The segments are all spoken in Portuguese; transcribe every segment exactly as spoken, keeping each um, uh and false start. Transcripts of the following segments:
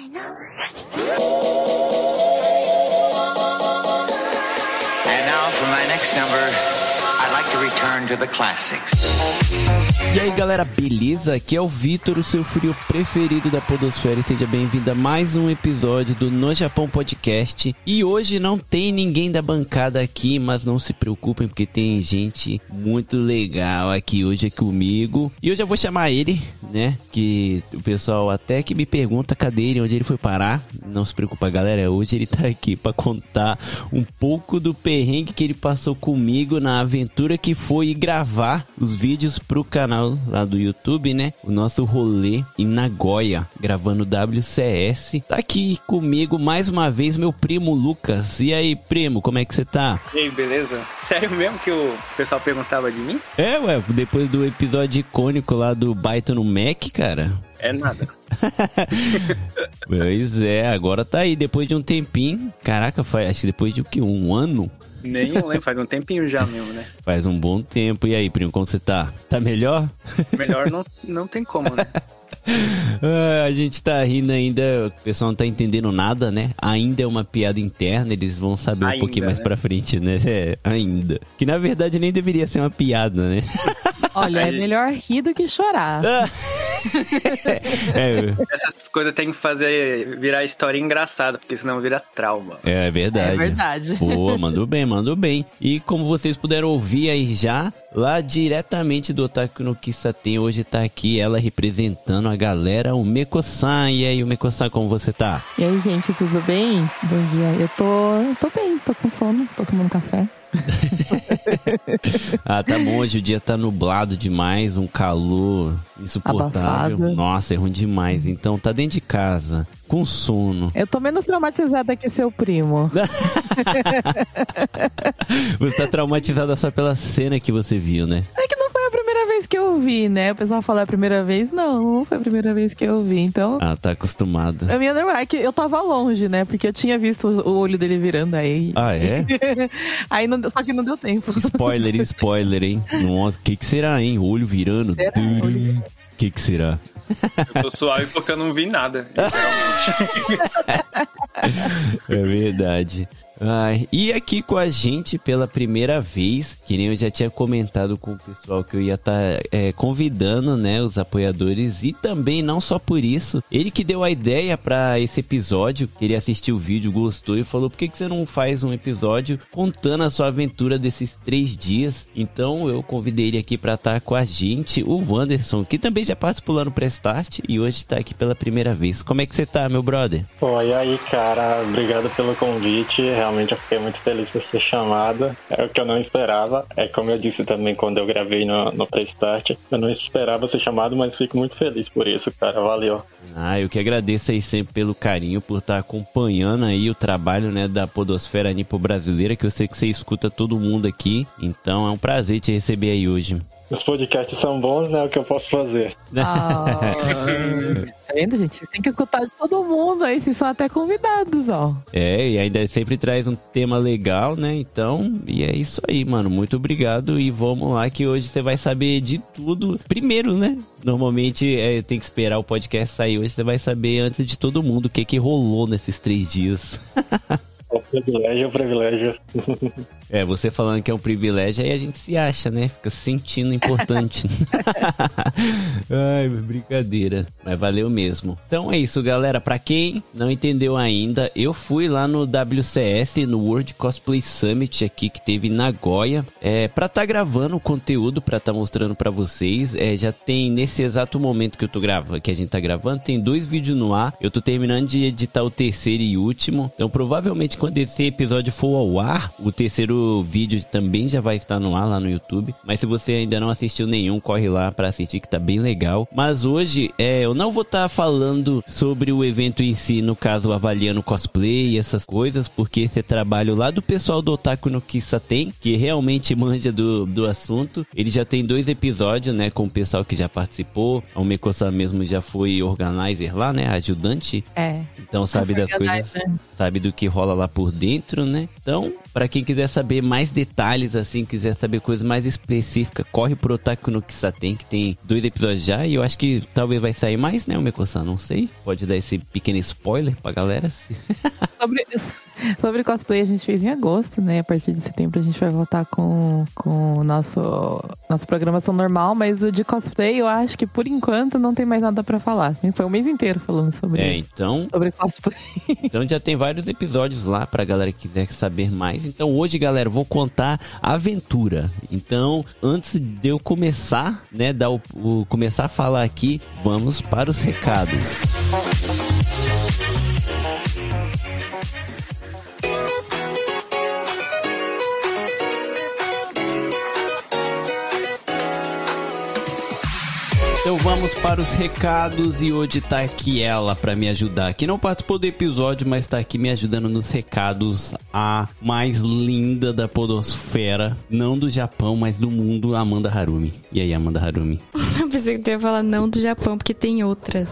now for my next number, I'd like to return to the classics. E aí galera, beleza? Aqui é o Vitor, o seu frio preferido da podosfera, e seja bem-vindo a mais um episódio do No Japão Podcast. E hoje não tem ninguém da bancada aqui, mas não se preocupem porque tem gente muito legal aqui hoje comigo. E eu já vou chamar ele, né, que o pessoal até que me pergunta cadê ele, onde ele foi parar. Não se preocupa galera, hoje ele tá aqui pra contar um pouco do perrengue que ele passou comigo na aventura que foi gravar os vídeos pro canal lá do YouTube, né? O nosso rolê em Nagoya, gravando W C S. Tá aqui comigo mais uma vez meu primo Lucas. E aí, primo, como é que você tá? E aí, beleza? Sério mesmo que o pessoal perguntava de mim? É, ué, depois do episódio icônico lá do Baito no Mac, cara. É nada. Pois é, agora tá aí, depois de um tempinho. Caraca, faz, acho que depois de o que? Um ano? Nem eu lembro, faz um tempinho já mesmo, né? Faz um bom tempo. E aí, primo, como você tá? Tá melhor? Melhor não, não tem como, né? Ah, a gente tá rindo ainda, o pessoal não tá entendendo nada, né? Ainda é uma piada interna, eles vão saber um ainda, pouquinho mais né? pra frente, né? É, ainda. Que na verdade nem deveria ser uma piada, né? Olha, é Aí- melhor rir do que chorar. é, Essas coisas tem que fazer virar história engraçada, porque senão vira trauma. é verdade. É verdade. Pô, mandou bem, mandou bem. E como vocês puderam ouvir aí já, lá diretamente do Otaku no Kisaten, hoje tá aqui ela representando a galera, o Meko-san. E aí, o Meko-san, como você tá? E aí, gente, tudo bem? Bom dia. Eu tô, tô bem, tô com sono, tô tomando café. Ah, tá bom, hoje o dia tá nublado demais, um calor insuportável. Abafado. Nossa, é ruim demais. Então tá dentro de casa, com sono. Eu tô menos traumatizada que seu primo. Você tá traumatizada só pela cena que você viu, né? É que não foi a primeira vez que eu vi, né? O pessoal fala a primeira vez. Não, não foi a primeira vez que eu vi. Então, Ah, tá acostumado. pra mim é normal. É que eu tava longe, né? Porque eu tinha visto o olho dele virando aí. Ah, é? Aí não, deu- só que não deu tempo. Spoiler, spoiler, hein? Nossa, o que que será, hein? Olho virando. Será? O que que será? Eu tô suave porque eu não vi nada, literalmente. É verdade. Ai, e aqui com a gente pela primeira vez, que nem eu já tinha comentado com o pessoal que eu ia estar convidando, né, os apoiadores, e também não só por isso, ele que deu a ideia pra esse episódio, que ele assistiu o vídeo, gostou e falou, por que que você não faz um episódio contando a sua aventura desses três dias? Então eu convidei ele aqui pra estar com a gente, o Wanderson, que também já participou lá no Prestart e hoje tá aqui pela primeira vez. Como é que você tá, meu brother? Pô, e aí, cara, obrigado pelo convite. Realmente eu fiquei muito feliz por ser chamado. É o que eu não esperava. É como eu disse também quando eu gravei no, no Prestart. Eu não esperava ser chamado, mas fico muito feliz por isso, cara. Valeu. Ah, eu que agradeço aí sempre pelo carinho, por estar acompanhando aí o trabalho, né, da podosfera nipo brasileira, que eu sei que você escuta todo mundo aqui. Então é um prazer te receber aí hoje. Os podcasts são bons, né? É o que eu posso fazer. Ah, tá vendo, gente? Vocês têm que escutar de todo mundo aí, vocês são até convidados, ó. É, e ainda sempre traz um tema legal, né? Então, e é isso aí, mano. Muito obrigado e vamos lá que hoje você vai saber de tudo. Primeiro, né? Normalmente é, tem que esperar o podcast sair. Hoje você vai saber antes de todo mundo o que que rolou nesses três dias. O privilégio, o privilégio. É, você falando que é um privilégio, aí a gente se acha, né? Fica se sentindo importante. Ai, brincadeira. Mas valeu mesmo. Então é isso, galera. Pra quem não entendeu ainda, eu fui lá no W C S, no World Cosplay Summit aqui, que teve em Nagoya, é, pra tá gravando o conteúdo, pra tá mostrando pra vocês. É, já tem, nesse exato momento que eu tô gravando, que a gente tá gravando, tem dois vídeos no ar. Eu tô terminando de editar o terceiro e último. Então, provavelmente, quando esse episódio for ao ar, o terceiro vídeo também já vai estar no ar lá no YouTube. Mas se você ainda não assistiu nenhum, corre lá pra assistir que tá bem legal. Mas hoje, é, eu não vou estar falando sobre o evento em si, no caso, avaliando cosplay e essas coisas, porque esse é trabalho lá do pessoal do Otaku no Kisaten, que realmente manja do, do assunto. Ele já tem dois episódios, né, com o pessoal que já participou. O Meko-san mesmo já foi organizer lá, né, ajudante. É. Então sabe das coisas, Né? sabe do que rola lá por dentro, né? Então, Pra quem quiser saber mais detalhes, assim, quiser saber coisas mais específicas, corre pro Otaku no Kisaten, que tem dois episódios já. E eu acho que talvez vai sair mais, né, o Meko-san? Não sei. Pode dar esse pequeno spoiler pra galera. Sobre, sobre cosplay, a gente fez em agosto, né? A partir de setembro a gente vai voltar com, com o nosso, nossa programação normal, mas o de cosplay eu acho que por enquanto não tem mais nada pra falar. Foi o mês inteiro falando sobre, é, então, sobre cosplay. Então já tem vários episódios lá pra galera que quiser saber mais. Então hoje, galera, eu vou contar a aventura. Então, antes de eu começar, né, dar o, o, começar a falar aqui, vamos para os recados. Então vamos para os recados e hoje tá aqui ela para me ajudar, que não participou do episódio, mas tá aqui me ajudando nos recados, a mais linda da podosfera, não do Japão, mas do mundo, Amanda Harumi. E aí, Amanda Harumi? Eu pensei que tu ia falar não do Japão, porque tem outra.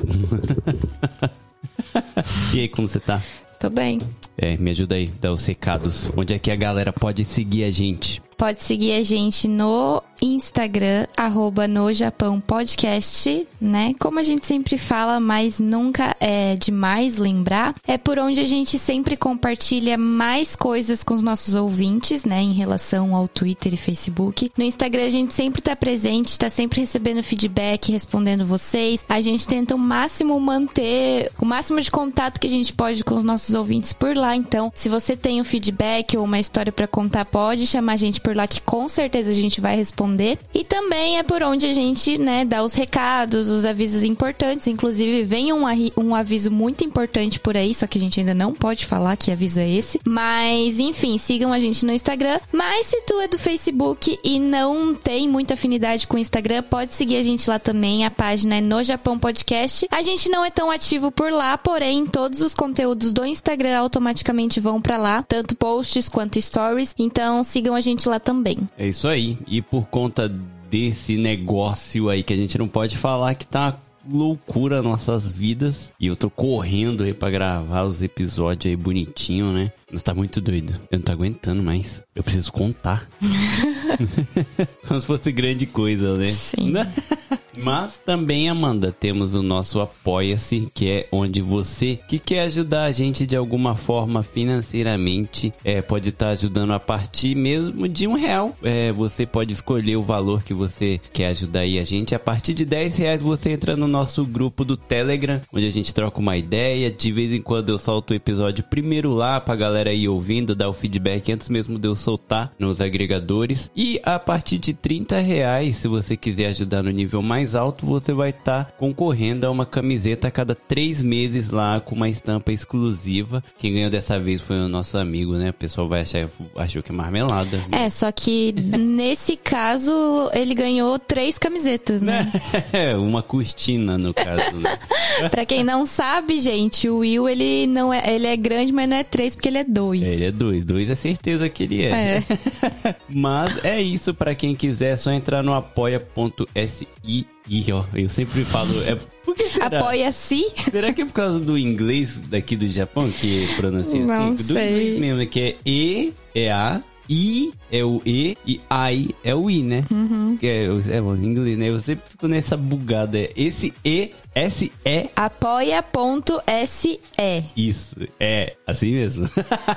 E aí, como você tá? Tô bem. É, me ajuda aí, dá os recados. Onde é que a galera pode seguir a gente? Pode seguir a gente no Instagram, arroba no Japão Podcast, né? Como a gente sempre fala, mas nunca é demais lembrar, é por onde a gente sempre compartilha mais coisas com os nossos ouvintes, né? Em relação ao Twitter e Facebook. No Instagram a gente sempre tá presente, tá sempre recebendo feedback, respondendo vocês. A gente tenta o máximo manter, o máximo de contato que a gente pode com os nossos ouvintes por lá. Então, se você tem um feedback ou uma história pra contar, pode chamar a gente por lá, que com certeza a gente vai responder. E também é por onde a gente, né, dá os recados, os avisos importantes. Inclusive, vem um, um aviso muito importante por aí, só que a gente ainda não pode falar que aviso é esse. Mas, enfim, sigam a gente no Instagram. Mas se tu é do Facebook e não tem muita afinidade com o Instagram, pode seguir a gente lá também. A página é No Japão Podcast. A gente não é tão ativo por lá, porém, todos os conteúdos do Instagram automaticamente vão pra lá, tanto posts quanto stories. Então, sigam a gente lá também. É isso aí. E por conta desse negócio aí que a gente não pode falar, que tá loucura nossas vidas, e eu tô correndo aí pra gravar os episódios aí bonitinho, né? Mas tá muito doido. Eu não tô aguentando mais. Eu preciso contar. Como se fosse grande coisa, né? Sim. Mas também, Amanda, temos o nosso Apoia-se, que é onde você que quer ajudar a gente de alguma forma financeiramente, é, pode estar ajudando a partir mesmo de um real. É, você pode escolher o valor que você quer ajudar aí a gente. A partir de dez reais você entra no nosso grupo do Telegram, onde a gente troca uma ideia. De vez em quando eu solto o episódio primeiro lá pra galera aí ouvindo, dar o feedback antes mesmo de eu soltar nos agregadores. E a partir de trinta reais, se você quiser ajudar no nível mais alto, você vai estar tá concorrendo a uma camiseta a cada três meses lá, com uma estampa exclusiva. Quem ganhou dessa vez foi o nosso amigo, né? O pessoal vai achar, achou que é marmelada. É, só que nesse caso ele ganhou três camisetas, né? É, uma cortina no caso, né? Pra quem não sabe, gente, o Will, ele não é, ele é grande, mas não é três, porque ele é dois. É, ele é dois. Dois é certeza que ele é. É. Mas é isso, pra quem quiser, é só entrar no apoia.se. E ó, eu sempre falo, é por que será? Apoia-se. Será que é por causa do inglês daqui do Japão que pronuncia não assim? Sei. Do inglês mesmo, que é E, é A, I é o E e I é o I, né? Uhum. Que é, é o inglês, né? Eu sempre fico nessa bugada. Esse E, S, E. Apoia.se. Isso, é assim mesmo.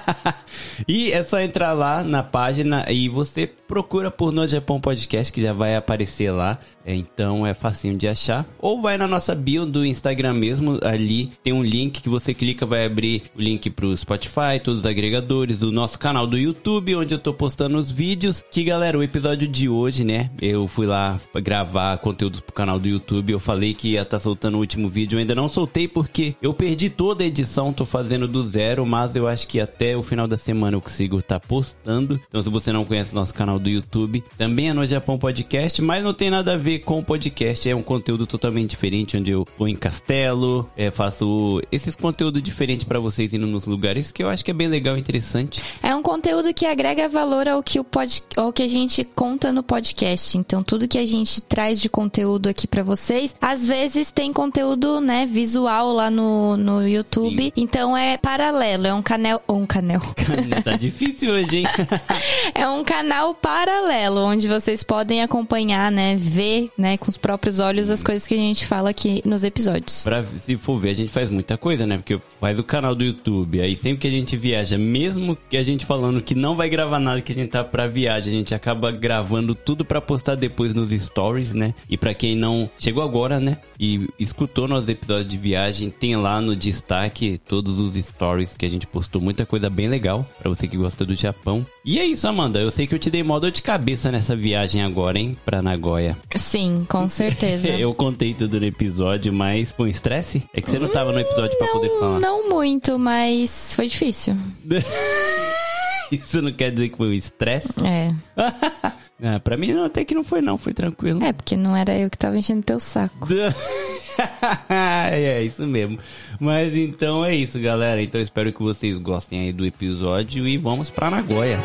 E é só entrar lá na página e você procura por No Japão Podcast, que já vai aparecer lá. Então é facinho de achar. Ou vai na nossa bio do Instagram mesmo. Ali tem um link que você clica, vai abrir o link pro Spotify, todos os agregadores, o nosso canal do YouTube, onde eu tô postando os vídeos. Que, galera, o episódio de hoje, né? Eu fui lá gravar conteúdos pro canal do YouTube. Eu falei que ia estar soltando o último vídeo. Eu ainda não soltei porque eu perdi toda a edição. Tô fazendo do zero, mas eu acho que até o final da semana eu consigo estar postando. Então, se você não conhece o nosso canal do YouTube, também é No Japão Podcast, mas não tem nada a ver com o podcast. É um conteúdo totalmente diferente, onde eu vou em castelo, é, faço esses conteúdos diferentes pra vocês indo nos lugares, que eu acho que é bem legal e interessante. É um conteúdo que agrega valor ao que, o pod... ao que a gente conta no podcast. Então, tudo que a gente traz de conteúdo aqui pra vocês, às vezes tem conteúdo, né, visual lá no, no YouTube. Sim. Então é paralelo, é um canal... Um canal. Tá difícil hoje, hein? É um canal paralelo, onde vocês podem acompanhar, né, ver, né, com os próprios olhos as coisas que a gente fala aqui nos episódios. Pra, se for ver, a gente faz muita coisa, né? Porque faz o canal do YouTube, aí sempre que a gente viaja, mesmo que a gente falando que não vai gravar nada, que a gente tá pra viagem, a gente acaba gravando tudo pra postar depois nos stories, né? E pra quem não chegou agora, né, e escutou nosso episódio de viagem, tem lá no destaque todos os stories que a gente postou, muita coisa bem legal pra você que gosta do Japão. E é isso, Amanda, eu sei que eu te dei mó dor de cabeça nessa viagem agora, hein, pra Nagoya. Sim, com certeza. Eu contei tudo no episódio, mas foi um estresse? É que você não tava no episódio pra não, poder falar. Não muito, mas foi difícil. Isso não quer dizer que foi um estresse? É. Ah, pra mim não, até que não foi não, foi tranquilo. É, porque não era eu que tava enchendo teu saco. É isso mesmo. Mas então é isso, galera. Então eu espero que vocês gostem aí do episódio e vamos pra Nagoya.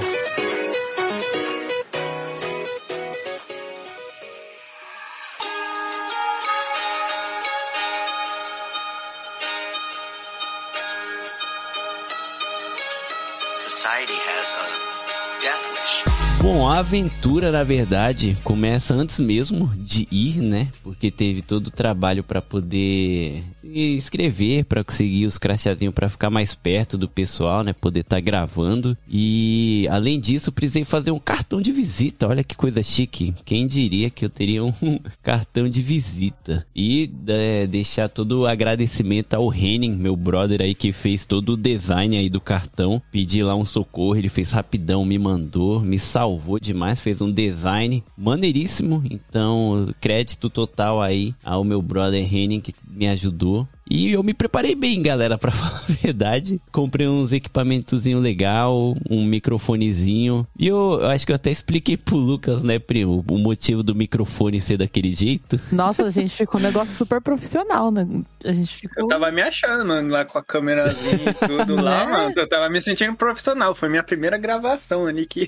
Society has a death wish. Bom, a aventura, na verdade, começa antes mesmo de ir, né? Porque teve todo o trabalho pra poder se inscrever, pra conseguir os crachazinhos pra ficar mais perto do pessoal, né? Poder estar gravando. E, além disso, precisei fazer um cartão de visita. Olha que coisa chique. Quem diria que eu teria um cartão de visita? E é, deixar todo o agradecimento ao Henning, meu brother aí, que fez todo o design aí do cartão. Pedi lá um socorro, ele fez rapidão, me mandou, me salvou. Salvou demais, fez um design maneiríssimo. Então, crédito total aí ao meu brother Henning, que me ajudou. E eu me preparei bem, galera, pra falar a verdade. Comprei uns equipamentozinho legal, um microfonezinho. E eu, eu acho que eu até expliquei pro Lucas, né, primo, o motivo do microfone ser daquele jeito. Nossa, a gente ficou um negócio super profissional, né? A gente ficou... Eu tava me achando, mano, lá com a câmerazinha e tudo lá, Né? mano. Eu tava me sentindo profissional. Foi minha primeira gravação ali que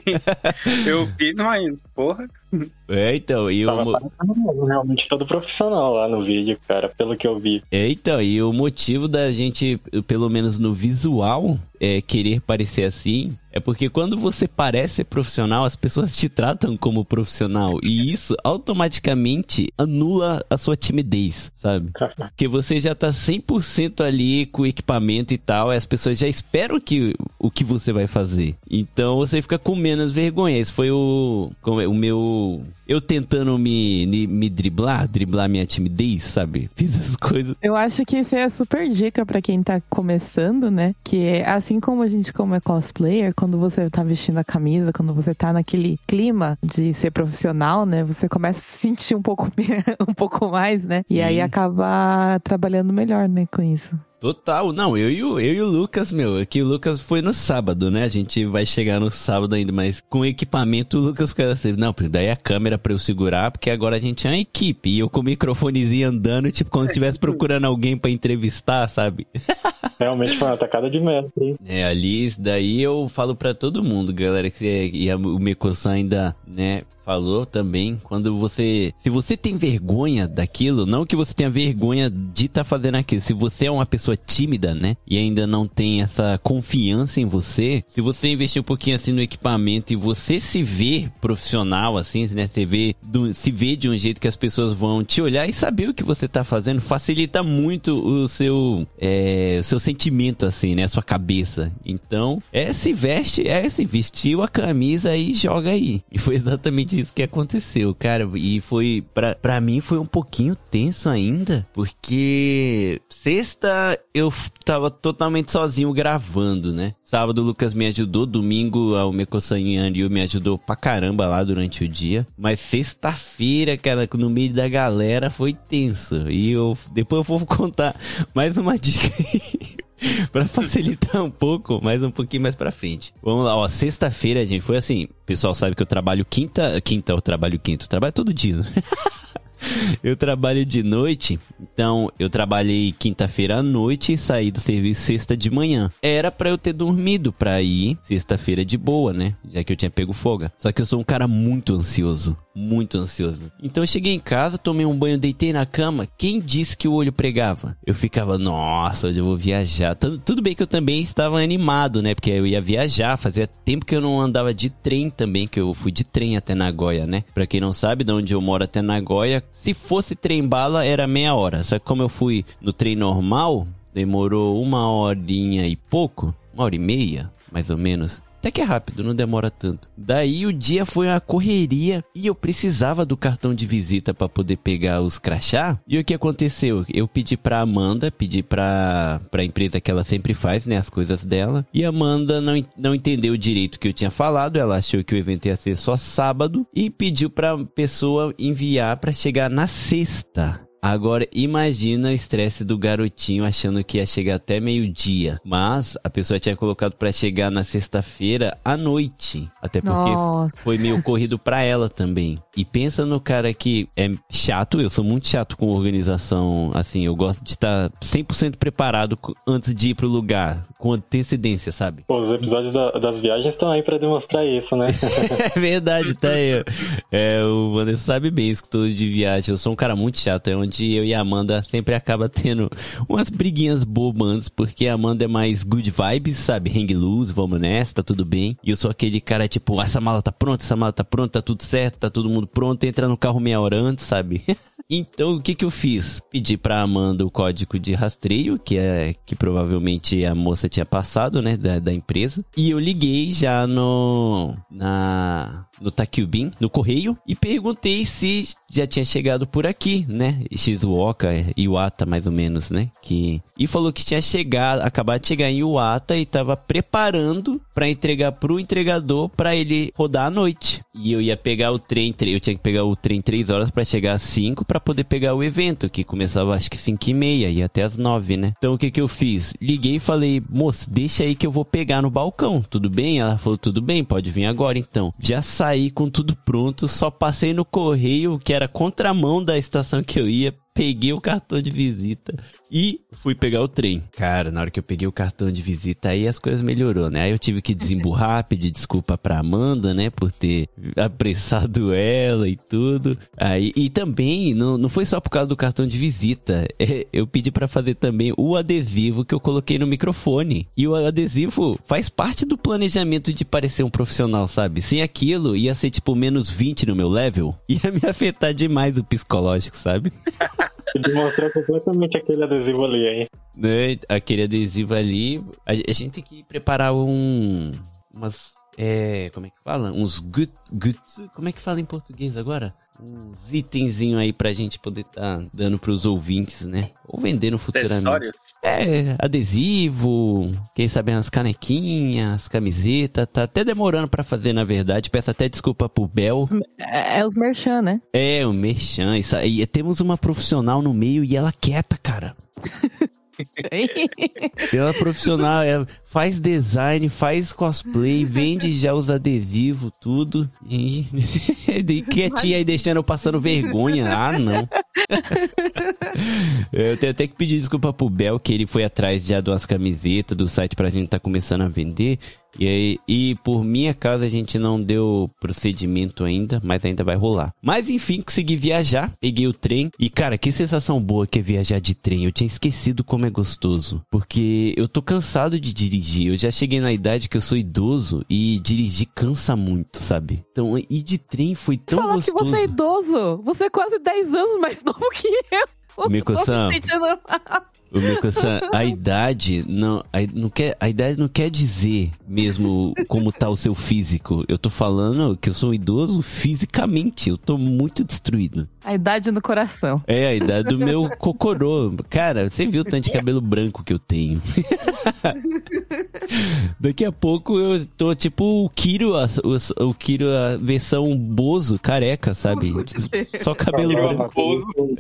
eu fiz, mas, porra. É, então, e Tava o... parecendo mesmo, realmente todo profissional lá no vídeo, cara, pelo que eu vi. É, então, e o motivo da gente, pelo menos no visual, é, querer parecer assim, é porque quando você parece ser profissional, as pessoas te tratam como profissional. E isso automaticamente anula a sua timidez, sabe? Porque você já tá cem por cento ali com o equipamento e tal, e as pessoas já esperam que, o que você vai fazer. Então você fica com menos vergonha. Esse foi o, como é, o meu... Eu tentando me, me, me driblar, driblar minha timidez, sabe? Fiz as coisas. Eu acho que isso é super dica pra quem tá começando, né? Que é assim como a gente, como é cosplayer, quando você tá vestindo a camisa, quando você tá naquele clima de ser profissional, né? Você começa a se sentir um pouco, um pouco mais, né? E Sim. aí acaba trabalhando melhor, né, com isso. Total, não, eu e, o, eu e o Lucas, meu, aqui o Lucas foi no sábado, né, a gente vai chegar no sábado ainda, mas com o equipamento o Lucas ficava assim, não, daí a câmera pra eu segurar, porque agora a gente é uma equipe, e eu com o microfonezinho andando, tipo, como se estivesse procurando alguém pra entrevistar, sabe? Realmente foi uma tacada de mestre. É, ali, isso daí eu falo pra todo mundo, galera, que você, e a, o Meco-san ainda, né, falou também, quando você... Se você tem vergonha daquilo, não que você tenha vergonha de estar tá fazendo aquilo, se você é uma pessoa tímida, né, e ainda não tem essa confiança em você, se você investir um pouquinho assim no equipamento e você se vê profissional, assim, né, você vê, do, se vê de um jeito que as pessoas vão te olhar e saber o que você tá fazendo, facilita muito o seu, é, o seu sentimento, assim, né, a sua cabeça. Então, é se veste, é se vestiu a camisa e joga aí. E foi exatamente isso que aconteceu, cara, e foi, pra, pra mim foi um pouquinho tenso ainda, porque sexta eu tava totalmente sozinho gravando, né, sábado o Lucas me ajudou, domingo o Meco-san Ryu me ajudou pra caramba lá durante o dia, mas sexta-feira, cara, no meio da galera foi tenso, e eu, depois eu vou contar mais uma dica aí. Pra facilitar um pouco, mais um pouquinho mais pra frente. Vamos lá, ó, sexta-feira, gente, foi assim, o pessoal sabe que eu trabalho quinta, quinta eu trabalho quinta, eu trabalho todo dia, né? Eu trabalho de noite, então eu trabalhei quinta-feira à noite e saí do serviço sexta de manhã. Era pra eu ter dormido pra ir sexta-feira de boa, né? Já que eu tinha pego folga. Só que eu sou um cara muito ansioso, muito ansioso. Então eu cheguei em casa, tomei um banho, deitei na cama. Quem disse que o olho pregava? Eu ficava, nossa, hoje eu vou viajar. Tudo, tudo bem que eu também estava animado, né? Porque eu ia viajar, fazia tempo que eu não andava de trem também, que eu fui de trem até Nagoya, né? Pra quem não sabe, de onde eu moro até Nagoya, se fosse trem-bala, era meia hora. Só que como eu fui no trem normal, demorou uma horinha e pouco, uma hora e meia, mais ou menos. Até que é rápido, não demora tanto. Daí o dia foi uma correria e eu precisava do cartão de visita para poder pegar os crachá. E o que aconteceu? Eu pedi pra Amanda, pedi pra, pra empresa que ela sempre faz, né, as coisas dela. E a Amanda não, não entendeu direito o que eu tinha falado, ela achou que o evento ia ser só sábado e pediu pra pessoa enviar pra chegar na sexta. Agora, imagina o estresse do garotinho achando que ia chegar até meio-dia. Mas a pessoa tinha colocado pra chegar na sexta-feira à noite. Até porque Nossa. Foi meio corrido pra ela também. E pensa no cara que é chato. Eu sou muito chato com organização. Assim, eu gosto de estar cem por cento preparado antes de ir pro lugar. Com antecedência, sabe? Pô, os episódios da, das viagens estão aí pra demonstrar isso, né? É verdade, tá aí. É, o Vanessa sabe bem isso tudo de viagem. Eu sou um cara muito chato. É onde eu e a Amanda sempre acaba tendo umas briguinhas bobas, porque a Amanda é mais good vibes, sabe? Hang loose, vamos nessa, tá tudo bem. E eu sou aquele cara tipo, essa mala tá pronta, essa mala tá pronta, tá tudo certo, tá todo mundo pronto, entra no carro meia hora antes, sabe? Então, o que que eu fiz? Pedi pra Amanda o código de rastreio, que é que provavelmente a moça tinha passado, né, da, da empresa. E eu liguei já no na no Takyubin, no correio, e perguntei se já tinha chegado por aqui, né? Shizuoka, Iwata, mais ou menos, né? Que... E falou que tinha chegado, acabado de chegar em Iwata e tava preparando pra entregar pro entregador pra ele rodar à noite. E eu ia pegar o trem, eu tinha que pegar o trem três horas pra chegar às cinco pra poder pegar o evento, que começava acho que cinco e meia, ia até às nove, né? Então o que que eu fiz? Liguei e falei, moço, deixa aí que eu vou pegar no balcão, tudo bem? Ela falou, tudo bem, pode vir agora então. Já saí com tudo pronto, só passei no correio, que era contramão da estação que eu ia, peguei o cartão de visita e fui pegar o trem. Cara, na hora que eu peguei o cartão de visita, aí as coisas melhorou, né? Aí eu tive que desemburrar, pedir desculpa pra Amanda, né? Por ter apressado ela e tudo. Aí, e também, não, não foi só por causa do cartão de visita. É, eu pedi pra fazer também o adesivo que eu coloquei no microfone. E o adesivo faz parte do planejamento de parecer um profissional, sabe? Sem aquilo, ia ser tipo menos vinte no meu level. Ia me afetar demais o psicológico, sabe? Demonstrou completamente aquele adesivo ali, hein? Né? Aquele adesivo ali. A, a gente tem que preparar um. Umas. É. Como é que fala? Uns gut. gut como é que fala em português agora? Uns itenzinhos aí pra gente poder tá dando pros ouvintes, né? Ou vendendo futuramente. Acessórios? É, adesivo, quem sabe umas canequinhas, camiseta, tá até demorando pra fazer, na verdade. Peço até desculpa pro Bel. É, é os merchan, né? É, o merchan, isso aí. Temos uma profissional no meio e ela quieta, cara. Ela profissional, ela faz design, faz cosplay, vende já os adesivos, tudo. E quietinha aí deixando eu passando vergonha. Ah, não. Eu tenho até que pedir desculpa pro Bel, que ele foi atrás já de umas camisetas do site pra gente tá começando a vender. E, aí, e por minha causa a gente não deu procedimento ainda, mas ainda vai rolar. Mas enfim, consegui viajar, peguei o trem. E cara, que sensação boa que é viajar de trem. Eu tinha esquecido como é gostoso, porque eu tô cansado de dirigir. Eu já cheguei na idade que eu sou idoso e dirigir cansa muito, sabe? Então ir de trem foi tão Falar gostoso. Que você é idoso, você é quase dez anos mais novo que eu. Miko-san, o Miko-san, a idade não, a, não quer, a idade não quer dizer mesmo como tá o seu físico. Eu tô falando que eu sou um idoso fisicamente. Eu tô muito destruído. A idade no coração. É, a idade do meu cocorô. Cara, você viu o tanto de cabelo branco que eu tenho. Daqui a pouco eu tô tipo o Kiro, a, o, o Kiro, a versão Bozo, careca, sabe? Só cabelo branco.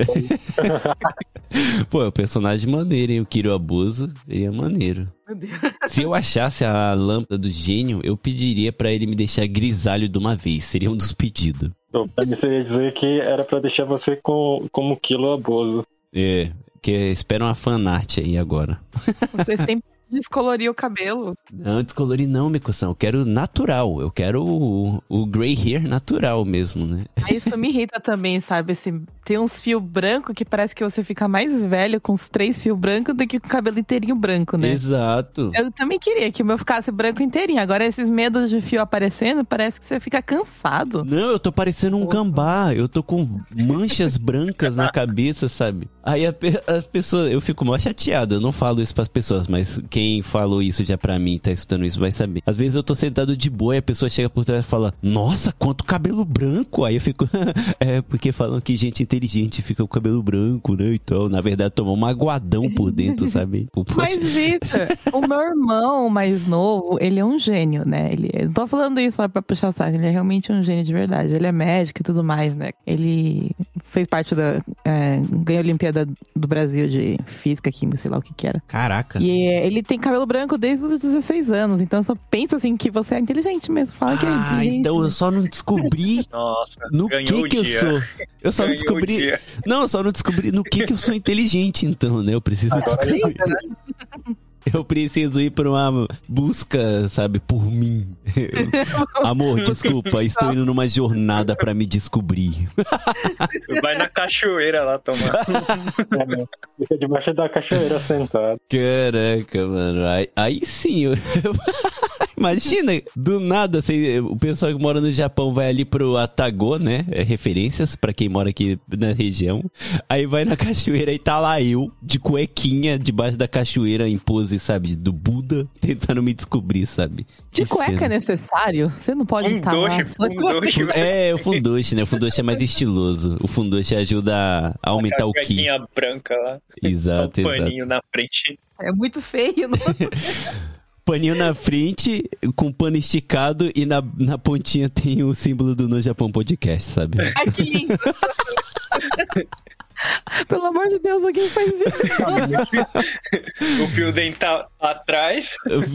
Pô, é um personagem maneiro, hein? O Kiro Abuso seria maneiro. Meu Deus. Se eu achasse a lâmpada do gênio, eu pediria pra ele me deixar grisalho de uma vez. Seria um dos pedidos. Eu pensei em dizer que era pra deixar você com, como quilo aboso. É, que espera uma fanart aí agora. Vocês têm que descolorir o cabelo. Não, descolorir não, Mico-san. Eu quero natural. Eu quero o, o grey hair natural mesmo, né? Isso me irrita também, sabe? Esse, tem uns fios brancos que parece que você fica mais velho com os três fios brancos do que com o cabelo inteirinho branco, né? Exato. Eu também queria que o meu ficasse branco inteirinho. Agora esses medos de fio aparecendo, parece que você fica cansado. Não, eu tô parecendo um gambá. Eu tô com manchas brancas na cabeça, sabe? Aí a pe- as pessoas... Eu fico mó chateado. Eu não falo isso pras pessoas, mas quem falou isso já pra mim, tá escutando isso, vai saber. Às vezes eu tô sentado de boa e a pessoa chega por trás e fala: nossa, quanto cabelo branco! Aí eu fico... é, porque falam que gente inteligente fica com cabelo branco, né? Então, na verdade, tomou um aguadão por dentro, sabe? Poxa. Mas, Vitor, o meu irmão mais novo, ele é um gênio, né? Ele, eu não tô falando isso só pra puxar saco, ele é realmente um gênio de verdade. Ele é médico e tudo mais, né? Ele fez parte da... É, ganhou a Olimpíada do Brasil de Física, Química, sei lá o que que era. Caraca. E é, ele tem cabelo branco desde os dezesseis anos, então só pensa assim que você é inteligente mesmo. Fala que é Ah, inteligente. então eu só não descobri Nossa, no ganhou que o que eu dia. sou. Eu só não Ganhou o descobri... dia. Não, eu só não descobri no que que eu sou inteligente, então, né? Eu preciso descobrir. Eu preciso ir pra uma busca, sabe, por mim. Eu- Amor, desculpa, estou indo numa jornada pra me descobrir. Vai na cachoeira lá tomar. É, fica debaixo da cachoeira sentado. Caraca, mano. Aí, aí sim, eu... Imagina, do nada, assim, o pessoal que mora no Japão vai ali pro Atago, né? É, referências pra quem mora aqui na região. Aí vai na cachoeira e tá lá eu, de cuequinha, debaixo da cachoeira, em pose, sabe, do Buda, tentando me descobrir, sabe? De Que cueca é cena. necessário? Você não pode estar lá. Fundoshi, só- fundoshi. É, o fundoshi, né? O fundoshi é mais estiloso. O fundoshi ajuda a aumentar o ki. cuequinha branca lá. Exato, um exato. paninho na frente. É muito feio. Não? Paninho na frente, com pano esticado e na, na pontinha tem o símbolo do No Japão Podcast, sabe? Ai, que lindo. Pelo amor de Deus, alguém faz isso. O fio dental atrás.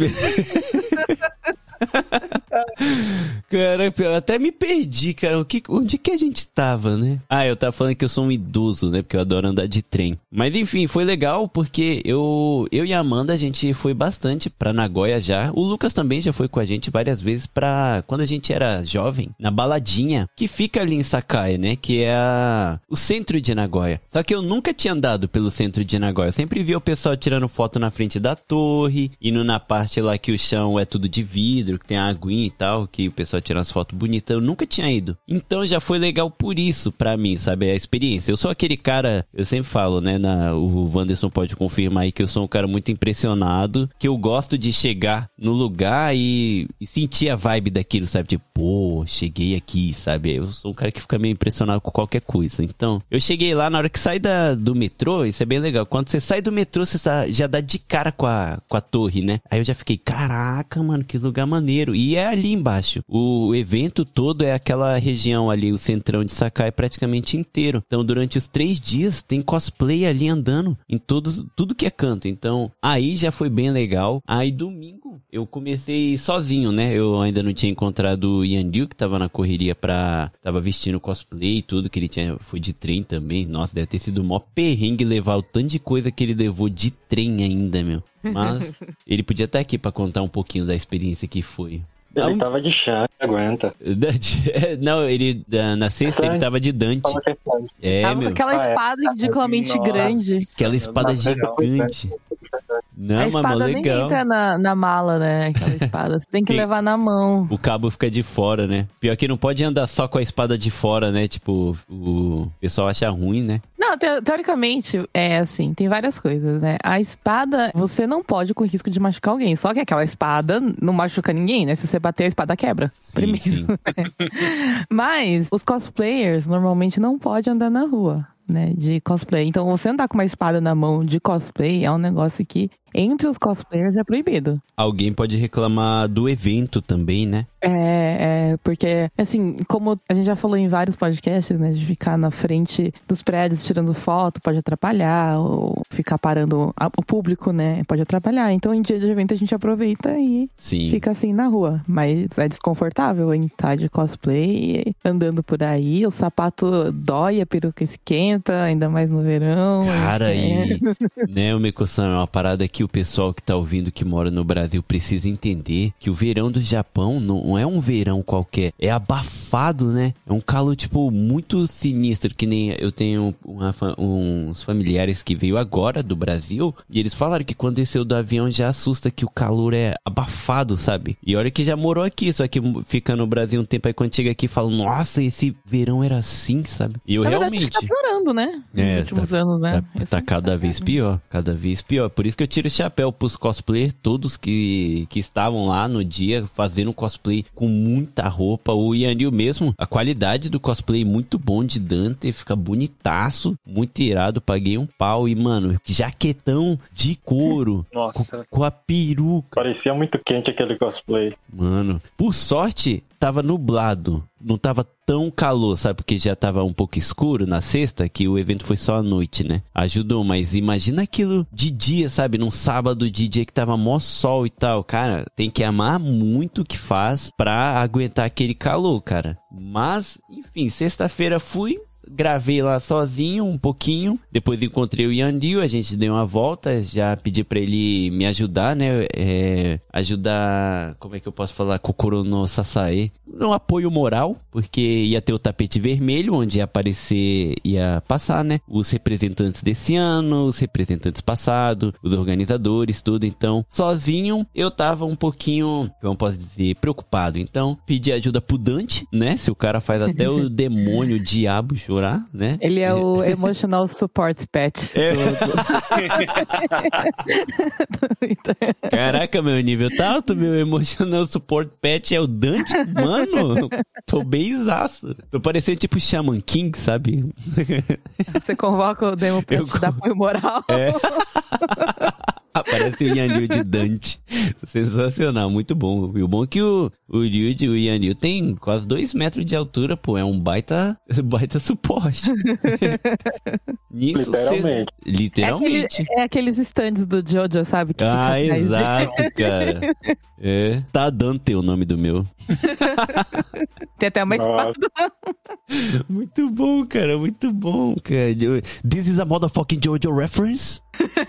Cara, eu até me perdi, cara. O que, onde que a gente tava, né? Ah, eu tava falando que eu sou um idoso, né? Porque eu adoro andar de trem. Mas enfim, foi legal porque eu, eu e a Amanda, a gente foi bastante pra Nagoya já. O Lucas também já foi com a gente várias vezes pra... Quando a gente era jovem, na baladinha, que fica ali em Sakai, né? Que é a, o centro de Nagoya. Só que eu nunca tinha andado pelo centro de Nagoya. Eu sempre via o pessoal tirando foto na frente da torre, indo na parte lá que o chão é tudo de vidro, que tem a aguinha e tal, que o pessoal tira umas fotos bonitas. Eu nunca tinha ido. Então já foi legal por isso pra mim, sabe? A experiência. Eu sou aquele cara, eu sempre falo, né? Na, o Wanderson pode confirmar aí que eu sou um cara muito impressionado, que eu gosto de chegar no lugar e, e sentir a vibe daquilo, sabe? Tipo, pô, cheguei aqui, sabe? Eu sou um cara que fica meio impressionado com qualquer coisa. Então, eu cheguei lá, na hora que sai da, do metrô, isso é bem legal. Quando você sai do metrô, você já dá de cara com a, com a torre, né? Aí eu já fiquei, caraca, mano, que lugar maneiro. E é ali embaixo. O evento todo é aquela região ali, o centrão de Sakai praticamente inteiro. Então, durante os três dias, tem cosplay ali andando em todos, tudo que é canto. Então, aí já foi bem legal. Aí, domingo, eu comecei sozinho, né? Eu ainda não tinha encontrado o Ian Liu, que tava na correria pra... Tava vestindo cosplay e tudo, que ele tinha... Foi de trem também. Nossa, deve ter sido o maior perrengue levar o tanto de coisa que ele levou de trem ainda, meu. Mas ele podia estar aqui pra contar um pouquinho da experiência que foi. Ele Não, tava de chance, aguenta. não, ele na sexta ele tava de Dante. Fala que é sério. É, Tava com meu. aquela Ah, é. espada ridiculamente Nossa. grande. Aquela espada Nossa, gigante. Não, a mas mó espada nem legal. entra na, na mala, né? Aquela espada. Você tem que Sim. levar na mão. O cabo fica de fora, né? Pior que não pode andar só com a espada de fora, né? Tipo, o pessoal acha ruim, né? Não, te- teoricamente, é assim, tem várias coisas, né? A espada, você não pode com risco de machucar alguém. Só que aquela espada não machuca ninguém, né? Se você bater, a espada quebra. Sim, primeiro. sim. Mas os cosplayers normalmente não podem andar na rua, né? De cosplay. Então, você andar com uma espada na mão de cosplay é um negócio que entre os cosplayers é proibido. Alguém pode reclamar do evento também, né? É, é, porque, assim, como a gente já falou em vários podcasts, né, de ficar na frente dos prédios tirando foto pode atrapalhar, ou ficar parando a, o público, né, pode atrapalhar. Então, em dia de evento, a gente aproveita e Sim. fica assim na rua. Mas é desconfortável em estar de cosplay, andando por aí, o sapato dói, a peruca esquenta, ainda mais no verão. Cara, é. e, né, o Meiko-san, é uma parada que o pessoal que tá ouvindo, que mora no Brasil, precisa entender que o verão do Japão não Não é um verão qualquer, é abafado, né? É um calor, tipo, muito sinistro, que nem eu tenho uma, uns familiares que veio agora do Brasil, e eles falaram que quando desceu do avião já assusta que o calor é abafado, sabe? E olha que já morou aqui, só que fica no Brasil um tempo, aí quando chega aqui fala, nossa, esse verão era assim, sabe? E eu Na realmente... verdade, tá piorando, né? Nos É, últimos tá, anos, né? Tá, tá cada vez pior, cada vez pior. Por isso que eu tiro o chapéu pros cosplayers, todos que, que estavam lá no dia fazendo cosplay com muita roupa. O Yanil mesmo, a qualidade do cosplay muito bom de Dante, fica bonitaço, muito irado, paguei um pau. E, mano, jaquetão de couro, Nossa. com, com a peruca. Parecia muito quente aquele cosplay. Mano, por sorte, tava nublado. Não tava tão calor, sabe? Porque já tava um pouco escuro na sexta, que o evento foi só à noite, né? Ajudou, mas imagina aquilo de dia, sabe? Num sábado de dia que tava mó sol e tal. Cara, tem que amar muito o que faz pra aguentar aquele calor, cara. Mas, enfim, sexta-feira fui... Gravei lá sozinho um pouquinho, depois encontrei o Yanil, a gente deu uma volta, já pedi pra ele me ajudar, né, é, ajudar, como é que eu posso falar, Kokoro no Sasae, um apoio moral, porque ia ter o tapete vermelho, onde ia aparecer, ia passar, né, os representantes desse ano, os representantes passados, os organizadores, tudo, então, sozinho, eu tava um pouquinho, como posso dizer, preocupado, então, pedi ajuda pro Dante, né, se o cara faz até o demônio, o diabo chorar, né? Ele é o Emotional Support Pet. É. Do... Caraca, meu nível tá alto, meu Emotional Support Pet é o Dante, mano. Tô benzaço. Tô parecendo tipo Shaman King, sabe? Você convoca o Demo pra Eu te dar apoio moral. É. Aparece o Yanil de Dante. Sensacional, muito bom. E o bom é que o, o Ryuji, o Yanil tem quase dois metros de altura, pô. É um baita, baita suporte. Nisso, Literalmente. Cê... Literalmente. É, aquele, é aqueles stands do Jojo, sabe? Que Ah, fica atrás exato, cara. É. Tá Dante o nome do meu. Tem até uma espada. Muito bom, cara. Muito bom, cara. This is a motherfucking Jojo reference?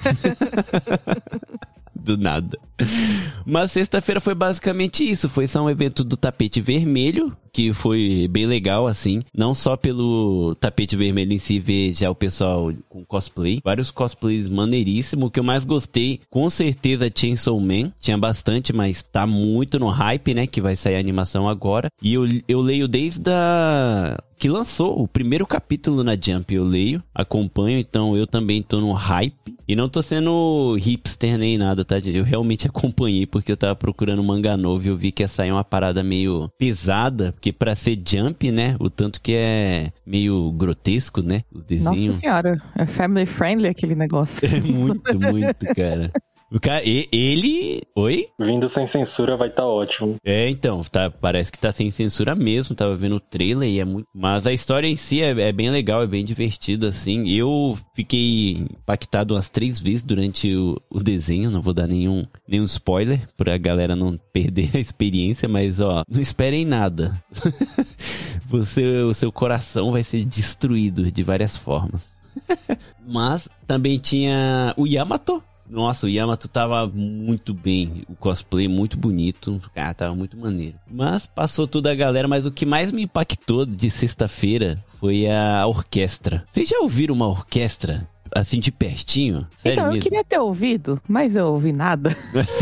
Do nada. Mas sexta-feira foi basicamente isso. Foi só um evento do tapete vermelho, que foi bem legal, assim. Não só pelo tapete vermelho em si, ver já o pessoal com cosplay. Vários cosplays maneiríssimos. O que eu mais gostei, com certeza, Chainsaw Man. Tinha bastante, mas tá muito no hype, né? Que vai sair a animação agora. E eu, eu leio desde a... que lançou o primeiro capítulo na Jump, eu leio, acompanho, então eu também tô no hype. E não tô sendo hipster nem nada, tá? Eu realmente acompanhei porque eu tava procurando manga novo e eu vi que ia sair uma parada meio pesada, porque pra ser Jump, né? O tanto que é meio grotesco, né? O desenho. Nossa senhora, é family friendly aquele negócio. É muito, muito, cara. O cara, ele... Oi? Vindo sem censura vai estar tá ótimo. É, então, tá, parece que tá sem censura mesmo. Tava vendo o trailer e é muito... Mas a história em si é, é bem legal, é bem divertido, assim. Eu fiquei impactado umas três vezes durante o, o desenho. Não vou dar nenhum, nenhum spoiler pra galera não perder a experiência. Mas, ó, não esperem nada. Você, o seu coração vai ser destruído de várias formas. Mas também tinha o Yamato. Nossa, o Yamato tava muito bem, o cosplay muito bonito, cara, tava muito maneiro. Mas passou toda a galera, mas o que mais me impactou de sexta-feira foi a orquestra. Vocês já ouviram uma orquestra assim de pertinho? Sério então, eu mesmo? queria ter ouvido, mas eu ouvi nada.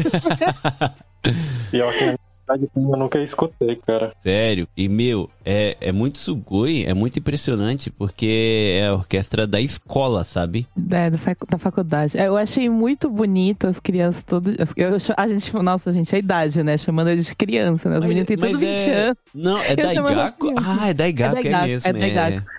Pior que eu nunca escutei, cara. Sério. E, meu, é, é muito sugoi, é muito impressionante, porque é a orquestra da escola, sabe? É, da, fac, da faculdade. Eu achei muito bonito as crianças todas... Eu, a gente, nossa, gente, a idade, né? Chamando eles de criança, né? Os meninos têm tudo vinte é... anos. Não, é da Igaku? Ah, é da Igaku, é, é mesmo. É da Igaku.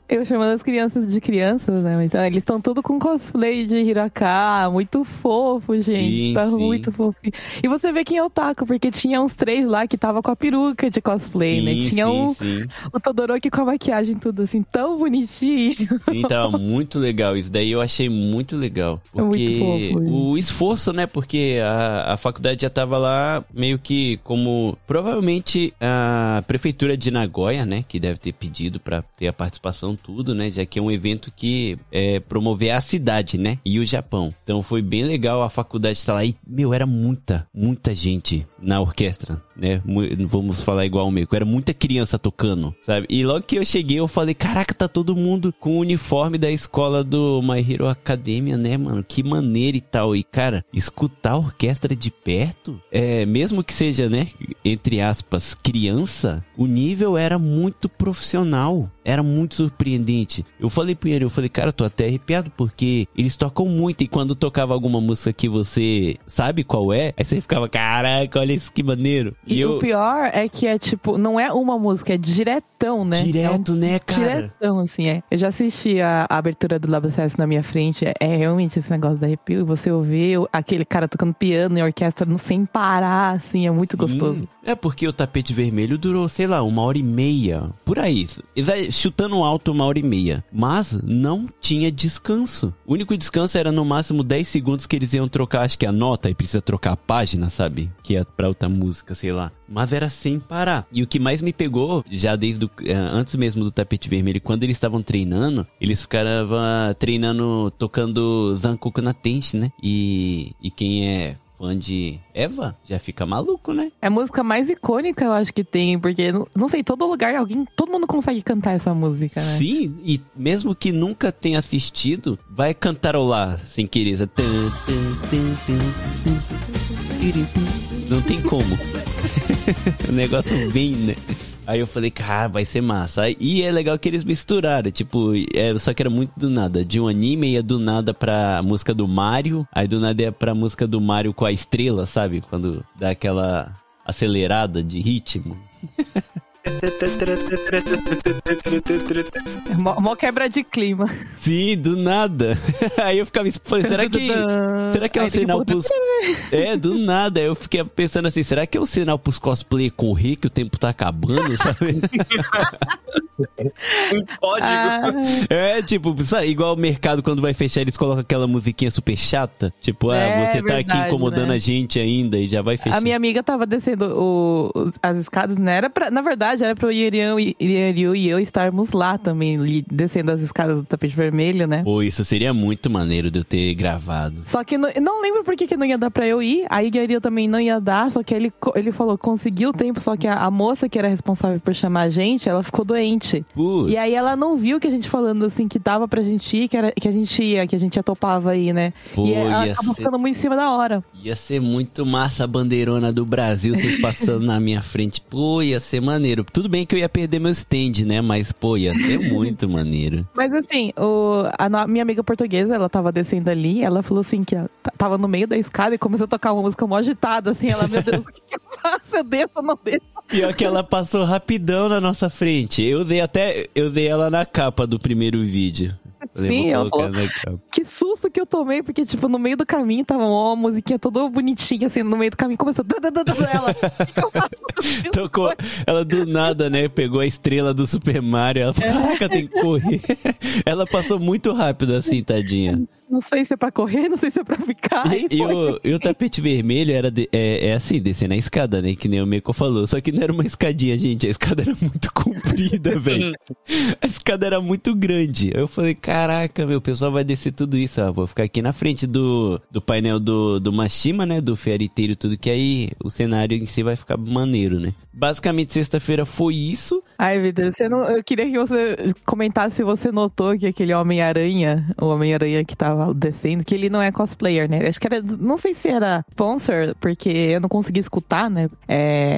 Eu chamando as crianças de crianças, né? Então, eles estão tudo com cosplay de Hiraka. Muito fofo, gente. Sim, tá sim. muito fofinho. E você vê quem é o Taco, porque tinha uns três lá que tava com a peruca de cosplay, Sim, né? Tinha sim, o, sim. o Todoroki com a maquiagem tudo assim, tão bonitinho. Sim, tava muito legal. Isso daí eu achei muito legal. É muito Porque fofo, o esforço, né? Porque a, a faculdade já tava lá meio que como... Provavelmente a prefeitura de Nagoya, né? Que deve ter pedido pra ter a participação tudo, né? Já que é um evento que é promover a cidade, né? E o Japão. Então foi bem legal a faculdade estar lá. E, meu, era muita, muita gente na orquestra, né? Vamos falar igual o meu. Era muita criança tocando, sabe? E logo que eu cheguei, eu falei, caraca, tá todo mundo com o uniforme da escola do My Hero Academia, né, mano? Que maneiro e tal. E, cara, escutar a orquestra de perto, é, mesmo que seja, né, entre aspas, criança, o nível era muito profissional. Era muito surpreendente. Eu falei pro ele, eu falei, cara, eu tô até arrepiado, porque eles tocam muito. E quando tocava alguma música que você sabe qual é, aí você ficava, caraca, olha isso que maneiro. E, e eu... o pior é que é tipo, não é uma música, é diretão, né? Direto, é um... né, cara? Diretão, assim, é. Eu já assisti a, a abertura do Lab Success na minha frente. É, é realmente esse negócio da arrepio. E você ouvir aquele cara tocando piano e orquestra sem parar, assim, é muito Sim. gostoso. É porque o Tapete Vermelho durou, sei lá, uma hora e meia. Por aí. Chutando alto uma hora e meia. Mas não tinha descanso. O único descanso era no máximo dez segundos que eles iam trocar, acho que a nota, e precisa trocar a página, sabe? Que é pra outra música, sei lá. Mas era sem parar. E o que mais me pegou, já desde o, antes mesmo do Tapete Vermelho, quando eles estavam treinando, eles ficavam treinando, tocando Zankoku na Tenshi, né? E, e quem é fã de Eva já fica maluco, né? É a música mais icônica, eu acho que tem, porque, não, não sei, todo lugar, alguém, todo mundo consegue cantar essa música, né? Sim, e mesmo que nunca tenha assistido, vai cantarolar sem querer. Não tem como. O negócio vem, né? Aí eu falei, cara, vai ser massa. E é legal que eles misturaram, tipo, é, só que era muito do nada. De um anime ia do nada pra música do Mario, aí do nada ia pra música do Mario com a estrela, sabe? Quando dá aquela acelerada de ritmo. Mó, mó quebra de clima. Sim, do nada. Aí eu ficava, falei, será que será que é um Aí sinal pros... É, do nada. Aí eu fiquei pensando assim, será que é um sinal pros cosplay correr que o tempo tá acabando, sabe? Um código. Ah, É, tipo, sabe, igual o mercado quando vai fechar, eles colocam aquela musiquinha super chata. Tipo, É, ah, você tá verdade, aqui incomodando né? a gente ainda e já vai fechar. a minha amiga tava descendo o, os- as escadas, né? Era pra, na verdade, era pro Yurian e Yurian e eu estarmos lá também, li- descendo as escadas do Tapete Vermelho, né? Pô, isso seria muito maneiro de eu ter gravado. Só que não, não lembro por que, que não ia dar pra eu ir. Aí o Yurian também não ia dar, só que ele, co- ele falou, conseguiu o tempo, só que a, a moça que era responsável por chamar a gente, ela ficou doente. Putz. E aí ela não viu que a gente falando assim, que dava pra gente ir, que, era, que a gente ia, que a gente já topava aí, né? Pô, e ela ia acabou ser- ficando muito em cima da hora. Ia ser muito massa a bandeirona do Brasil, vocês passando na minha frente. Pô, ia ser maneiro. Tudo bem que eu ia perder meu stand, né? Mas, pô, ia ser muito maneiro. Mas assim, o, a no- minha amiga portuguesa, ela tava descendo ali, ela falou assim que ela t- tava no meio da escada e começou a tocar uma música mó agitada, assim, ela, meu Deus, o que, que eu faço? Eu desço ou não desço? Pior que ela passou rapidão na nossa frente. Eu usei até, eu usei ela na capa do primeiro vídeo. Falei, Sim, vou ela colocar falou- na capa. Que susto que eu tomei, porque, tipo, no meio do caminho tava uma musiquinha toda bonitinha, assim, no meio do caminho começou. "Du, du, du, du", Ela, o que que eu faço? Eu desço. Tocou, ela do nada, né? Pegou a estrela do Super Mario. Ela falou, caraca, tem que correr. Ela passou muito rápido assim, tadinha. Não sei se é pra correr, não sei se é pra ficar. Aí E, e foi. o, e o tapete vermelho era de- é, é assim, descendo a escada, né? Que nem o Meiko falou. Só que não era uma escadinha, gente. A escada era muito comprida, velho. A escada era muito grande. Eu falei, caraca, meu, o pessoal vai descer tudo isso. Ó, vou ficar aqui na frente do, do painel do, do Mashima, né? Do Fairytail e tudo, que aí o cenário em si vai ficar maneiro, né? Basicamente, sexta-feira foi isso. Ai, Vitor, você não, eu queria que você comentasse se você notou que aquele Homem-Aranha, o Homem-Aranha que tava descendo, que ele não é cosplayer, né? Acho que era, não sei se era sponsor, porque eu não consegui escutar, né? É, eu,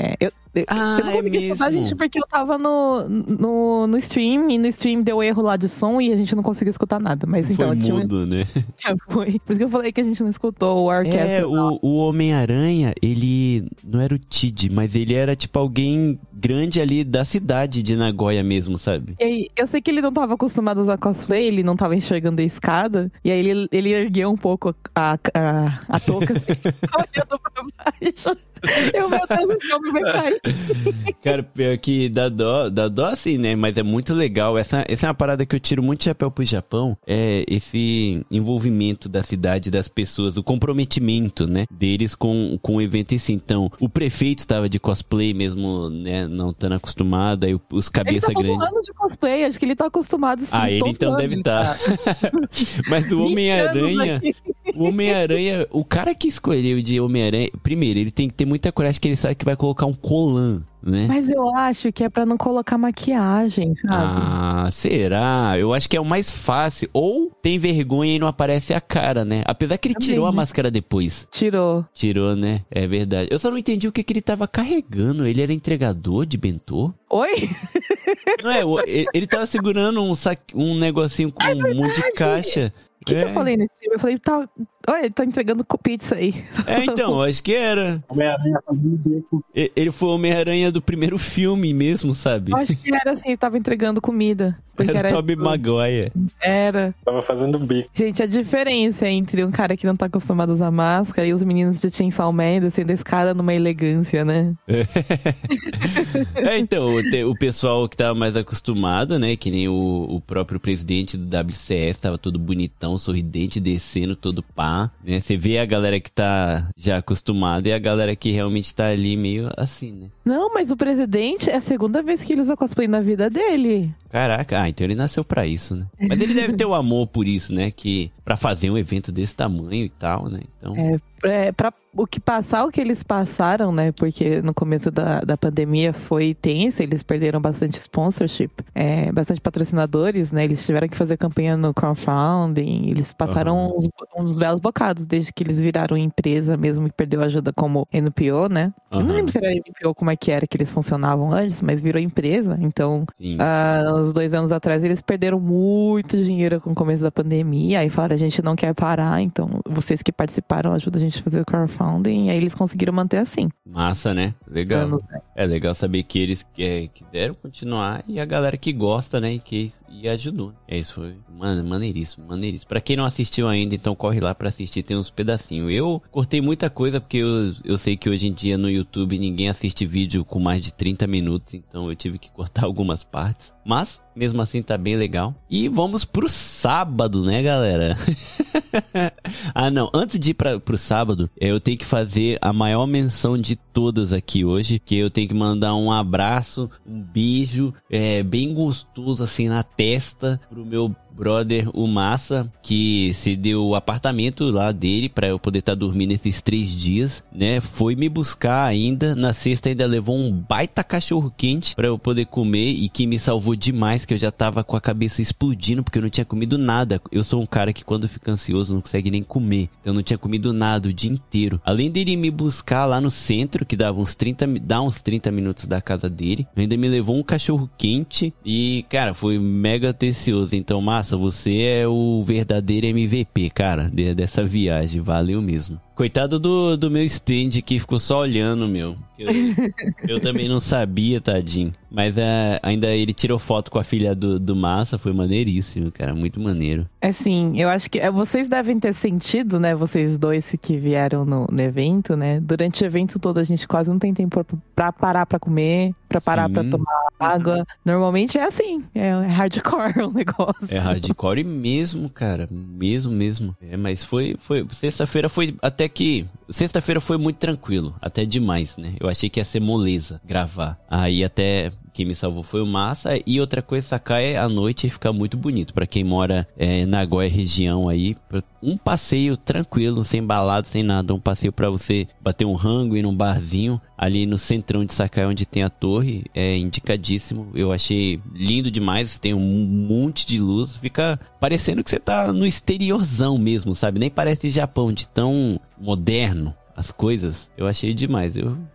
Eu, Ah, eu não consegui é escutar, mesmo? gente, porque eu tava no, no, no stream, e no stream deu erro lá de som e a gente não conseguiu escutar nada. Mas então, Foi tinha um- mudo, né? foi. Por isso que eu falei que a gente não escutou o orquestra. É, o, o Homem-Aranha, ele não era o Tid, mas ele era tipo alguém grande ali da cidade de Nagoya mesmo, sabe? E aí, eu sei que ele não tava acostumado a usar cosplay, ele não tava enxergando a escada, e aí ele, ele ergueu um pouco a, a, a touca, assim, olhando pra baixo. Eu, meu Deus, esse homem vai cair. Cara, pior que dá dó, dá dó assim, né? Mas é muito legal. Essa, essa é uma parada que eu tiro muito chapéu pro Japão. É esse envolvimento da cidade, das pessoas, o comprometimento, né? Deles com, com o evento em si. Então, o prefeito tava de cosplay mesmo, né? Não estando acostumado. Aí os Ele cabeça tá todo grande. ano de cosplay, acho que ele tá acostumado sim. Ah, ele todo então ano, deve estar. cara. Mas o vinte Homem-Aranha. anos aqui. O Homem-Aranha, o cara que escolheu de Homem-Aranha, primeiro, ele tem que ter muita coragem que ele sabe que vai colocar um colã, né? Mas eu acho que é pra não colocar maquiagem, sabe? Ah, será? Eu acho que é o mais fácil. Ou tem vergonha e não aparece a cara, né? Apesar que ele Também, tirou a né? máscara depois. Tirou. Tirou, né? É verdade. Eu só não entendi o que, que ele tava carregando. Ele era entregador de bentô? Oi? Não é? o- ele, ele tava segurando um, sac, um negocinho com um monte de caixa. O que, que É. eu falei nesse filme? Eu falei, tá, olha, ele tá entregando co- pizza aí. É, então, eu acho que era. Homem-Aranha fazendo bico. E- Ele foi o Homem-Aranha do primeiro filme mesmo, sabe? Eu acho que era assim, ele tava entregando comida. Porque Era era, o Tobey Maguire. era. Tava fazendo bico. Gente, a diferença entre um cara que não tá acostumado a usar máscara e os meninos de Chainsaw Man descendo a escada numa elegância, né? É, então, o, te- o pessoal que tava mais acostumado, né? Que nem o, o próprio presidente do W C S, tava todo bonitão, sorridente, descendo todo pá, né? Você vê a galera que tá já acostumada e a galera que realmente tá ali meio assim, né? Não, mas o presidente é a segunda vez que ele usa cosplay na vida dele. Caraca, ah, então ele nasceu pra isso, né? Mas ele deve ter o amor por isso, né? Que pra fazer um evento desse tamanho e tal, né? Então... É, é, pra o que passar, o que eles passaram, né? Porque no começo da, da pandemia foi tenso, eles perderam bastante sponsorship, é, bastante patrocinadores, né? Eles tiveram que fazer campanha no crowdfunding, eles passaram Uhum. uns, uns belos bocados desde que eles viraram empresa mesmo e perdeu ajuda como N P O, né? Eu Uhum. não lembro se era N P O, como é que era que eles funcionavam antes, mas virou empresa, então... Sim. Ah, uns dois anos atrás eles perderam muito dinheiro com o começo da pandemia. Aí falaram, a gente não quer parar, então vocês que participaram ajudam a gente a fazer o crowdfunding. E aí eles conseguiram manter assim. Massa, né? Legal. Anos, né? É legal saber que eles é, quiseram continuar e a galera que gosta, né? E que e ajudou. É isso, foi mano, maneiríssimo, maneiríssimo. Pra quem não assistiu ainda, então corre lá pra assistir, tem uns pedacinhos. Eu cortei muita coisa porque eu, eu sei que hoje em dia no YouTube ninguém assiste vídeo com mais de trinta minutos, então eu tive que cortar algumas partes. Mas, mesmo assim, tá bem legal. E vamos pro sábado, né, galera? Ah, não. Antes de ir pra, pro sábado, eu tenho que fazer a maior menção de todas aqui hoje. Que eu tenho que mandar um abraço, um beijo é, bem gostoso, assim, na testa pro meu brother, o Massa, que cedeu o apartamento lá dele pra eu poder estar tá dormindo esses três dias, né? Foi me buscar ainda. Na sexta ainda levou um baita cachorro quente pra eu poder comer e que me salvou demais, que eu já tava com a cabeça explodindo porque eu não tinha comido nada. Eu sou um cara que quando fica ansioso não consegue nem comer. Então eu não tinha comido nada o dia inteiro. Além dele me buscar lá no centro, que dava uns trinta, dá uns trinta minutos da casa dele, ainda me levou um cachorro quente e, cara, foi mega atencioso. Então, Massa, você é o verdadeiro M V P, cara, de, dessa viagem. Valeu mesmo. Coitado do, do meu stand que ficou só olhando, meu. Eu, eu também não sabia, tadinho. Mas é, ainda ele tirou foto com a filha do, do Massa, foi maneiríssimo, cara, muito maneiro. É sim, eu acho que é, vocês devem ter sentido, né, vocês dois que vieram no, no evento, né, durante o evento todo a gente quase não tem tempo pra, pra parar pra comer, pra parar Sim. pra tomar água. Normalmente é assim, é hardcore o negócio. É hardcore mesmo, cara, mesmo, mesmo. É, mas foi, foi, sexta-feira foi até que, sexta-feira foi muito tranquilo, até demais, né, eu achei que ia ser moleza gravar. Aí até... Quem me salvou foi o Massa. E outra coisa, Sakai à noite fica muito bonito. Pra quem mora é, na Nagoya região aí, um passeio tranquilo, sem balada, sem nada. Um passeio pra você bater um rango, ir num barzinho ali no centrão de Sakai, onde tem a torre. É indicadíssimo. Eu achei lindo demais. Tem um monte de luz. Fica parecendo que você tá no exteriorzão mesmo, sabe? Nem parece Japão, de tão moderno as coisas. Eu achei demais. Eu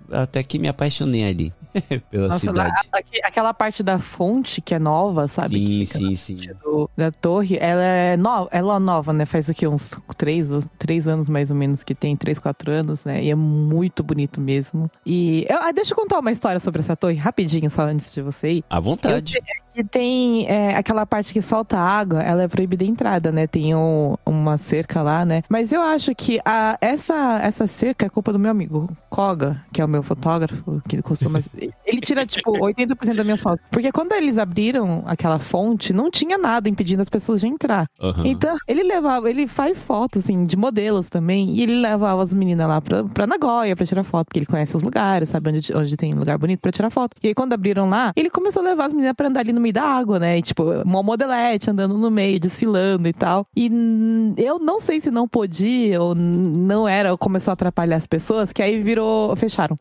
até que me apaixonei ali pela Nossa, cidade. na- aqui- aquela parte da fonte que é nova, sabe? Sim, Que fica sim, na sim. frente do- da torre, ela é nova, ela é nova, né? Faz o quê? Uns três, três anos mais ou menos que tem, três, quatro anos, né? E é muito bonito mesmo. E eu, ah, deixa eu contar uma história sobre essa torre, rapidinho, só antes de você ir. À vontade. Eu sei que tem é, aquela parte que solta água, ela é proibida a entrada, né? Tem um- uma cerca lá, né? Mas eu acho que a, essa, essa cerca é culpa do meu amigo Koga, que é o meu fotógrafo, que ele costuma... Ele tira, tipo, oitenta por cento das minhas fotos. Porque quando eles abriram aquela fonte, não tinha nada impedindo as pessoas de entrar. Aham. Então, ele levava, ele faz fotos, assim, de modelos também, e ele levava as meninas lá pra, pra Nagoya pra tirar foto, porque ele conhece os lugares, sabe onde, onde tem lugar bonito pra tirar foto. E aí, quando abriram lá, ele começou a levar as meninas pra andar ali no meio da água, né? E, tipo, uma modelete andando no meio, desfilando e tal. E hum, eu não sei se não podia ou não era, ou começou a atrapalhar as pessoas, que aí virou, fecharam.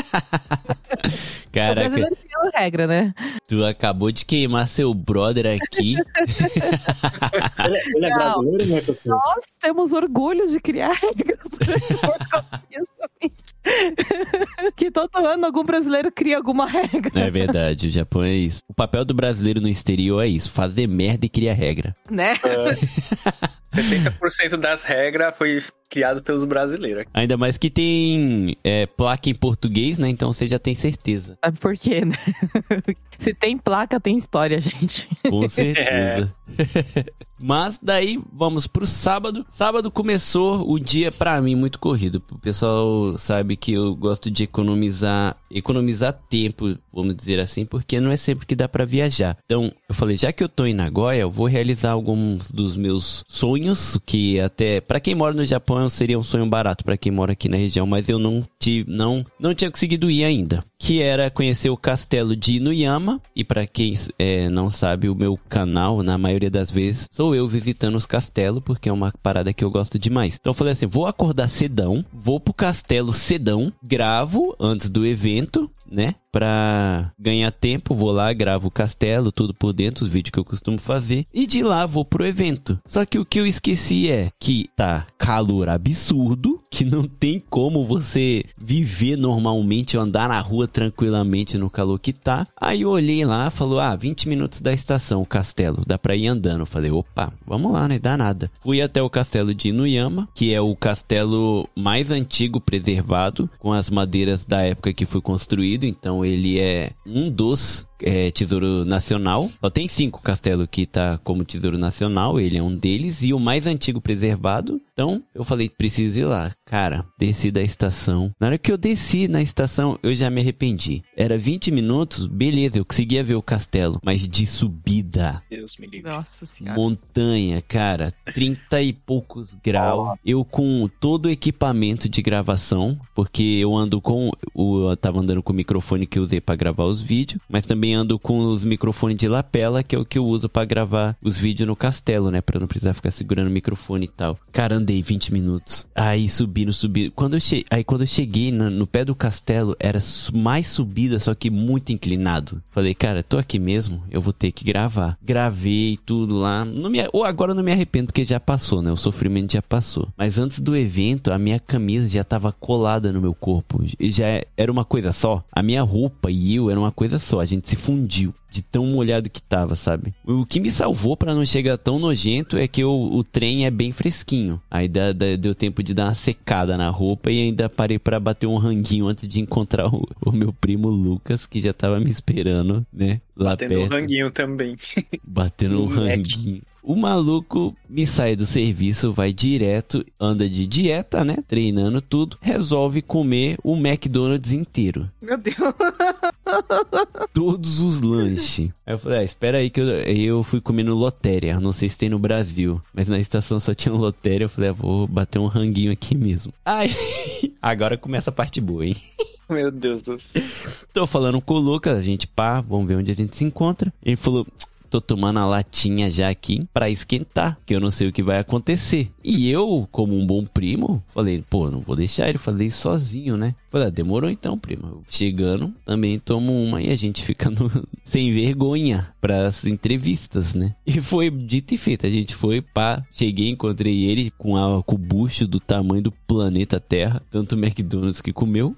O Caraca, brasileiro tem a regra, né? tu acabou de queimar seu brother aqui. Ele, ele é Não. brasileiro, né, pessoal? Nós temos orgulho de criar regras durante o World Cup, justamente. Que todo ano algum brasileiro cria alguma regra, É verdade, o Japão é isso. O papel do brasileiro no exterior é isso, fazer merda e criar regra. né? setenta por cento das regras foi criado pelos brasileiros. Ainda mais que tem é, placa em português, né? Então você já tem certeza. Sabe por quê, né? Se tem placa, tem história, gente. Com certeza. Mas daí vamos pro sábado. Sábado começou o dia pra mim muito corrido. O pessoal sabe que eu gosto de economizar, economizar tempo, vamos dizer assim, porque não é sempre que dá pra viajar. Então eu falei, já que eu tô em Nagoya, eu vou realizar alguns dos meus sonhos, que até pra quem mora no Japão seria um sonho barato pra quem mora aqui na região, mas eu não tive, não, não tinha conseguido ir ainda. Que era conhecer o castelo de Inuyama. E pra quem é, não sabe, o meu canal, na maioria das vezes, sou eu visitando os castelos, porque é uma parada que eu gosto demais. Então eu falei assim, vou acordar cedão, vou pro castelo cedão, gravo antes do evento, né? Pra ganhar tempo, vou lá, gravo o castelo, tudo por dentro, os vídeos que eu costumo fazer. E de lá vou pro evento. Só que o que eu esqueci é que tá calor absurdo, que não tem como você viver normalmente ou andar na rua tranquilamente no calor que tá. Aí eu olhei lá, falou, ah, vinte minutos da estação, o castelo, dá pra ir andando. Eu falei, opa, vamos lá, né, dá nada. Fui até o castelo de Inuyama, que é o castelo mais antigo preservado, com as madeiras da época que foi construído. Então ele é um dos é, tesouro nacional. Só tem cinco castelos que tá como tesouro nacional. Ele é um deles e o mais antigo preservado. Então eu falei, preciso ir lá. Cara, desci da estação. Na hora que eu desci na estação, eu já me arrependi. Era vinte minutos, beleza, eu conseguia ver o castelo. Mas de subida, Deus me livre. Nossa senhora. montanha, cara, trinta e poucos graus. Eu com todo o equipamento de gravação, porque eu ando com o, eu tava andando com o microfone que eu usei pra gravar os vídeos, mas também ando com os microfones de lapela, que é o que eu uso pra gravar os vídeos no castelo, né, pra não precisar ficar segurando o microfone e tal. Cara, andei vinte minutos. Aí subindo, subindo. Quando eu che... Aí quando eu cheguei no, no pé do castelo, era mais subida, só que muito inclinado. Falei, cara, tô aqui mesmo, eu vou ter que gravar. Gravei tudo lá. Não me... Ou agora eu não me arrependo, porque já passou, né? O sofrimento já passou. Mas antes do evento, a minha camisa já tava colada no meu corpo. E já era uma coisa só. A minha roupa e eu era uma coisa só. A gente se fundiu de tão molhado que tava, sabe? O que me salvou pra não chegar tão nojento é que o, o trem é bem fresquinho. Aí dá, dá, deu tempo de dar uma secada na roupa e ainda parei pra bater um ranguinho antes de encontrar o, o meu primo Lucas, que já tava me esperando, né? Lá Tendo perto. um ranguinho também. Batendo um Moleque. ranguinho. O maluco me sai do serviço, vai direto, anda de dieta, né? Treinando tudo. Resolve comer o McDonald's inteiro. Meu Deus. Todos os lanches. Aí eu falei, ah, espera aí que eu, aí eu fui comendo lotéria. Não sei se tem no Brasil, mas na estação só tinha lotéria. Eu falei, ah, vou bater um ranguinho aqui mesmo. Aí, agora começa a parte boa, hein? Meu Deus do céu. Tô falando com o Lucas, a gente pá, vamos ver onde a gente se encontra. Ele falou, tô tomando a latinha já aqui pra esquentar, que eu não sei o que vai acontecer. E eu, como um bom primo, falei, pô, não vou deixar ele fazer isso sozinho, né? Falei, ah, demorou então, primo. Chegando, também tomo uma e a gente fica no... sem vergonha pras entrevistas, né? E foi dito e feito, a gente foi, pá, cheguei, encontrei ele com, a, com o bucho do tamanho do planeta Terra, tanto o McDonald's que comeu.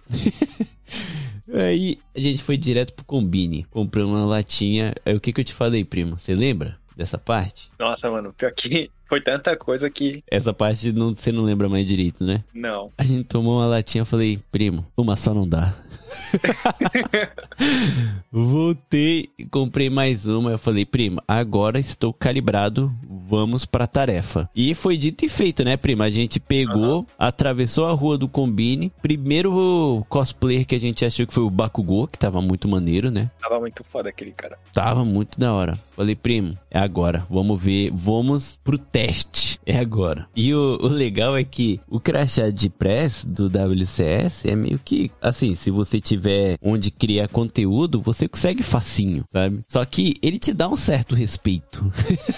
Aí a gente foi direto pro Combini, compramos uma latinha. Aí o que que eu te falei, primo? Você lembra dessa parte? Nossa, mano, pior que foi tanta coisa que... Essa parte não, você não lembra mais direito, né? Não. A gente tomou uma latinha, eu falei, primo, uma só não dá. Voltei e comprei mais uma. Eu falei, primo, agora estou calibrado, vamos pra tarefa. E foi dito e feito, né, primo? A gente pegou, uhum. atravessou a rua do Combini. Primeiro cosplayer que a gente achou que foi o Bakugou, que tava muito maneiro, né? Tava muito foda aquele cara. Tava muito da hora. Falei, primo, é agora. Vamos ver, vamos pro teste. É agora. E o, o legal é que o crachá de press do W C S é meio que, assim, se você tiver onde criar conteúdo, você consegue facinho, sabe? Só que ele te dá um certo respeito.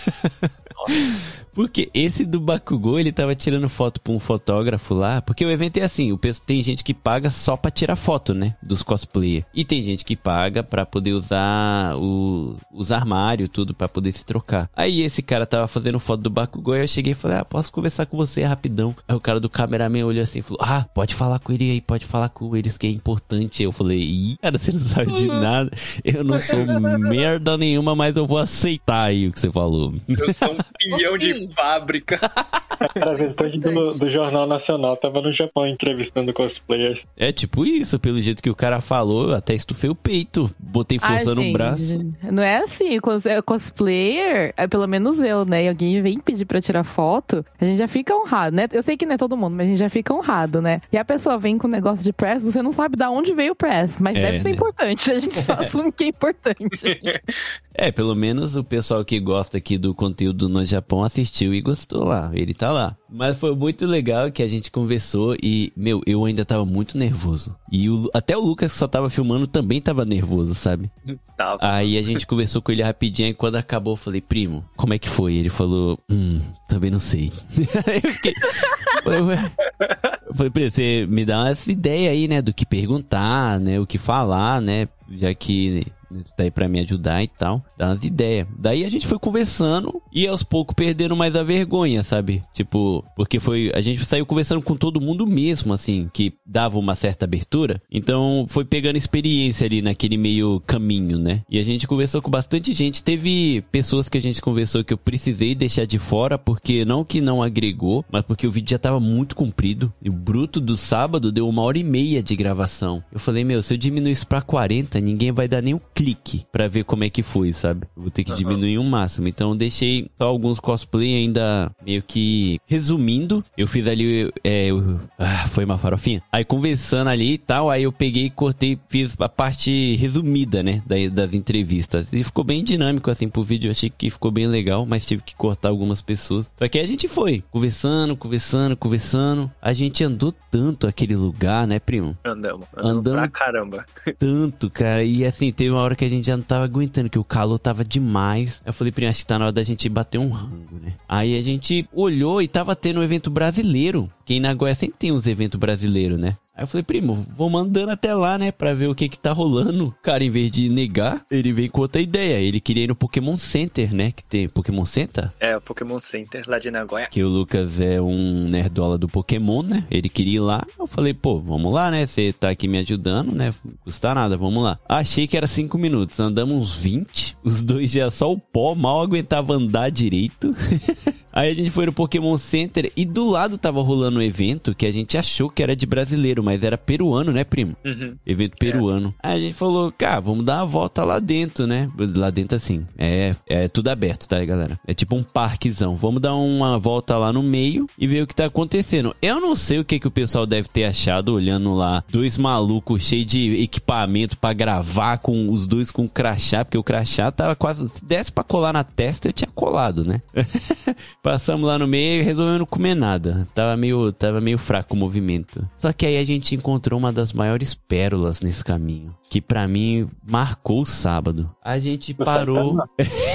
Porque esse do Bakugou, ele tava tirando foto pra um fotógrafo lá. Porque o evento é assim, o pessoal, tem gente que paga só pra tirar foto, né? Dos cosplayers. E tem gente que paga pra poder usar o, os armários, tudo, pra poder se trocar. Aí esse cara tava fazendo foto do Bakugou e eu cheguei e falei, ah, posso conversar com você rapidão? Aí o cara do cameraman olhou assim e falou, ah, pode falar com ele aí, pode falar com eles que é importante. Eu falei, ih, cara, você não sabe de nada. Eu não sou merda nenhuma, mas eu vou aceitar aí o que você falou. Eu sou um pilhão de fábrica. Era representante do, do Jornal Nacional, tava no Japão entrevistando cosplayers. É tipo isso, pelo jeito que o cara falou, eu até estufei o peito, botei força ah, no gente, braço. Não é assim, cosplayer, é pelo menos eu, né? E alguém vem pedir pra tirar foto, a gente já fica honrado, né? Eu sei que não é todo mundo, mas a gente já fica honrado, né? E a pessoa vem com um negócio de press, você não sabe de onde veio o press, mas é, deve ser né? importante, a gente só assume que é importante. É, pelo menos o pessoal que gosta aqui do conteúdo no Japão assistiu e gostou lá, ele tá lá. Mas foi muito legal que a gente conversou e, meu, eu ainda tava muito nervoso. E o, até o Lucas, que só tava filmando, também tava nervoso, sabe? Tava. Aí a gente conversou com ele rapidinho e quando acabou eu falei, primo, como é que foi? Ele falou, hum, também não sei. Aí eu fiquei... falei, ué... Eu falei, primo, você me dá uma ideia aí, né, do que perguntar, né, o que falar, né, já que... tá aí pra me ajudar e tal, dá umas ideias. Daí a gente foi conversando e aos poucos perdendo mais a vergonha, sabe? Tipo, porque foi, a gente saiu conversando com todo mundo mesmo, assim, que dava uma certa abertura. Então foi pegando experiência ali naquele meio caminho, né? E a gente conversou com bastante gente. Teve pessoas que a gente conversou que eu precisei deixar de fora, porque não que não agregou, mas porque o vídeo já tava muito comprido. E o bruto do sábado deu uma hora e meia de gravação. Eu falei, meu, se eu diminuir isso pra quarenta, ninguém vai dar nem um clique pra ver como é que foi, sabe? Eu vou ter que uhum. diminuir o máximo. Então eu deixei só alguns cosplay ainda meio que resumindo. Eu fiz ali, é, eu, ah, foi uma farofinha. Aí conversando ali e tal, aí eu peguei e cortei, fiz a parte resumida, né, das entrevistas. E ficou bem dinâmico assim pro vídeo, eu achei que ficou bem legal, mas tive que cortar algumas pessoas. Só que a gente foi, conversando, conversando, conversando. A gente andou tanto aquele lugar, né, primo? Andamos, andamos Andando pra caramba. Tanto, cara. E assim, teve uma hora que a gente já não tava aguentando, que o calor tava demais. Eu falei, primo, acho que tá na hora da gente bater um rango, né? Aí a gente olhou e tava tendo um evento brasileiro. Que em Nagoya sempre tem uns eventos brasileiros, né? Aí eu falei, primo, vou mandando até lá, né? Pra ver o que que tá rolando. O cara, em vez de negar, ele veio com outra ideia. Ele queria ir no Pokémon Center, né? Que tem Pokémon Center? É, o Pokémon Center lá de Nagoya. Que o Lucas é um nerdola do Pokémon, né? Ele queria ir lá. Eu falei, pô, vamos lá, né? Você tá aqui me ajudando, né? Não custa nada, vamos lá. Achei que era cinco minutos. Andamos uns vinte. Os dois já só o pó, mal aguentava andar direito. Aí a gente foi no Pokémon Center e do lado tava rolando um evento que a gente achou que era de brasileiro, mas era peruano, né, primo? Uhum. Evento peruano. É. Aí a gente falou, cara, vamos dar uma volta lá dentro, né? Lá dentro, assim, é, é tudo aberto, tá, galera? É tipo um parquezão. Vamos dar uma volta lá no meio e ver o que tá acontecendo. Eu não sei o que, que o pessoal deve ter achado olhando lá dois malucos cheios de equipamento pra gravar, com os dois com crachá, porque o crachá tava quase... Se desse pra colar na testa, eu tinha colado, né? Passamos lá no meio e resolvemos não comer nada. Tava meio, tava meio fraco o movimento. Só que aí a gente encontrou uma das maiores pérolas nesse caminho. Que pra mim marcou o sábado. A gente parou...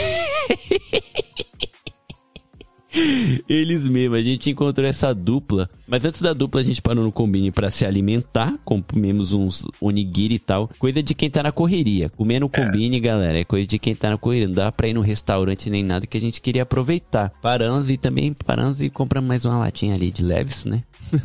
Eles mesmos, a gente encontrou essa dupla. Mas antes da dupla a gente parou no Combini pra se alimentar. Comemos uns onigiri e tal. Coisa de quem tá na correria. Comer no Combini, é. galera, é coisa de quem tá na correria. Não dá pra ir no restaurante nem nada, que a gente queria aproveitar. Paramos e também paramos e compramos mais uma latinha ali de Leves, né?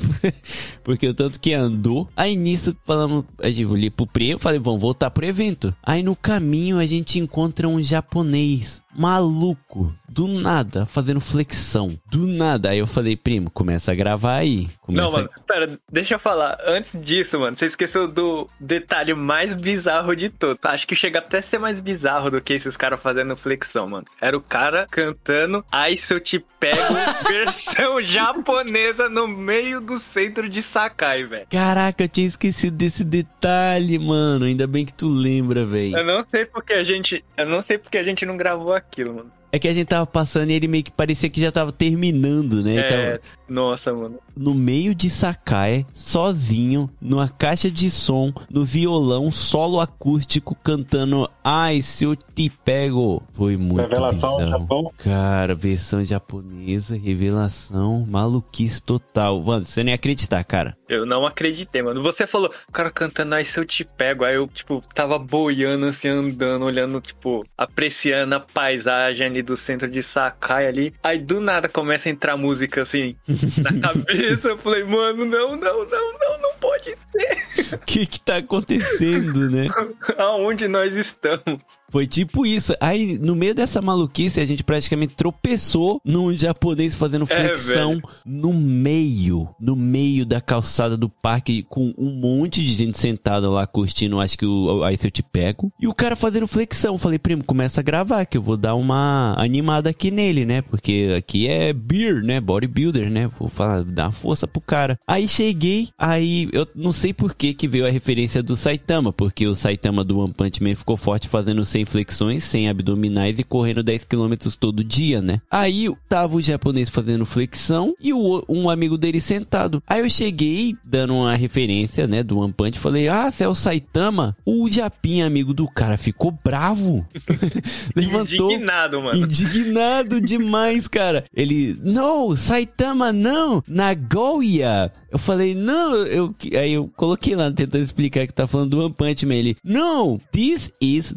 Porque o tanto que andou. Aí nisso falamos, a gente olhei pro prêmio, falei, vamos voltar pro evento. Aí no caminho a gente encontra um japonês maluco, do nada, fazendo flexão, do nada. Aí eu falei, primo, começa a gravar aí. Começa Não, mano, pera, deixa eu falar. Antes disso, mano, você esqueceu do detalhe mais bizarro de todo. Acho que chega até a ser mais bizarro do que esses caras fazendo flexão, mano. Era o cara cantando Ai, se eu te pego, versão japonesa no meio do centro de Sakai, velho. Caraca, eu tinha esquecido desse detalhe, mano. Ainda bem que tu lembra, velho. Eu não sei porque a gente, eu não sei porque a gente não gravou aquilo, mano. É que a gente tava passando e ele meio que parecia que já tava terminando, né? É, tava nossa, mano. No meio de Sakai, sozinho, numa caixa de som, no violão, solo acústico, cantando Ai, se eu te pego. Foi muito Revelação bizarro. Japão. Cara, versão japonesa, revelação, maluquice total. Mano, você nem ia acreditar, cara. Eu não acreditei, mano. Você falou, o cara cantando Ai, se eu te pego. Aí eu, tipo, tava boiando assim, andando, olhando, tipo, apreciando a paisagem ali do centro de Sakai ali. Aí do nada começa a entrar música assim na cabeça. Eu falei, mano, não, não, não, não, não pode ser. O que que tá acontecendo, né? Aonde nós estamos? Foi tipo isso. Aí, no meio dessa maluquice, a gente praticamente tropeçou num japonês fazendo flexão é, no meio, no meio da calçada do parque, com um monte de gente sentada lá curtindo, acho que o Aí Se Eu Te Pego. E o cara fazendo flexão. Falei, primo, começa a gravar, que eu vou dar uma animada aqui nele, né? Porque aqui é beer, né? Bodybuilder, né? Vou falar, dar uma força pro cara. Aí cheguei, aí eu não sei por que que veio a referência do Saitama, porque o Saitama do One Punch Man ficou forte fazendo sem flexões, sem abdominais e correndo dez quilômetros todo dia, né? Aí tava o japonês fazendo flexão e o, um amigo dele sentado. Aí eu cheguei, dando uma referência, né, do One Punch, falei, ah, você é o Saitama? O Japinha, amigo do cara, ficou bravo. Levantou. Indignado, mano. Indignado demais, cara. Ele, não, Saitama não, Nagoya. Eu falei, não, eu... Aí eu coloquei lá, tentando explicar que tá falando do One Punch Man. Ele, não, this is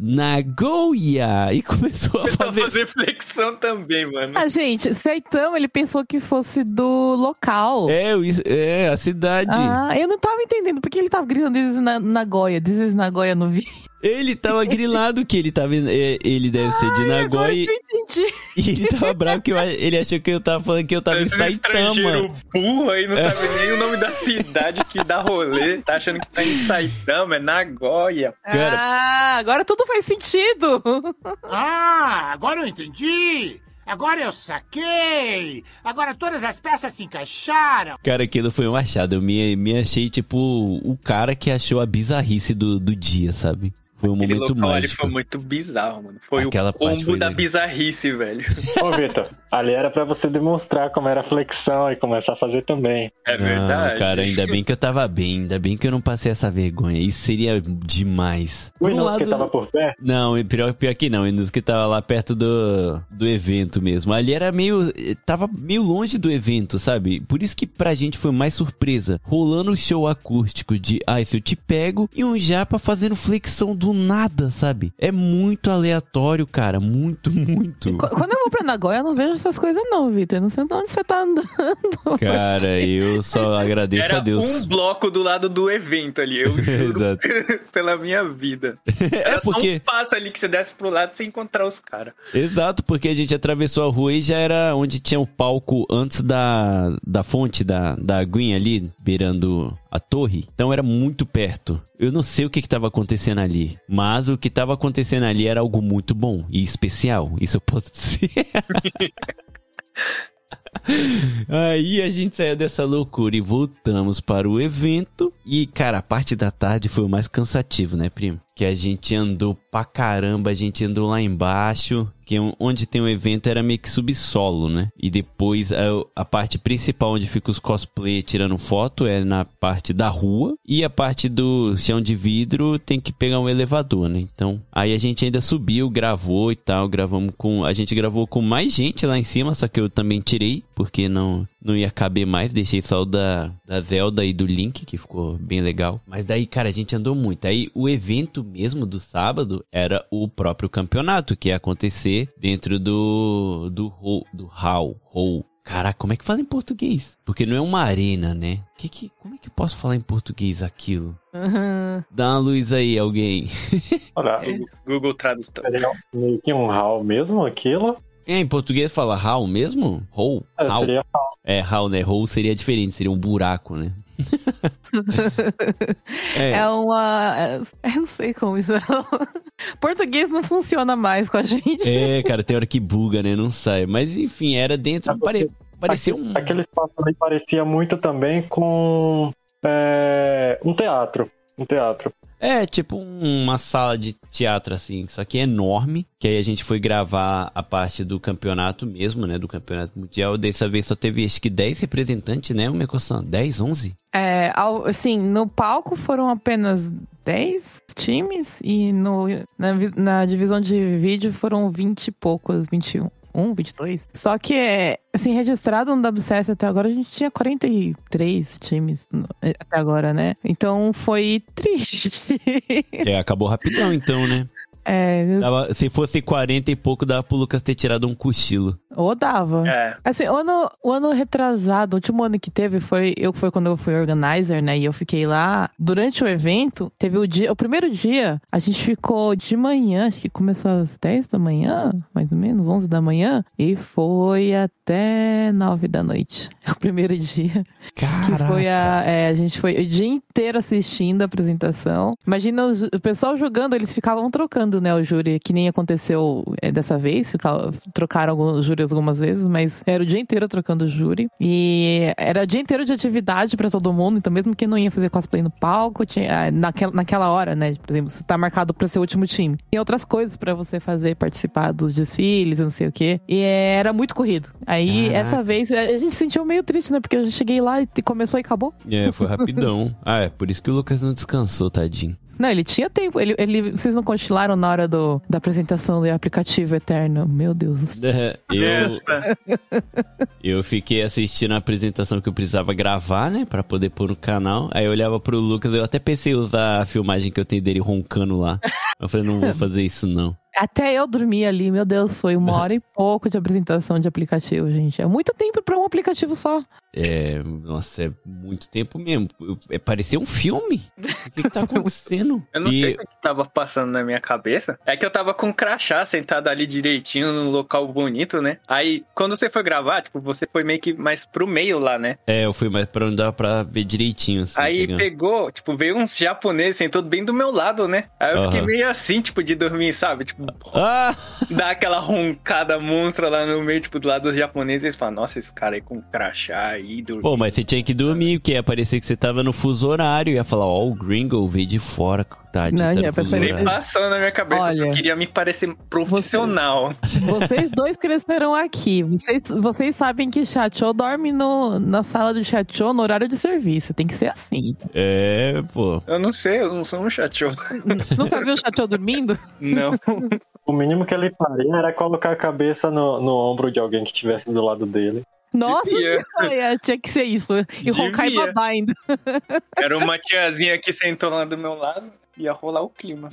Nagoya. E começou a fazer... a fazer flexão também, mano. Ah, gente, Saitama, ele pensou que fosse do local. É, é a cidade. Ah, eu não tava entendendo porque ele tava gritando this is na, Nagoya, this is Nagoya no vídeo. Ele tava grilado que ele tava. Ele deve ser de Nagoya. Ai, eu entendi. E ele tava bravo que eu, ele achou que eu tava falando que eu tava Esse em Saitama. Burro aí, não sabe nem o nome da cidade que dá rolê. Tá achando que tá em Saitama, é Nagoya. Cara... Ah, agora tudo faz sentido. Ah, agora eu entendi. Agora eu saquei! Agora todas as peças se encaixaram! Cara, aquilo foi um achado. Eu me, me achei, tipo, o cara que achou a bizarrice do, do dia, sabe? Foi um Aquele momento local ali mágico. foi muito bizarro, mano. Foi Aquela o combo da legal. bizarrice, velho. Ô, Vitor, ali era pra você demonstrar como era a flexão e começar a fazer também. É verdade. Não, cara, ainda bem que eu tava bem. Ainda bem que eu não passei essa vergonha. Isso seria demais. O Por um Inusuke lado... que tava por perto? Não, pior, pior que não. O Inusuke tava lá perto do, do evento mesmo. Ali era meio... Tava meio longe do evento, sabe? Por isso que pra gente foi mais surpresa. Rolando o show acústico de Ai, Se Eu Te Pego e um japa fazendo flexão do nada, sabe? É muito aleatório, cara. Muito, muito. Quando eu vou pra Nagoya, eu não vejo essas coisas não, Vitor. Não sei de onde você tá andando. Cara, eu só agradeço Era a Deus. um bloco do lado do evento ali, eu juro. Exato. Pela minha vida. Era É porque... só um passo ali que você desce pro lado sem encontrar os caras. Exato, porque a gente atravessou a rua e já era onde tinha o palco antes da, da fonte da, da aguinha ali, beirando a torre. Então era muito perto. Eu não sei o que estava acontecendo ali, mas o que estava acontecendo ali era algo muito bom e especial. Isso eu posso dizer. Aí a gente saiu dessa loucura e voltamos para o evento. E, cara, a parte da tarde foi o mais cansativo, né, primo? Que a gente andou pra caramba, a gente andou lá embaixo, que onde tem o evento era meio que subsolo, né? E depois a, a parte principal onde fica os cosplay tirando foto é na parte da rua. E a parte do chão de vidro tem que pegar um elevador, né? Então, aí a gente ainda subiu, gravou e tal, gravamos com... A gente gravou com mais gente lá em cima, só que eu também tirei, porque não, não ia caber mais, deixei só o da, da Zelda e do Link, que ficou bem legal. Mas daí, cara, a gente andou muito. Aí o evento mesmo do sábado era o próprio campeonato que ia acontecer dentro do do hall, do hall, hall. Caraca, como é que fala em português? Porque não é uma arena, né? Que que, como é que eu posso falar em português aquilo? Uhum. Dá uma luz aí, alguém. Olha, Google Tradutor. Seria meio que um hall mesmo aquilo? É, em português fala hall mesmo? Hall? É, hall. seria hall. É, hall, né? Hall seria diferente, seria um buraco, né? é. é uma... Eu não sei como isso... Português não funciona mais com a gente. É, cara, tem hora que buga, né? Não sai. Mas, enfim, era dentro... É pare... Parecia aquele, um... Aquele espaço ali parecia muito também com... É, um teatro. Um teatro. É, tipo uma sala de teatro, assim, só que enorme. Que aí a gente foi gravar a parte do campeonato mesmo, né? Do campeonato mundial. Dessa vez só teve, acho que dez representantes, né? Uma equação, dez, onze? É, assim, no palco foram apenas dez times. E no, na, na divisão de vídeo foram vinte e poucos, vinte e um. um, vinte e dois. Só que, assim, registrado no W C S até agora, a gente tinha quarenta e três times no, até agora, né? Então foi triste. É, acabou rapidão então, né? É... Dava, se fosse quarenta e pouco, dava pro Lucas ter tirado um cochilo. Ou dava. É. Assim, o ano, o ano retrasado, o último ano que teve, foi, eu, foi quando eu fui organizer, né? E eu fiquei lá. Durante o evento, teve o dia... O primeiro dia, a gente ficou de manhã, acho que começou às dez da manhã, mais ou menos, onze da manhã. E foi até nove da noite. O primeiro dia. Caraca! Que foi a... É, a gente foi o dia inteiro assistindo a apresentação. Imagina os, o pessoal jogando, eles ficavam trocando, né, o júri, que nem aconteceu é, dessa vez, ficaram, trocaram alguns júris algumas vezes, mas era o dia inteiro trocando o júri, e era o dia inteiro de atividade pra todo mundo, então mesmo quem não ia fazer cosplay no palco, tinha, naquela, naquela hora, né, por exemplo, você tá marcado pra ser o último time, tem outras coisas pra você fazer, participar dos desfiles, não sei o quê, e era muito corrido. Aí, Caraca. Essa vez, a gente se sentiu meio triste, né, porque eu cheguei lá e começou e acabou. É, foi rapidão. Ah, é por isso que o Lucas não descansou, tadinho. Não, ele tinha tempo. Ele, ele, vocês não cochilaram na hora do, da apresentação do aplicativo Eterno? Meu Deus. É, eu, eu fiquei assistindo a apresentação que eu precisava gravar, né? Pra poder pôr no canal. Aí eu olhava pro Lucas, eu até pensei em usar a filmagem que eu tenho dele roncando lá. Eu falei, não vou fazer isso não. Até eu dormi ali, meu Deus, foi uma hora e pouco de apresentação de aplicativo, gente. É muito tempo pra um aplicativo só. É, nossa, é muito tempo mesmo. É, parecia um filme. O que que tá acontecendo? Eu não e... sei o que tava passando na minha cabeça. É que eu tava com um crachá sentado ali direitinho num local bonito, né? Aí, quando você foi gravar, tipo, você foi meio que mais pro meio lá, né? É, eu fui mais pra onde dava pra ver direitinho, assim. Aí pegando. pegou, tipo, veio uns japoneses sentou bem do meu lado, né? Aí eu Uhum. fiquei meio assim, tipo, de dormir, sabe? Tipo, Ah! dá aquela roncada monstra lá no meio, tipo, do lado dos japoneses. Eles falam, nossa, esse cara aí com crachá aí, dormindo. Pô, mas você tinha que dormir, porque ia parecer que você tava no fuso horário. Ia falar, ó, oh, o Gringo veio de fora, tadinho, Não, tá já no fuso pensei- horário. Passou na minha cabeça, Olha, eu só queria me parecer profissional. Vocês dois cresceram aqui. Vocês, vocês sabem que Chateau dorme no, na sala do Chateau no horário de serviço. Tem que ser assim. É, pô. Eu não sei, eu não sou um chateau. Nunca viu o Chateau dormindo? Não. O mínimo que ele faria era colocar a cabeça no, no ombro de alguém que estivesse do lado dele. Nossa, Devia. senhora, tinha que ser isso. E roncar e Devia. babar ainda. Era uma tiazinha que sentou lá do meu lado. Ia rolar o clima.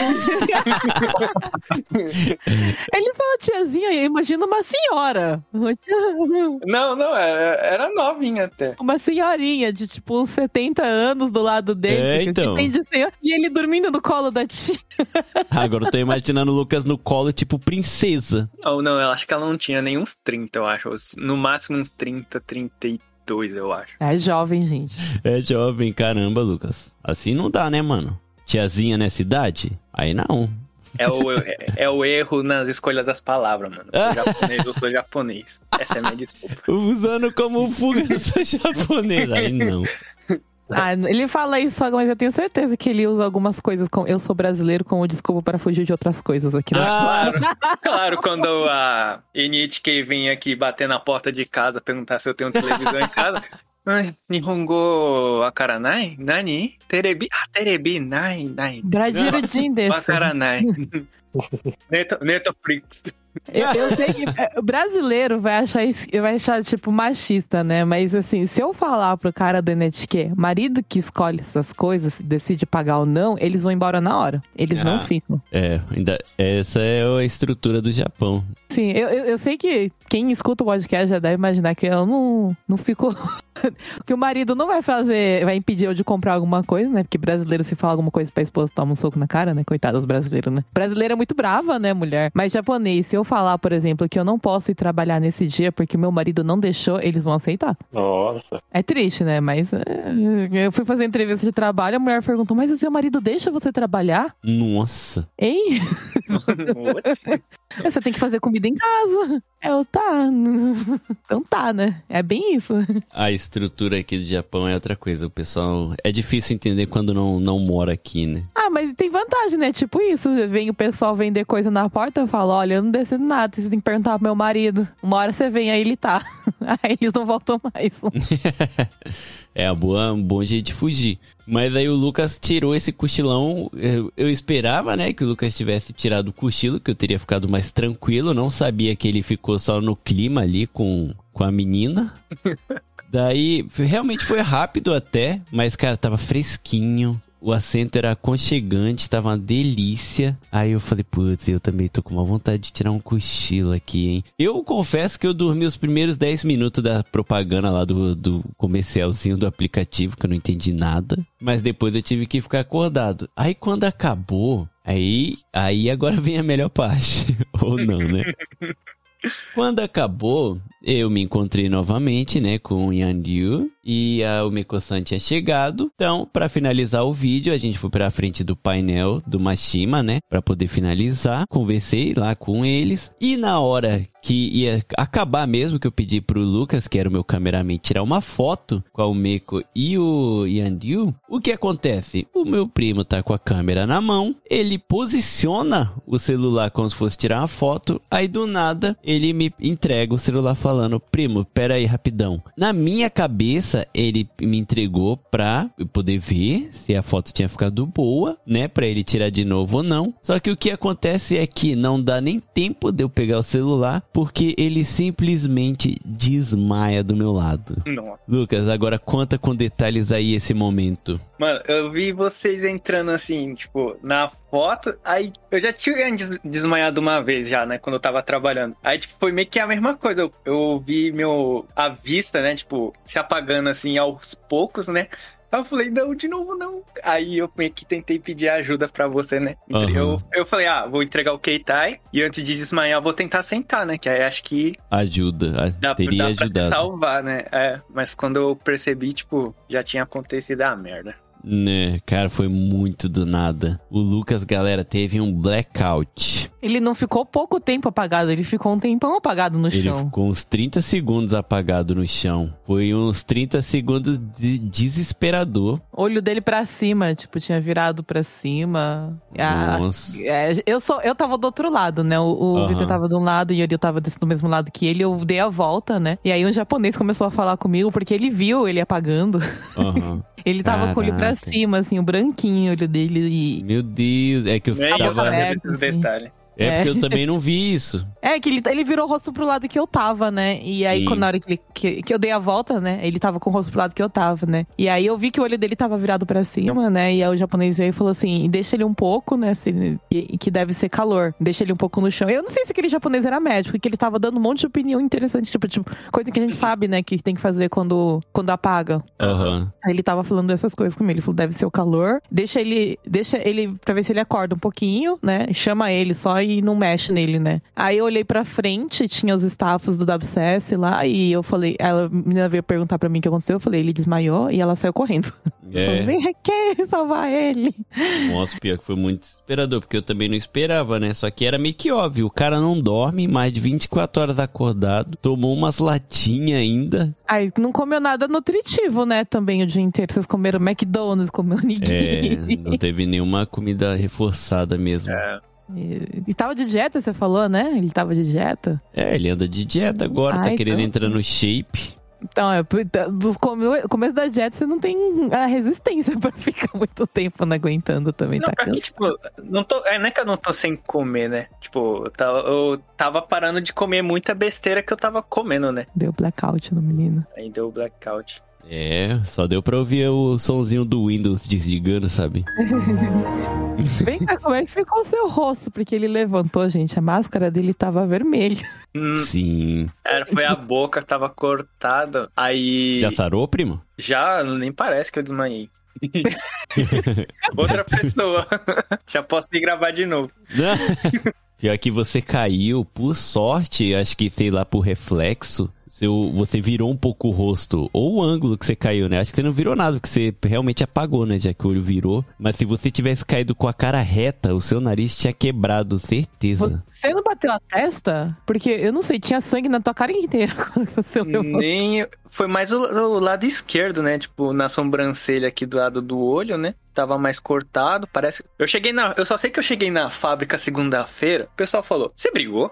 Ele fala tiazinha, eu imagino uma senhora. Não, não, era, era novinha até. Uma senhorinha de tipo uns setenta anos do lado dele. É, porque então. o que tem de senhor? E ele dormindo no colo da tia. Agora eu tô imaginando o Lucas no colo, tipo princesa. Ou não, eu acho que ela não tinha nem uns trinta, eu acho. No máximo uns trinta, trinta e dois, eu acho. É jovem, gente. É jovem, caramba, Lucas. Assim não dá, né, mano? Tiazinha nessa idade? Aí não. É o, é, é o erro nas escolhas das palavras, mano. Eu sou japonês, eu sou japonês. Essa é a minha desculpa. Usando como fuga, eu sou japonês. Aí não. Ah, ele fala isso, mas eu tenho certeza que ele usa algumas coisas com eu sou brasileiro como desculpa para fugir de outras coisas aqui. Ah, claro, claro, quando a N H K vem aqui bater na porta de casa, perguntar se eu tenho televisão em casa. Ai, Nihongo akaranai? Nani? Terebi? Ah, terebi, nai, nai. Bradirodin desse. Wakaranai. Neto, Netflix. Eu, eu sei que o brasileiro vai achar, isso- vai achar, tipo, machista, né? Mas, assim, se eu falar pro cara do N H Q, marido que escolhe essas coisas, decide pagar ou não, eles vão embora na hora. Eles não Ah. ficam. É, ainda, essa é a estrutura do Japão. Sim, eu, eu, eu sei que quem escuta o podcast já deve imaginar que eu não, não fico... que o marido não vai fazer, vai impedir eu de comprar alguma coisa, né? Porque brasileiro, se fala alguma coisa pra esposa, toma um soco na cara, né? Coitado dos brasileiros, né? Brasileiro é muito brava, né, mulher? Mas japonês, se eu falar, por exemplo, que eu não posso ir trabalhar nesse dia porque meu marido não deixou, eles vão aceitar. Nossa. É triste, né? Mas é, eu fui fazer entrevista de trabalho, a mulher perguntou, mas o seu marido deixa você trabalhar? Nossa. Hein? Você tem que fazer comida em casa. Eu, tá. Então tá, né? É bem isso. A estrutura aqui do Japão é outra coisa. O pessoal... É difícil entender quando não, não mora aqui, né? Ah, mas tem vantagem, né? Tipo isso, vem o pessoal vender coisa na porta, eu falo, olha, eu não decido nada, você tem que perguntar pro meu marido. Uma hora você vem, aí ele tá. Aí eles não voltam mais. É a boa, um bom jeito de fugir. Mas aí o Lucas tirou esse cochilão. Eu, eu esperava, né, que o Lucas tivesse tirado o cochilo, que eu teria ficado mais tranquilo. Não sabia que ele ficou só no clima ali com, com a menina. Daí, realmente foi rápido até, mas, cara, tava fresquinho. O assento era aconchegante, tava uma delícia. Aí eu falei, putz, eu também tô com uma vontade de tirar um cochilo aqui, hein? Eu confesso que eu dormi os primeiros dez minutos da propaganda lá do, do comercialzinho do aplicativo, que eu não entendi nada. Mas depois eu tive que ficar acordado. Aí quando acabou, aí, aí agora vem a melhor parte. Ou não, né? Quando acabou, eu me encontrei novamente, né, com o Yanryu e a, o Miko-san tinha chegado. Então, pra finalizar o vídeo, a gente foi pra frente do painel do Mashima, né, pra poder finalizar. Conversei lá com eles e na hora que ia acabar mesmo, que eu pedi pro Lucas, que era o meu cameraman, tirar uma foto com a Miko e o Yanryu, o que acontece? O meu primo tá com a câmera na mão, ele posiciona o celular como se fosse tirar uma foto, aí do nada ele me entrega o celular falando, primo, pera aí rapidão. Na minha cabeça, ele me entregou pra eu poder ver se a foto tinha ficado boa, né, pra ele tirar de novo ou não. Só que o que acontece é que não dá nem tempo de eu pegar o celular, porque ele simplesmente desmaia do meu lado. Nossa. Lucas, agora conta com detalhes aí esse momento. Mano, eu vi vocês entrando assim, tipo, na foto, aí eu já tinha des- desmaiado uma vez já, né, quando eu tava trabalhando. Aí, tipo, foi meio que a mesma coisa. Eu, eu vi meu, a vista, né, tipo, se apagando assim aos poucos, né. Aí eu falei, não, de novo não. Aí eu meio que tentei pedir ajuda pra você, né. Uhum. Eu, eu falei, ah, vou entregar o Keitai e antes de desmaiar eu vou tentar sentar, né, que aí acho que Ajuda, a- dá, teria dá pra se ajudado. salvar, né. É, mas quando eu percebi, tipo, já tinha acontecido a merda. Né, cara, foi muito do nada. O Lucas, galera, teve um blackout. Ele não ficou pouco tempo apagado, ele ficou um tempão apagado no Ele chão. ficou uns trinta segundos apagado no chão. Foi uns trinta segundos de desesperador. O olho dele pra cima, tipo, tinha virado pra cima. Ah, Nossa. é, eu, sou, eu tava do outro lado, né? O, o Aham. Victor tava de um lado e eu tava desse- do mesmo lado que ele. Eu dei a volta, né? E aí um japonês começou a falar comigo porque ele viu ele apagando. Aham. Ele tava com o olho pra Caraca. cima, assim, o branquinho o olho dele. E... Meu Deus, é que eu Nem eu tava... sabia aberto, desses assim. detalhes. É porque eu também não vi isso. É, que ele, ele virou o rosto pro lado que eu tava, né? E aí, Sim. quando, na hora que, ele, que, que eu dei a volta, né? Ele tava com o rosto pro lado que eu tava, né? E aí eu vi que o olho dele tava virado pra cima, né? E aí o japonês veio e falou assim: deixa ele um pouco, né? Se, e- que deve ser calor. Deixa ele um pouco no chão. Eu não sei se aquele japonês era médico, porque ele tava dando um monte de opinião interessante, tipo, tipo coisa que a gente sabe, né? Que tem que fazer quando, quando apaga. Aham. Aí ele tava falando dessas coisas comigo. Ele falou, deve ser o calor. Deixa ele, deixa ele pra ver se ele acorda um pouquinho, né? Chama ele só e, e não mexe nele, né? Aí eu olhei pra frente, tinha os staffs do W C S lá, e eu falei, ela, a menina veio perguntar pra mim o que aconteceu, eu falei, ele desmaiou, e ela saiu correndo. É. Eu falei, vem aqui salvar ele. Nossa, pior que foi muito desesperador, porque eu também não esperava, né? Só que era meio que óbvio, o cara não dorme mais de vinte e quatro horas acordado, tomou umas latinhas ainda. Aí não comeu nada nutritivo, né, também o dia inteiro. Vocês comeram McDonald's, comeu nigiri. É, não teve nenhuma comida reforçada mesmo. É. E, e tava de dieta, você falou, né? Ele tava de dieta. É, ele anda de dieta agora, Ah, tá querendo então. entrar no shape. Então, é, dos come, começo da dieta, você não tem a resistência pra ficar muito tempo não aguentando também, Não, tá porque, cansado. tipo, não tô, é, não é que eu não tô sem comer, né? Tipo, eu tava, eu tava parando de comer muita besteira que eu tava comendo, né? Deu blackout no menino. Aí deu blackout. É, só deu pra ouvir o sonzinho do Windows desligando, sabe? Vem cá, como é que ficou o seu rosto? Porque ele levantou, gente, a máscara dele tava vermelha. Hum, Sim. era, foi a boca, tava cortada. Aí. Já sarou, primo? Já, nem parece que eu desmaiei. Outra pessoa. Já posso ir gravar de novo. Pior que você caiu, por sorte, acho que, sei lá, por reflexo, seu, você virou um pouco o rosto, ou o ângulo que você caiu, né? Acho que você não virou nada, porque você realmente apagou, né? Já que o olho virou. Mas se você tivesse caído com a cara reta, o seu nariz tinha quebrado, certeza. Você não bateu a testa? Porque, eu não sei, tinha sangue na tua cara inteira quando você levantou. Nem. Foi mais o, o lado esquerdo, né? Tipo, na sobrancelha aqui do lado do olho, né? Tava mais cortado, parece... Eu cheguei na... Eu só sei que eu cheguei na fábrica segunda-feira, o pessoal falou, você brigou?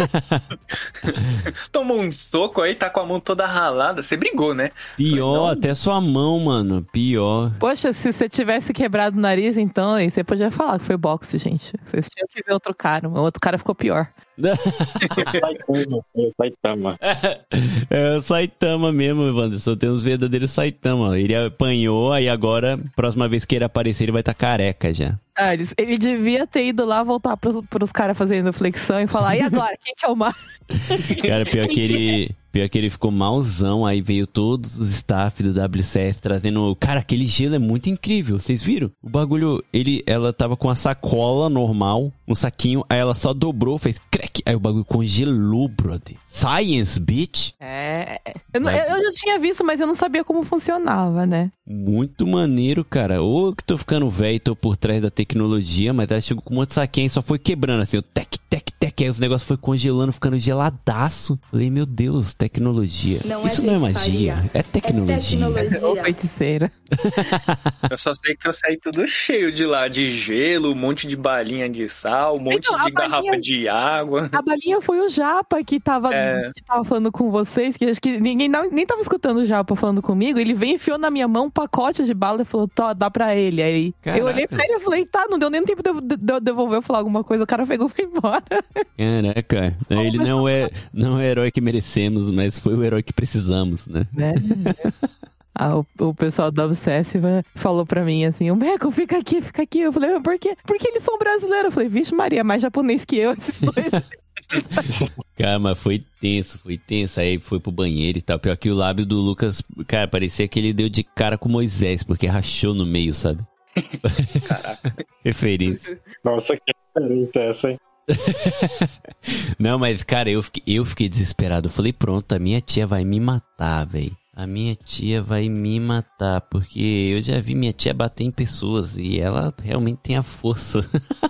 Tomou um soco aí, tá com a mão toda ralada, você brigou, né? Pior, Falei, não. até sua mão, mano. Pior. Poxa, se você tivesse quebrado o nariz, então, aí você podia falar que foi boxe, gente. Vocês tinham que ver outro cara. O outro cara ficou pior. Saitama, é Saitama. É o Saitama mesmo, Wanderson. Tem uns verdadeiros Saitama. Ele apanhou, aí agora, próxima vez que ele aparecer, ele vai estar tá careca já. Ah, ele, ele devia ter ido lá voltar pros, pros caras fazendo flexão e falar, e agora, quem que é o mais? Cara, pior que ele... Pior que ele ficou malzão, aí veio todos os staff do W C S trazendo... Cara, aquele gelo é muito incrível, vocês viram? O bagulho, ele, ela tava com a sacola normal, um saquinho, aí ela só dobrou, fez crack, aí o bagulho congelou, brother. Science, bitch! É... Eu, não- Mas- eu já tinha visto, mas eu não sabia como funcionava, né? Muito maneiro, cara. Ou que tô ficando velho e tô por trás da tecnologia, mas ela chegou com um monte de saquinho e só foi quebrando, assim, o tec, tec, tec, aí os negócios foi congelando, ficando geladaço. Falei, meu Deus, tecnologia. Não é Isso não é magia, feitiçaria. é tecnologia. Ô, Tecnologia. feiticeira. Eu só sei que eu saí tudo cheio de lá, de gelo, um monte de balinha de sal, um monte Então, a de garrafa balinha- de água. A balinha foi o Japa que tava, É. que tava falando com vocês, que acho que ninguém não- nem tava escutando o Japa falando comigo. Ele veio, enfiou na minha mão um pacote de bala e falou, Tó, dá pra ele. Aí Caraca. eu olhei pra ele e falei, tá, não deu nem tempo de eu de- de eu devolver ou falar alguma coisa. O cara pegou e foi embora. Caraca, ele não é, não é o herói que merecemos, mas foi o herói que precisamos, né? Né? Ah, o, o pessoal do W C S falou pra mim assim, o Meco, fica aqui, fica aqui. Eu falei, mas por quê? Porque eles são brasileiros. Eu falei, vixe Maria, mais japonês que eu, esses dois. Cara, mas foi tenso, foi tenso. Aí foi pro banheiro e tal. Pior que o lábio do Lucas, cara, parecia que ele deu de cara com Moisés, porque rachou no meio, sabe? Caraca. Referência. Nossa, que diferença é essa, hein? Não, mas, cara, eu fiquei, eu fiquei desesperado. Eu falei, pronto, a minha tia vai me matar, velho. A minha tia vai me matar, porque eu já vi minha tia bater em pessoas e ela realmente tem a força.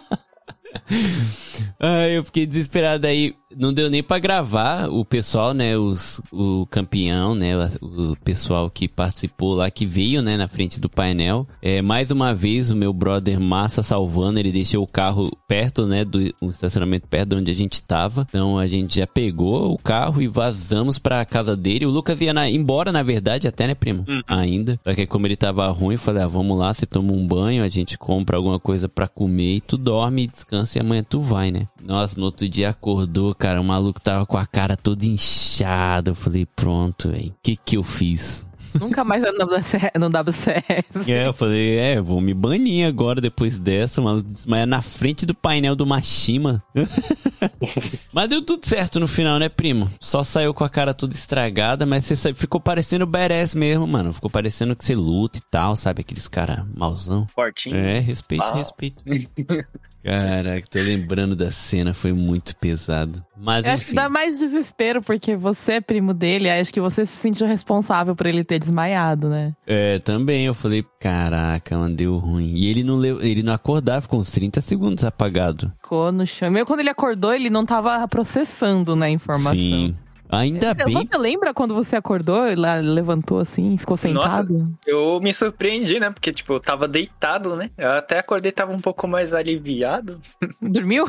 Ah, eu fiquei desesperado aí. Não deu nem pra gravar o pessoal, né? Os, o campeão, né? O, o pessoal que participou lá, que veio, né? Na frente do painel. É, mais uma vez, o meu brother Massa salvando. Ele deixou o carro perto, né? Do um estacionamento perto de onde a gente tava. Então a gente já pegou o carro e vazamos pra casa dele. O Lucas ia na, embora, na verdade, até, né, primo? Uhum. Ainda. Só que como ele tava ruim, eu falei, ah, vamos lá, você toma um banho, a gente compra alguma coisa pra comer e tu dorme, descansa e amanhã tu vai, né? Nossa, no outro dia acordou, cara, o maluco tava com a cara toda inchada. Eu falei, pronto, velho. O que que eu fiz? Nunca mais no W C S. No W C S. É, eu falei, é, vou me banir agora depois dessa, maluco desmaia na frente do painel do Mashima. Mas deu tudo certo no final, né, primo? Só saiu com a cara toda estragada, mas você sa- ficou parecendo badass mesmo, mano. Ficou parecendo que você luta e tal, sabe? Aqueles cara mauzão. Fortinho. É, respeito, Ah. respeito. Caraca, tô lembrando da cena, foi muito pesado. Mas Eu acho que enfim. dá mais desespero, porque você é primo dele, aí acho que você se sentiu responsável por ele ter desmaiado, né? É, também eu falei, caraca, mano, deu ruim. E ele não, leu, ele não acordava, ficou uns trinta segundos apagado. Ficou no chão. Mesmo quando ele acordou, ele não tava processando, né, a informação. Sim. Ainda Você, bem. você lembra quando você acordou e lá levantou assim, ficou sentado? Eu me surpreendi, né? Porque, tipo, eu tava deitado, né? Eu até acordei, tava um pouco mais aliviado. Dormiu?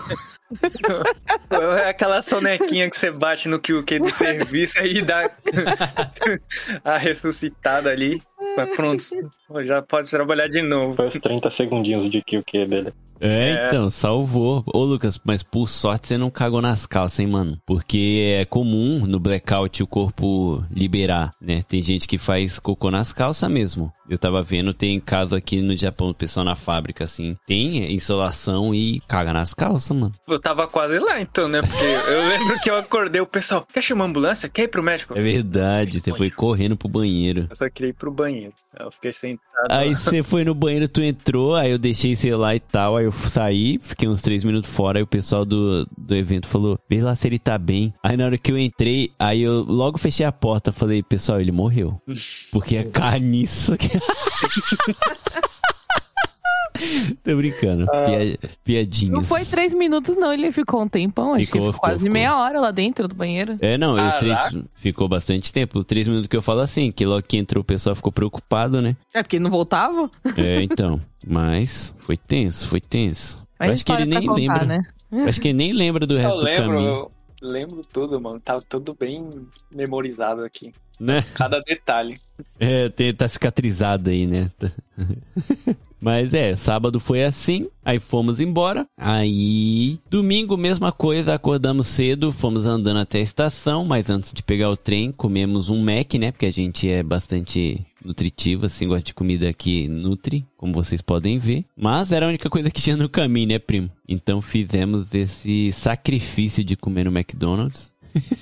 É aquela sonequinha que você bate no Q Q do serviço aí dá a ressuscitada ali. Mas pronto, já pode trabalhar de novo. Foi os trinta segundinhos de Q Q dele. É, É. então, salvou. Ô, Lucas, mas por sorte você não cagou nas calças, hein, mano? Porque é comum no blackout o corpo liberar, né? Tem gente que faz cocô nas calças mesmo. Eu tava vendo, tem caso aqui no Japão, o pessoal na fábrica, assim, tem insolação e caga nas calças, mano. Eu tava quase lá então, né? Porque eu lembro que eu acordei, o pessoal, quer chamar a ambulância? Quer ir pro médico? É verdade, você foi correndo pro banheiro. Eu só queria ir pro banheiro. Eu fiquei sentado Aí lá. você foi no banheiro, tu entrou, aí eu deixei você lá e tal, aí eu saí, fiquei uns três minutos fora, aí o pessoal do, do evento falou, vê lá se ele tá bem. Aí na hora que eu entrei, aí eu logo fechei a porta, falei, pessoal, ele morreu. Porque é carniça. Tô brincando, Pia- piadinhas. Não foi três minutos, não. Ele ficou um tempão. Acho Ficou, que ficou ficou, quase ficou. meia hora lá dentro do banheiro. É, não, os três, Caraca. ficou bastante tempo. Os três minutos que eu falo assim, que logo que entrou o pessoal ficou preocupado, né? É porque ele não voltava? É, então. Mas foi tenso, foi tenso. Mas Eu acho que ele história nem pra contar, lembra. né? Eu acho que ele nem lembra do resto Eu do lembro, caminho. eu lembro tudo, mano. Tá tudo bem memorizado aqui. Né? Cada detalhe. É, tem- tá cicatrizado aí, né? Tá- Mas é, sábado foi assim, aí fomos embora. Aí, domingo, mesma coisa, acordamos cedo, fomos andando até a estação, mas antes de pegar o trem, comemos um Mac, né? Porque a gente é bastante nutritivo, assim, gosta de comida que nutre, como vocês podem ver. Mas era a única coisa que tinha no caminho, né, primo? Então fizemos esse sacrifício de comer no McDonald's.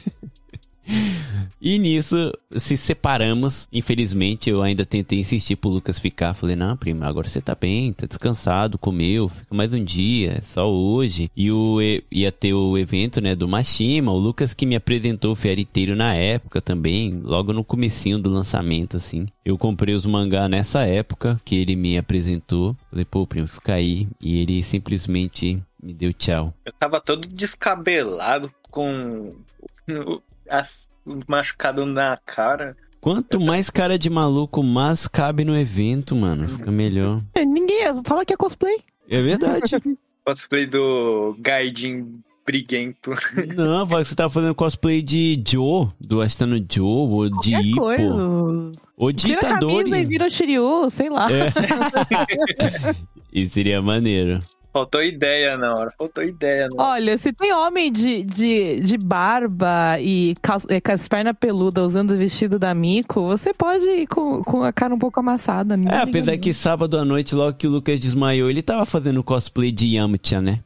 E nisso, se separamos. Infelizmente, eu ainda tentei insistir pro Lucas ficar. Falei, não, primo, agora você tá bem, tá descansado, comeu, fica mais um dia, só hoje. E o, e- ia ter o evento, né, do Mashima. O Lucas que me apresentou o Fairytail na época também, logo no comecinho do lançamento, assim. Eu comprei os mangá nessa época que ele me apresentou. Falei, pô, primo, fica aí. E ele simplesmente me deu tchau. Eu tava todo descabelado com o as- o machucado na cara. Quanto mais cara de maluco, mais cabe no evento, mano. Fica melhor. É, ninguém fala que é cosplay. É verdade. Cosplay do Gaijin briguento. Não, fala que você tava fazendo cosplay de Joe, do Astano Joe, ou de Qualquer Ippo, coisa. ou de Tira a camisa e Itadori. vira o Shiryu, sei lá. É. E seria maneiro. Faltou ideia na hora. Faltou ideia na hora. Olha, se tem homem de, de, de barba e cal- é, com as pernas peludas usando o vestido da Miko, você pode ir com, com a cara um pouco amassada. ninguém É, liga apesar não. que sábado à noite, logo que o Lucas desmaiou, ele tava fazendo cosplay de Yamcha, né?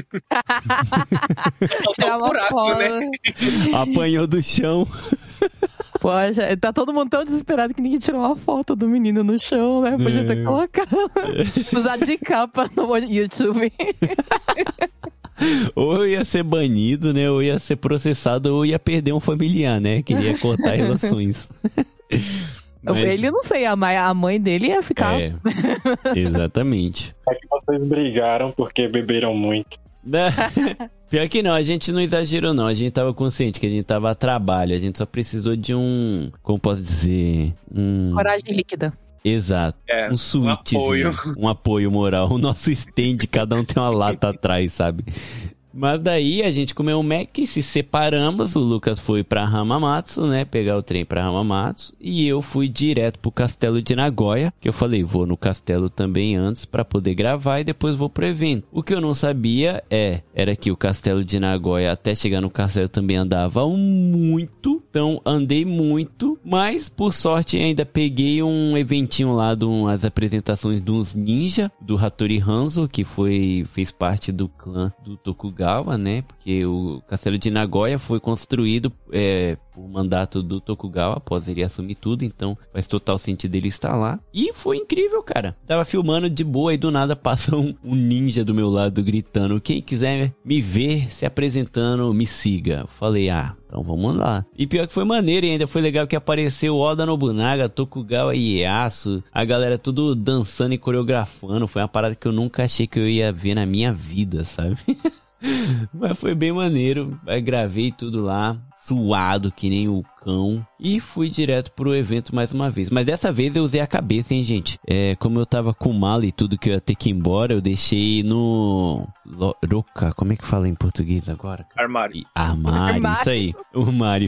Só Tirar o uma buraco, foto. né? Apanhou do chão. Poxa, tá todo mundo tão desesperado que ninguém tirou uma foto do menino no chão, né? Podia ter É. colocado. Usar de capa no YouTube. Ou ia ser banido, né? Ou ia ser processado, ou ia perder um familiar, né? Queria cortar relações. Mas- Ele, eu não sei, a mãe, a mãe dele ia ficar... É, exatamente. É que vocês brigaram porque beberam muito. Né? Pior que não, a gente não exagerou não, a gente tava consciente que a gente tava a trabalho, a gente só precisou de um, como posso dizer, um... Coragem líquida. Exato, É, um suítezinho, apoio. um apoio moral, o nosso stand, cada um tem uma lata atrás, sabe? Mas daí a gente comeu um Mac, se separamos, o Lucas foi pra Hamamatsu, né, pegar o trem pra Hamamatsu, e eu fui direto pro castelo de Nagoya, que eu falei, vou no castelo também antes pra poder gravar e depois vou pro evento. O que eu não sabia é, era que o castelo de Nagoya, até chegar no castelo também andava muito, Então, andei muito, mas por sorte ainda peguei um eventinho lá, de um, as apresentações dos ninja, do Hattori Hanzo, que foi, fez parte do clã do Tokugawa, né? Porque o Castelo de Nagoya foi construído é, por mandato do Tokugawa, após ele assumir tudo, então faz total sentido ele estar lá. E foi incrível, cara. Tava filmando de boa e do nada passa um, um ninja do meu lado gritando: quem quiser me ver se apresentando, me siga. Falei, ah, então vamos lá. E pior que foi maneiro e ainda foi legal que apareceu Oda Nobunaga, Tokugawa Ieyasu, a galera tudo dançando e coreografando. Foi uma parada que eu nunca achei que eu ia ver na minha vida, sabe? Mas foi bem maneiro. Aí gravei tudo lá, suado que nem o cão, e fui direto pro evento mais uma vez. Mas dessa vez eu usei a cabeça, hein, gente? É, como eu tava com mala e tudo que eu ia ter que ir embora, eu deixei no... Roca, como é que fala em português agora? Armário. Armário, Armário. Isso aí. Armário.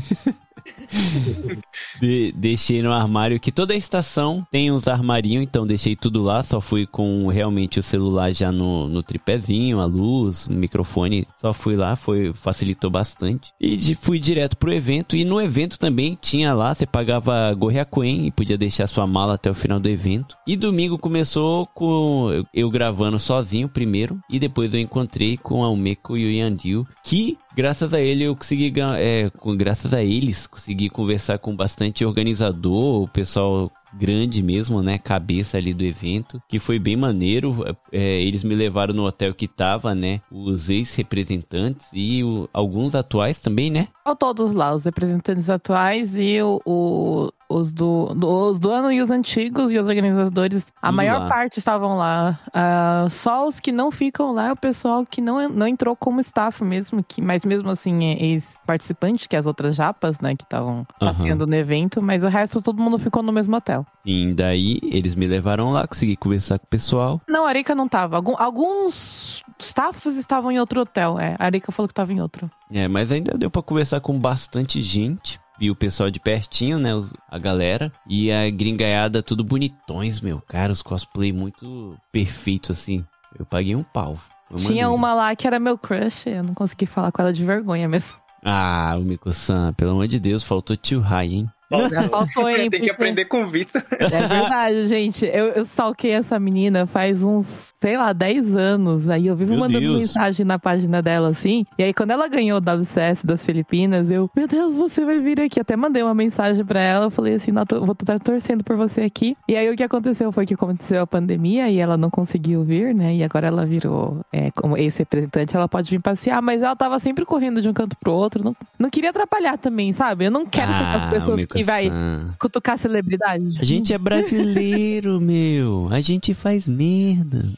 De, deixei no armário, que toda a estação tem uns armarinhos, então deixei tudo lá, só fui com realmente o celular já no, no tripézinho, a luz, o microfone, só fui lá, foi, facilitou bastante. E de, fui direto pro evento, e no evento também tinha lá, você pagava Goryakuin e podia deixar sua mala até o final do evento. E domingo começou com eu, eu gravando sozinho primeiro, e depois eu encontrei com a Umeko e o Yandil, que graças a ele eu consegui, é, com, graças a eles, consegui conversar com bastante organizador, o pessoal grande mesmo, né, cabeça ali do evento, que foi bem maneiro. É, eles me levaram no hotel que tava, né, os ex-representantes e o, alguns atuais também, né? Todos lá, os representantes atuais e o, o, os, do, do, os do ano e os antigos e os organizadores, a Tudo maior lá. parte estavam lá. Uh, só os que não ficam lá é o pessoal que não, não entrou como staff mesmo, que, mas mesmo assim é ex-participante, que é as outras japas, né, que estavam passeando no evento, mas o resto todo mundo ficou no mesmo hotel. Sim, daí eles me levaram lá, consegui conversar com o pessoal. Não, a Arika não tava. Algum, alguns staffs estavam em outro hotel, é. A Arika falou que tava em outro. É, mas ainda deu pra conversar com bastante gente. Vi o pessoal de pertinho, né, os, a galera. E a gringaiada tudo bonitões, meu. Cara, os cosplay muito perfeitos, assim. Eu paguei um pau. Foi Tinha maneiro. uma lá que era meu crush, eu não consegui falar com ela de vergonha mesmo. Ah, o Miko-san, pelo amor de Deus, faltou tio Rai, hein? Já faltou, hein? Tem que porque- aprender com o Vitor. É verdade, gente. Eu, eu stalkei essa menina faz uns, sei lá, dez anos. Aí eu vivo Meu mandando Deus. mensagem na página dela, assim. E aí, quando ela ganhou o W C S das Filipinas, eu, meu Deus, você vai vir aqui. Até mandei uma mensagem pra ela. Eu falei assim, não, tô- vou estar torcendo por você aqui. E aí, o que aconteceu foi que aconteceu a pandemia e ela não conseguiu vir, né? E agora ela virou, é, como ex-representante, ela pode vir passear. Mas ela tava sempre correndo de um canto pro outro. Não, não queria atrapalhar também, sabe? Eu não quero ser as Ah, pessoas o que vai Miko-san. cutucar a celebridade. A gente é brasileiro, meu. A gente faz merda.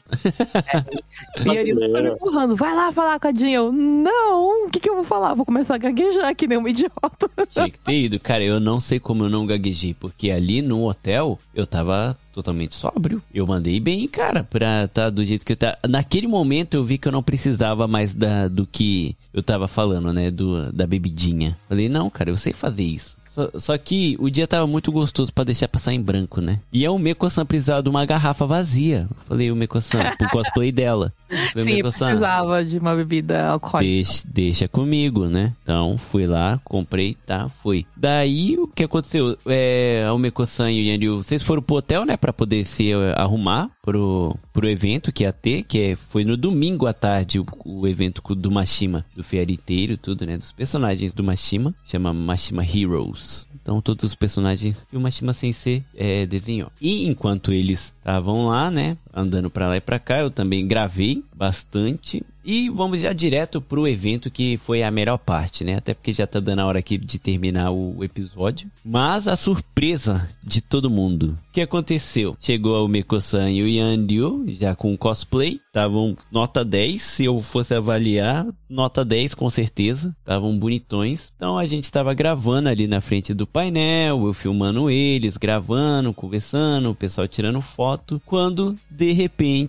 E ele foi me empurrando, vai lá falar com a Jean. Eu, não, o que, que eu vou falar? Vou começar a gaguejar que nem uma idiota. Tinha que ter ido. Cara, eu não sei como eu não gaguejei, porque ali no hotel eu tava totalmente sóbrio. Eu mandei bem, cara, pra tá do jeito que eu tava. Naquele momento eu vi que eu não precisava mais da, do que eu tava falando, né, do, da bebidinha. Falei, não, cara, eu sei fazer isso. Só, só que o dia tava muito gostoso pra deixar passar em branco, né? E é o Meko-san precisava de uma garrafa vazia. Falei, o Meko-san, pro cosplay dela. Falei, Sim, eu Meko-san, precisava de uma bebida alcoólica. Deixa, deixa comigo, né? Então, fui lá, comprei, tá? Fui. Daí, o que aconteceu? É, a Umeko-san e o Yanryu, vocês foram pro hotel, né? Pra poder se uh, arrumar pro, pro evento que ia ter, que é, foi no domingo à tarde o, o evento do Mashima, do Fairyteiro, tudo, né? Dos personagens do Mashima, chama Mashima Heroes. Então, todos os personagens que o Mashima Sensei é, desenhou. E enquanto eles estavam lá, né? Andando pra lá e pra cá, eu também gravei bastante. E vamos já direto pro evento, que foi a melhor parte, né? Até porque já tá dando a hora aqui de terminar o episódio. Mas a surpresa de todo mundo. O que aconteceu? Chegou o Meko-san e o Yanryu, já com cosplay. Estavam nota dez, se eu fosse avaliar, nota dez com certeza. Estavam bonitões. Então a gente tava gravando ali na frente do painel, eu filmando eles, gravando, conversando, o pessoal tirando foto. Quando, de repente,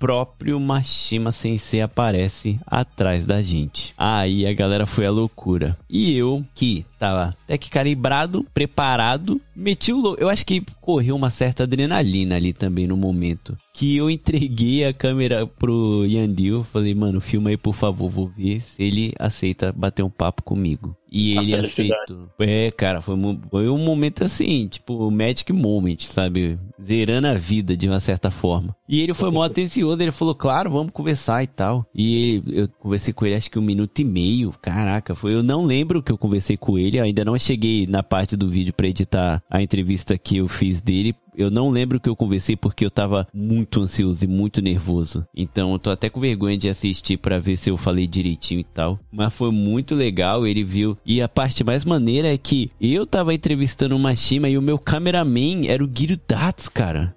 próprio Mashima Sensei aparece atrás da gente. Aí a galera foi à loucura. E eu, que tava até que calibrado, preparado, meti o louco. Eu acho que correu uma certa adrenalina ali também no momento. Que eu entreguei a câmera pro Yandil. Falei, mano, filma aí por favor, vou ver se ele aceita bater um papo comigo. E ele aceitou. É, cara, foi, foi um momento assim, tipo, magic moment, sabe? Zerando a vida de uma certa forma. E ele foi mó atencioso, ele falou, claro, vamos conversar e tal. E ele, eu conversei com ele acho que um minuto e meio. Caraca, foi, eu não lembro que eu conversei com ele, ainda não cheguei na parte do vídeo pra editar a entrevista que eu fiz dele. Eu não lembro que eu conversei porque eu tava muito ansioso e muito nervoso. Então eu tô até com vergonha de assistir pra ver se eu falei direitinho e tal. Mas foi muito legal, ele viu. E a parte mais maneira é que eu tava entrevistando o Mashima e o meu cameraman era o Gyudatsu, cara.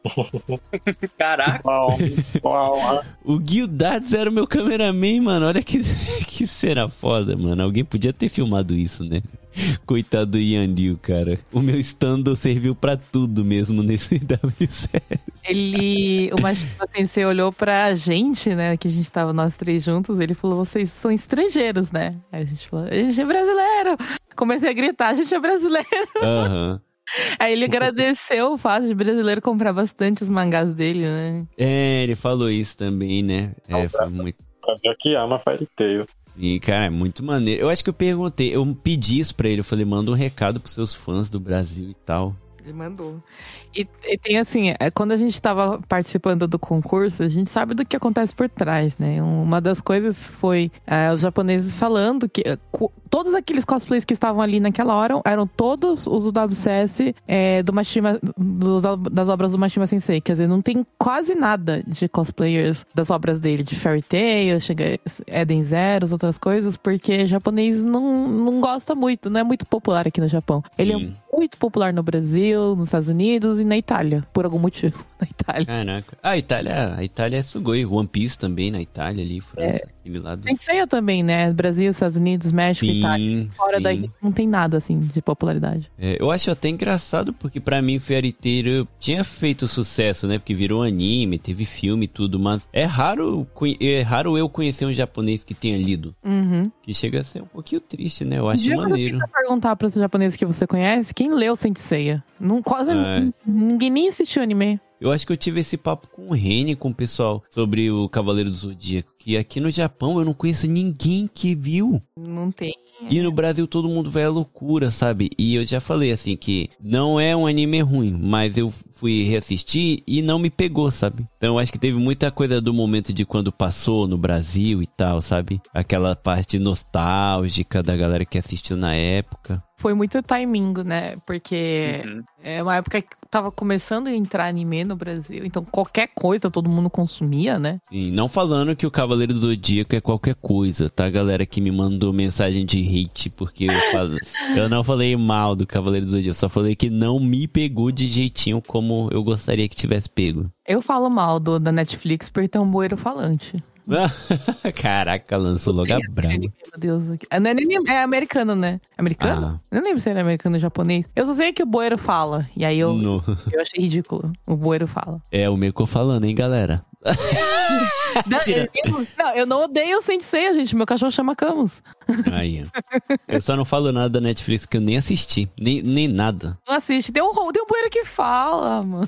Caraca. Uau, uau. O Gyudatsu era o meu cameraman, mano. Olha que, que cena foda, mano. Alguém podia ter filmado isso, né? Coitado do Yandil, cara. O meu stand serviu pra tudo mesmo nesse W C S. Ele, o Mashima Sensei olhou pra gente, né? Que a gente tava nós três juntos. Ele falou, vocês são estrangeiros, né? Aí a gente falou, a gente é brasileiro. Comecei a gritar, a gente é brasileiro. Aham. Uhum. Aí ele agradeceu o fato de brasileiro comprar bastante os mangás dele, né? É, ele falou isso também, né? É, foi muito... Pra ver que ama Fairy Tail. Sim, cara, é muito maneiro. Eu acho que eu perguntei, eu pedi isso pra ele. Eu falei, manda um recado pros seus fãs do Brasil e tal. Ele mandou. E, e tem assim, é, quando a gente tava participando do concurso, a gente sabe do que acontece por trás, né? Uma das coisas foi é, os japoneses falando que é, co- todos aqueles cosplays que estavam ali naquela hora eram todos os do W C S é, do Mashima, dos, das obras do Mashima Sensei. Quer dizer, não tem quase nada de cosplayers das obras dele, de Fairy Tail, chega Eden Zero, outras coisas, porque japonês não, não gosta muito, não é muito popular aqui no Japão. Ele Sim. é muito popular no Brasil, nos Estados Unidos e na Itália, por algum motivo, na Itália. Caraca. Ah, a Itália, a Itália é Sugoi. One Piece também na Itália ali, França, é. Aquele lado. Senseiya também, né? Brasil, Estados Unidos, México, sim, Itália. Fora sim. daí não tem nada, assim, de popularidade. É, eu acho até engraçado, porque pra mim Fairy Tail tinha feito sucesso, né? Porque virou anime, teve filme e tudo, mas é raro, é raro eu conhecer um japonês que tenha lido. Uhum. Que chega a ser um pouquinho triste, né? Eu acho Podia maneiro. Você perguntar para os japoneses que você conhece, quem leu Senseiya? Não, quase é. ninguém nem assistiu anime. Eu acho que eu tive esse papo com o Reni, com o pessoal, sobre o Cavaleiro do Zodíaco. Que aqui no Japão eu não conheço ninguém que viu. Não tem. E no Brasil todo mundo vai à loucura, sabe? E eu já falei assim que não é um anime ruim, mas eu fui reassistir e não me pegou, sabe? Então eu acho que teve muita coisa do momento de quando passou no Brasil e tal, sabe? Aquela parte nostálgica da galera que assistiu na época. Foi muito timing, né? Porque uhum. é uma época que tava começando a entrar anime no Brasil. Então qualquer coisa todo mundo consumia, né? Sim, não falando que o Cavaleiro do Zodíaco é qualquer coisa, tá? Galera que me mandou mensagem de hate porque eu, falo... eu não falei mal do Cavaleiro do Zodíaco. Eu só falei que não me pegou de jeitinho como eu gostaria que tivesse pego. Eu falo mal do, da Netflix por ter um bueiro falante. Caraca, lançou logo a brava. Meu Deus. É, é americano, né? Americano? Ah. Eu não lembro se era americano ou japonês. Eu só sei que o bueiro fala. E aí eu, eu achei ridículo. O bueiro fala. É o Meiko falando, hein, galera? Não, eu, não, eu não odeio o Sensei, gente. Meu cachorro chama Camus. Aí, eu só não falo nada da Netflix que eu nem assisti. Nem, nem nada. Não assiste. Tem um, tem um bueiro que fala, mano.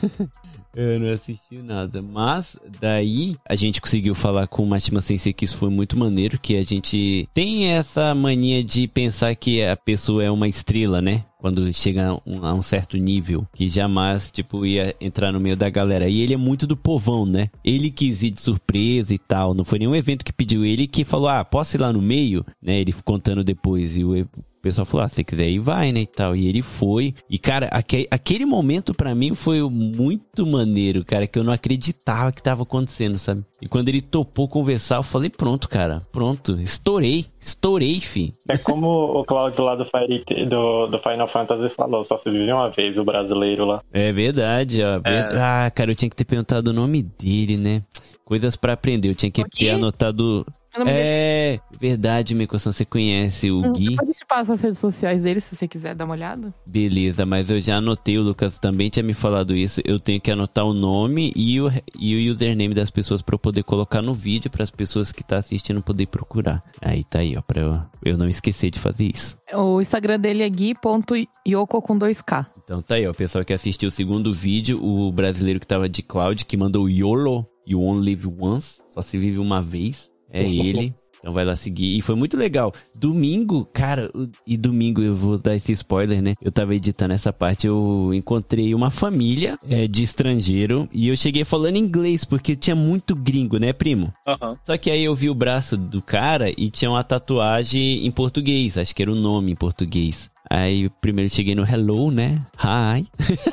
Eu não assisti nada, mas daí a gente conseguiu falar com o Mashima Sensei que isso foi muito maneiro, que a gente tem essa mania de pensar que a pessoa é uma estrela, né? Quando chega a um, a um certo nível, que jamais, tipo, ia entrar no meio da galera. E ele é muito do povão, né? Ele quis ir de surpresa e tal, não foi nenhum evento que pediu ele, que falou, ah, posso ir lá no meio? Né? Ele contando depois, e o... O pessoal falou, ah, se você quiser ir, vai, né, e tal. E ele foi. E, cara, aquele, aquele momento pra mim foi muito maneiro, cara, que eu não acreditava que tava acontecendo, sabe? E quando ele topou conversar, eu falei, pronto, cara, pronto, estourei, estourei, fi. É como o Cláudio lá do, Fairy, do, do Final Fantasy falou, só se vive uma vez, o brasileiro lá. É verdade, ó. É. Ah, cara, eu tinha que ter perguntado o nome dele, né? Coisas pra aprender, eu tinha que ter anotado... O nome dele- É verdade, Meiko-san, você conhece o Hum, Gui? Depois a gente passa as redes sociais dele, se você quiser dar uma olhada. Beleza, mas eu já anotei, o Lucas também tinha me falado isso. Eu tenho que anotar o nome e o, e o username das pessoas pra eu poder colocar no vídeo para as pessoas que tá assistindo poder procurar. Aí tá aí, ó, pra eu, eu não esquecer de fazer isso. O Instagram dele é gui ponto yoko com dois K. Então tá aí, ó, o pessoal que assistiu o segundo vídeo, o brasileiro que tava de cloud, que mandou YOLO, You Only Live Once, só se vive uma vez, é ele. Então vai lá seguir. E foi muito legal. Domingo, cara, e domingo eu vou dar esse spoiler, né? Eu tava editando essa parte, eu encontrei uma família é, de estrangeiro e eu cheguei falando inglês, porque tinha muito gringo, né, primo? Aham. Só que aí eu vi o braço do cara e tinha uma tatuagem em português, acho que era o nome em português. Aí primeiro cheguei no hello, né? Hi.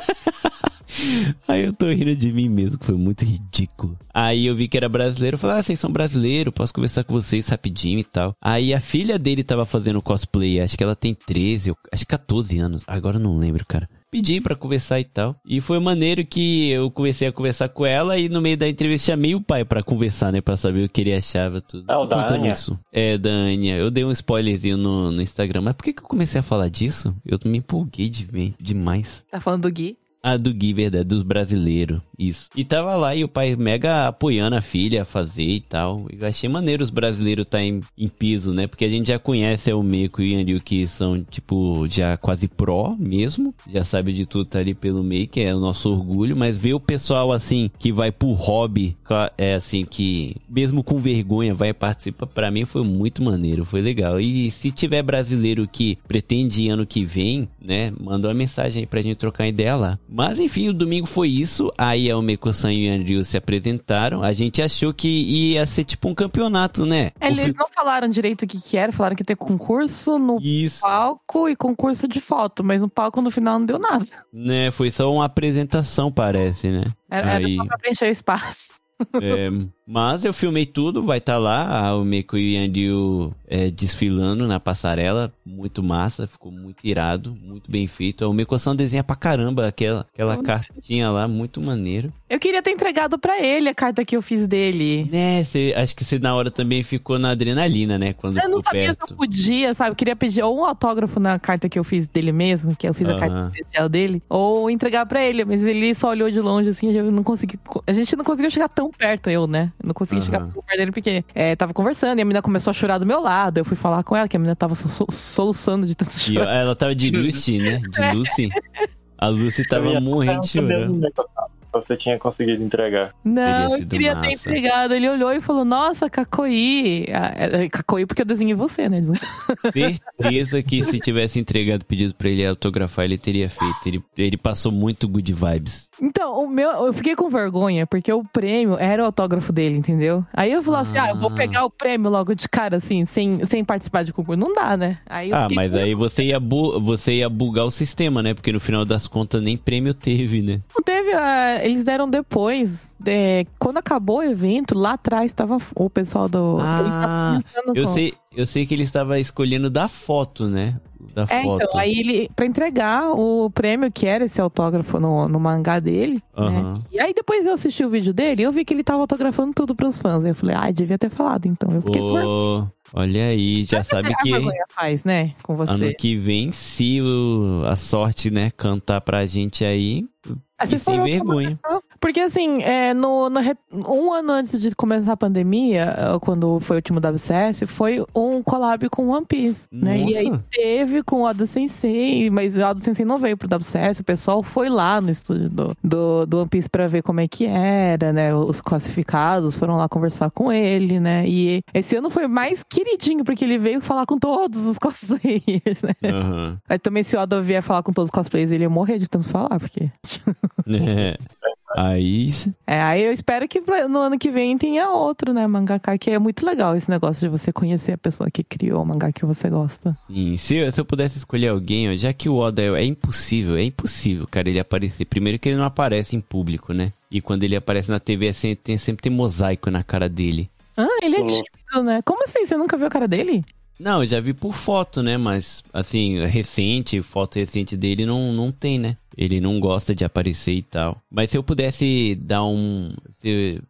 Aí eu tô rindo de mim mesmo, que foi muito ridículo. Aí eu vi que era brasileiro, eu falei, ah, vocês são brasileiros, posso conversar com vocês rapidinho e tal. Aí a filha dele tava fazendo cosplay, acho que ela tem treze, acho que catorze anos, agora eu não lembro, cara. Pedi pra conversar e tal. E foi maneiro que eu comecei a conversar com ela e no meio da entrevista chamei o pai pra conversar, né? Pra saber o que ele achava, tudo. É o da Contando Anya? isso. É, da Anya. Eu dei um spoilerzinho no, no Instagram. Mas por que que eu comecei a falar disso? Eu me empolguei de ver, demais. Tá falando do Gui? Ah, do Gui, verdade, dos brasileiros, isso. E tava lá e o pai mega apoiando a filha a fazer e tal. Eu achei maneiro os brasileiros tá em, em piso, né? Porque a gente já conhece o Meiko e o Yanryu, que são, tipo, já quase pró mesmo. Já sabe de tudo, tá ali pelo meio, que é o nosso orgulho. Mas ver o pessoal, assim, que vai pro hobby, é assim, que mesmo com vergonha vai participar, pra mim foi muito maneiro, foi legal. E se tiver brasileiro que pretende ir ano que vem, né? Manda uma mensagem aí pra gente trocar ideia lá. Mas enfim, o domingo foi isso. Aí o Meiko-san e o Yanryu se apresentaram. A gente achou que ia ser tipo um campeonato, né? Eles O fi- não falaram direito o que que era, falaram que ia ter concurso no Isso, palco e concurso de foto, mas no palco no final não deu nada. né? Foi só uma apresentação, parece, né? Era, Aí- era só pra preencher o espaço. É, mas eu filmei tudo, vai estar lá. ah, O Meiko e o Yanryu é, desfilando na passarela. Muito massa, ficou muito irado, muito bem feito. O Meiko-san desenha pra caramba aquela, aquela cartinha lá, muito maneiro. Eu queria ter entregado pra ele a carta que eu fiz dele. Né, cê, acho que você na hora também ficou na adrenalina, né? Quando Eu não ficou sabia perto. se eu podia, sabe? Eu queria pedir ou um autógrafo na carta que eu fiz dele mesmo, que eu fiz a carta Aham. especial dele, ou entregar pra ele, mas ele só olhou de longe, assim, eu não consegui, a gente não conseguiu chegar tão perto, eu, né? Eu não consegui Aham. chegar tão perto dele porque é, tava conversando e a menina começou a chorar do meu lado, eu fui falar com ela, que a menina tava so- soluçando de tanto E chorar. ela tava de Lucy, né? De Lucy. A Lucy tava Eu ia morrendo de chorando. Você tinha conseguido entregar. Não, Teria eu sido queria ter massa. entregado. Ele olhou e falou, nossa, Cacoí. Ah, era Cacoí porque eu desenhei você, né? Certeza que se tivesse entregado o pedido pra ele autografar, ele teria feito. Ele, ele passou muito good vibes. Então, o meu, eu fiquei com vergonha, porque o prêmio era o autógrafo dele, entendeu? Aí eu falei assim, ah, eu vou Ah. pegar o prêmio logo de cara, assim, sem, sem participar de concurso. Não dá, né? Aí eu Ah, fiquei mas com- aí você ia, bu você ia bugar o sistema, né? Porque no final das contas nem prêmio teve, né? Não teve, ah, eles deram depois. É, quando acabou o evento, lá atrás tava o pessoal do... Ah, ele tava pensando Eu com- sei, eu sei que ele estava escolhendo da foto, né? Da É, foto. então, aí ele, pra entregar o prêmio, que era esse autógrafo no, no mangá dele, né? Aham. E aí depois eu assisti o vídeo dele e eu vi que ele tava autografando tudo pros fãs. Aí eu falei, ah, devia ter falado, então. Eu fiquei com vergonha. Ô, olha aí, já sabe A que vergonha faz, né? Com você. ano que vem, se o- a sorte, né, cantar pra gente aí, Aí você e sem falou, vergonha. Porque assim, é, no, no re- um ano antes de começar a pandemia, eh, quando foi o último W C S, foi um collab com One Piece, né? E aí Nossa. teve com o Oda Sensei, mas o Oda Sensei não veio pro W C S, o pessoal foi lá no estúdio do, do, do One Piece pra ver como é que era, né? Os classificados foram lá conversar com ele, né? E esse ano foi mais queridinho, porque ele veio falar com todos os cosplayers, né? Aham. Aí também se o Oda vier falar com todos os cosplayers, ele ia morrer de tanto falar, porque... É. Aí, É, aí eu espero que pra- no ano que vem tenha outro, né, mangaka, que é muito legal esse negócio de você conhecer a pessoa que criou o mangá que você gosta. sim, se, eu- se eu pudesse escolher alguém, ó, já que o Oda é, é impossível, é impossível, cara, ele aparecer. Primeiro que ele não aparece em público, né? E quando ele aparece na T V, é sempre, tem, sempre tem mosaico na cara dele. Ah, ele é Uhum. tímido, né? Como assim? Você nunca viu a cara dele? Não, eu já vi por foto, né? Mas, assim, recente, foto recente dele não, não tem, né? Ele não gosta de aparecer e tal. Mas se eu pudesse dar um... Se eu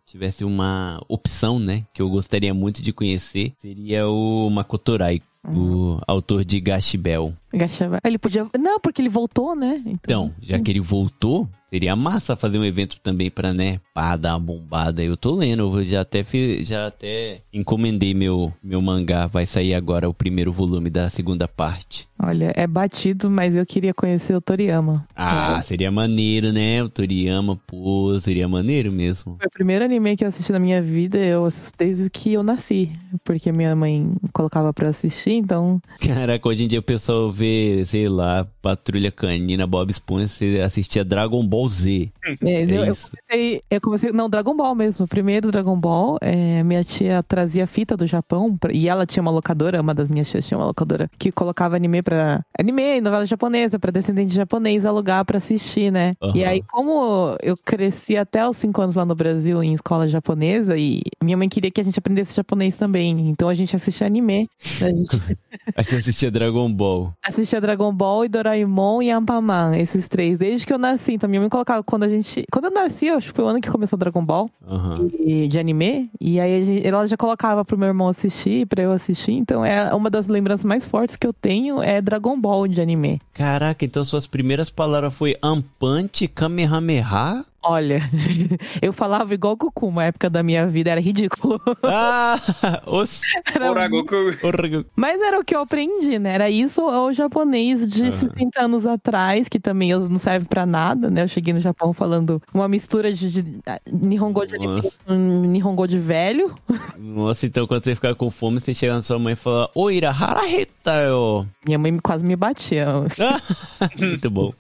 tivesse uma opção, né, que eu gostaria muito de conhecer, seria o Makoto Rai, o autor de Gash Bell. Gash Bell. Ele podia... Não, porque ele voltou, né? Então, então já que ele voltou, seria massa fazer um evento também pra, né, pá, dar uma bombada. Eu tô lendo, eu já até, fiz, já até encomendei meu, meu mangá. Vai sair agora o primeiro volume da segunda parte. Olha, é batido, mas eu queria conhecer o Toriyama. Ah, é. Seria maneiro, né? O Toriyama, pô, seria maneiro mesmo. Foi o primeiro anime que eu assisti na minha vida, eu assisto desde que eu nasci. Porque minha mãe colocava pra assistir, então... Caraca, hoje em dia o pessoal vê, sei lá, Patrulha Canina, Bob Esponja, você assistia Dragon Ball Z. É, é eu, eu, isso. comecei, eu comecei... Não, Dragon Ball mesmo. Primeiro Dragon Ball, é, minha tia trazia fita do Japão, pra, e ela tinha uma locadora, uma das minhas tias tinha uma locadora, que colocava anime pra... Anime, novela japonesa, pra descendente japonês alugar pra assistir, né? Uhum. E aí, como eu cresci até os cinco anos lá no Brasil, em escola japonesa, e minha mãe queria que a gente aprendesse japonês também, então a gente assistia anime. A gente... Aí você assistia Dragon Ball. Assistia Dragon Ball e Doraemon e Ampaman, esses três, desde que eu nasci. Então minha mãe colocava, quando a gente... Quando eu nasci, eu acho que foi o ano que começou Dragon Ball, uhum. e, de anime, e aí a gente, ela já colocava pro meu irmão assistir, pra eu assistir, então é uma das lembranças mais fortes que eu tenho, é Dragon Ball de anime. Caraca, então suas primeiras palavras foi Ampante, Kamehameha? Olha, eu falava igual Goku, uma época da minha vida, era ridículo. Ah, os... Era Ora, muito... Goku. Ora, Goku. Mas era o que eu aprendi, né? Era isso ou o japonês de Uhum. sessenta anos atrás, que também não serve pra nada, né? Eu cheguei no Japão falando uma mistura de, de, de Nihongo de anime com Nihongo de velho. Nossa, então quando você ficar com fome, você chega na sua mãe e fala Oira haraheta, yo. Minha mãe quase me batia. Muito bom.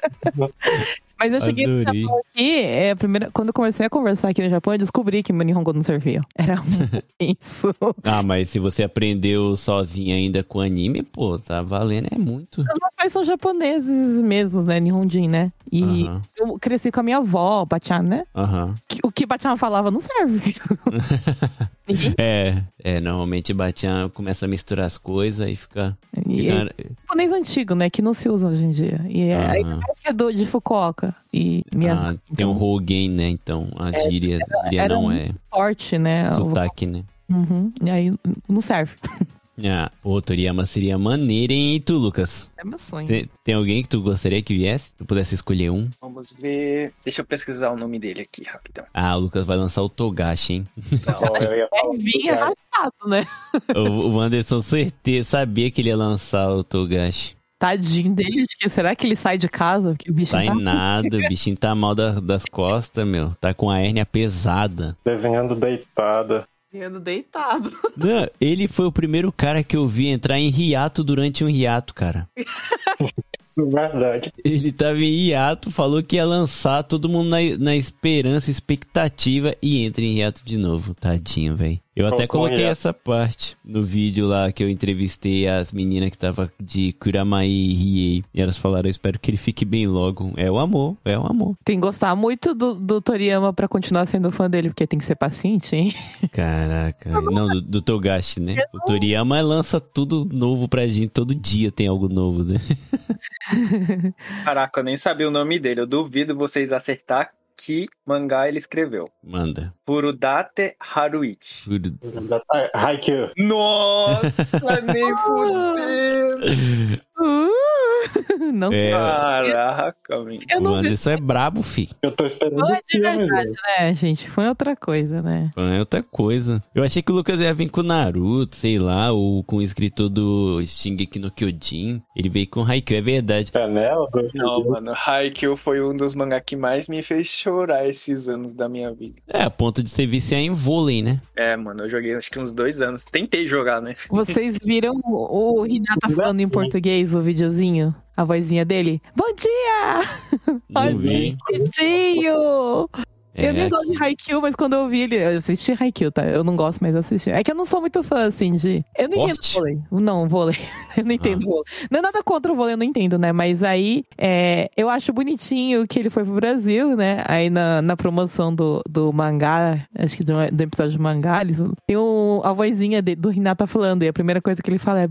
Mas eu cheguei Adorei. no Japão aqui, é, a primeira, quando eu comecei a conversar aqui no Japão, eu descobri que meu Nihongo não servia. Era muito isso. Ah, mas se você aprendeu sozinha ainda com anime, pô, tá valendo, é muito. Os meus pais são japoneses mesmos, né? Nihonjin, né? E Uhum. eu cresci com a minha avó, Bachan, né? Aham. O que Bachan falava não serve. Ninguém... É, é, normalmente Bachan começa a misturar as coisas e fica... E fica... é japonês antigo, né? Que não se usa hoje em dia. E é, aí Aham. parece que é do, de Fukuoka. E Miyazaki. Ah, tem um Hogen, né? Então, a gíria, gíria era não um é forte, né? sotaque, né? Uhum. E aí não serve. Ah, o Toriyama seria maneiro, hein? E tu, Lucas? É meu sonho. Tem, tem alguém que tu gostaria que viesse? Tu pudesse escolher um? Vamos ver. Deixa eu pesquisar o nome dele aqui rapidão. Ah, o Lucas vai lançar o Togashi, hein? Bom, eu ia falar É vir arrastado, né? o, o Anderson certeza sabia que ele ia lançar o Togashi. Tadinho dele, acho que será que ele sai de casa? Porque o bicho Tá tá... em nada, o bichinho tá mal da- das costas, meu. Tá com a hérnia pesada. desenhando deitada. Sendo deitado. Não, ele foi o primeiro cara que eu vi entrar em hiato durante um hiato, cara. Verdade. Ele tava em hiato, falou que ia lançar, todo mundo na, na esperança, expectativa, e entra em hiato de novo. Tadinho, velho. Eu até Colocou um coloquei hiato. essa parte no vídeo lá que eu entrevistei as meninas que tava de Kuramai Riei. E elas falaram, eu espero que ele fique bem logo. É o amor, é o amor. Tem que gostar muito do, do Toriyama pra continuar sendo fã dele, porque tem que ser paciente, hein? Caraca. Não, do, do Togashi, né? O Toriyama lança tudo novo pra gente. Todo dia tem algo novo, né? Caraca, eu nem sabia o nome dele. Eu duvido vocês acertar que mangá ele escreveu. Manda. Furudate Haruichi. Tudo. Haikyuu. Nossa, nem fudeu. Uh, não sei. É, Caraca, meu. Eu o não vi. Anderson é brabo, fi. Eu tô esperando Não o é de filme, verdade, velho. né, gente? Foi outra coisa, né? É outra coisa. Eu achei que o Lucas ia vir com o Naruto, sei lá, ou com o escritor do Shingeki no Kyojin. Ele veio com o Haikyuu, é verdade. Canela? Não, mano, Haikyuu foi um dos mangá que mais me fez chorar esses anos da minha vida. É, a ponto de você viciar em vôlei, né? É, mano, eu joguei acho que uns dois anos. Tentei jogar, né? Vocês viram o, o Hinata falando em português, o videozinho? A vozinha dele? Bom dia! Não vi. Bonitinho! É, Eu nem gosto de Haikyuu, mas quando eu vi ele... Eu assisti Haikyuu, tá? Eu não gosto, mas assisti. É que eu não sou muito fã, assim, de... Eu não entendo Esporte? vôlei. Não, vôlei. Eu não entendo Ah. vôlei. Não é nada contra o vôlei, eu não entendo, né? Mas aí, é, eu acho bonitinho que ele foi pro Brasil, né? Aí na, na promoção do, do mangá, acho que do, do episódio de mangá, eles, tem o, a vozinha de- do Hinata falando. E a primeira coisa que ele fala é, bom dia!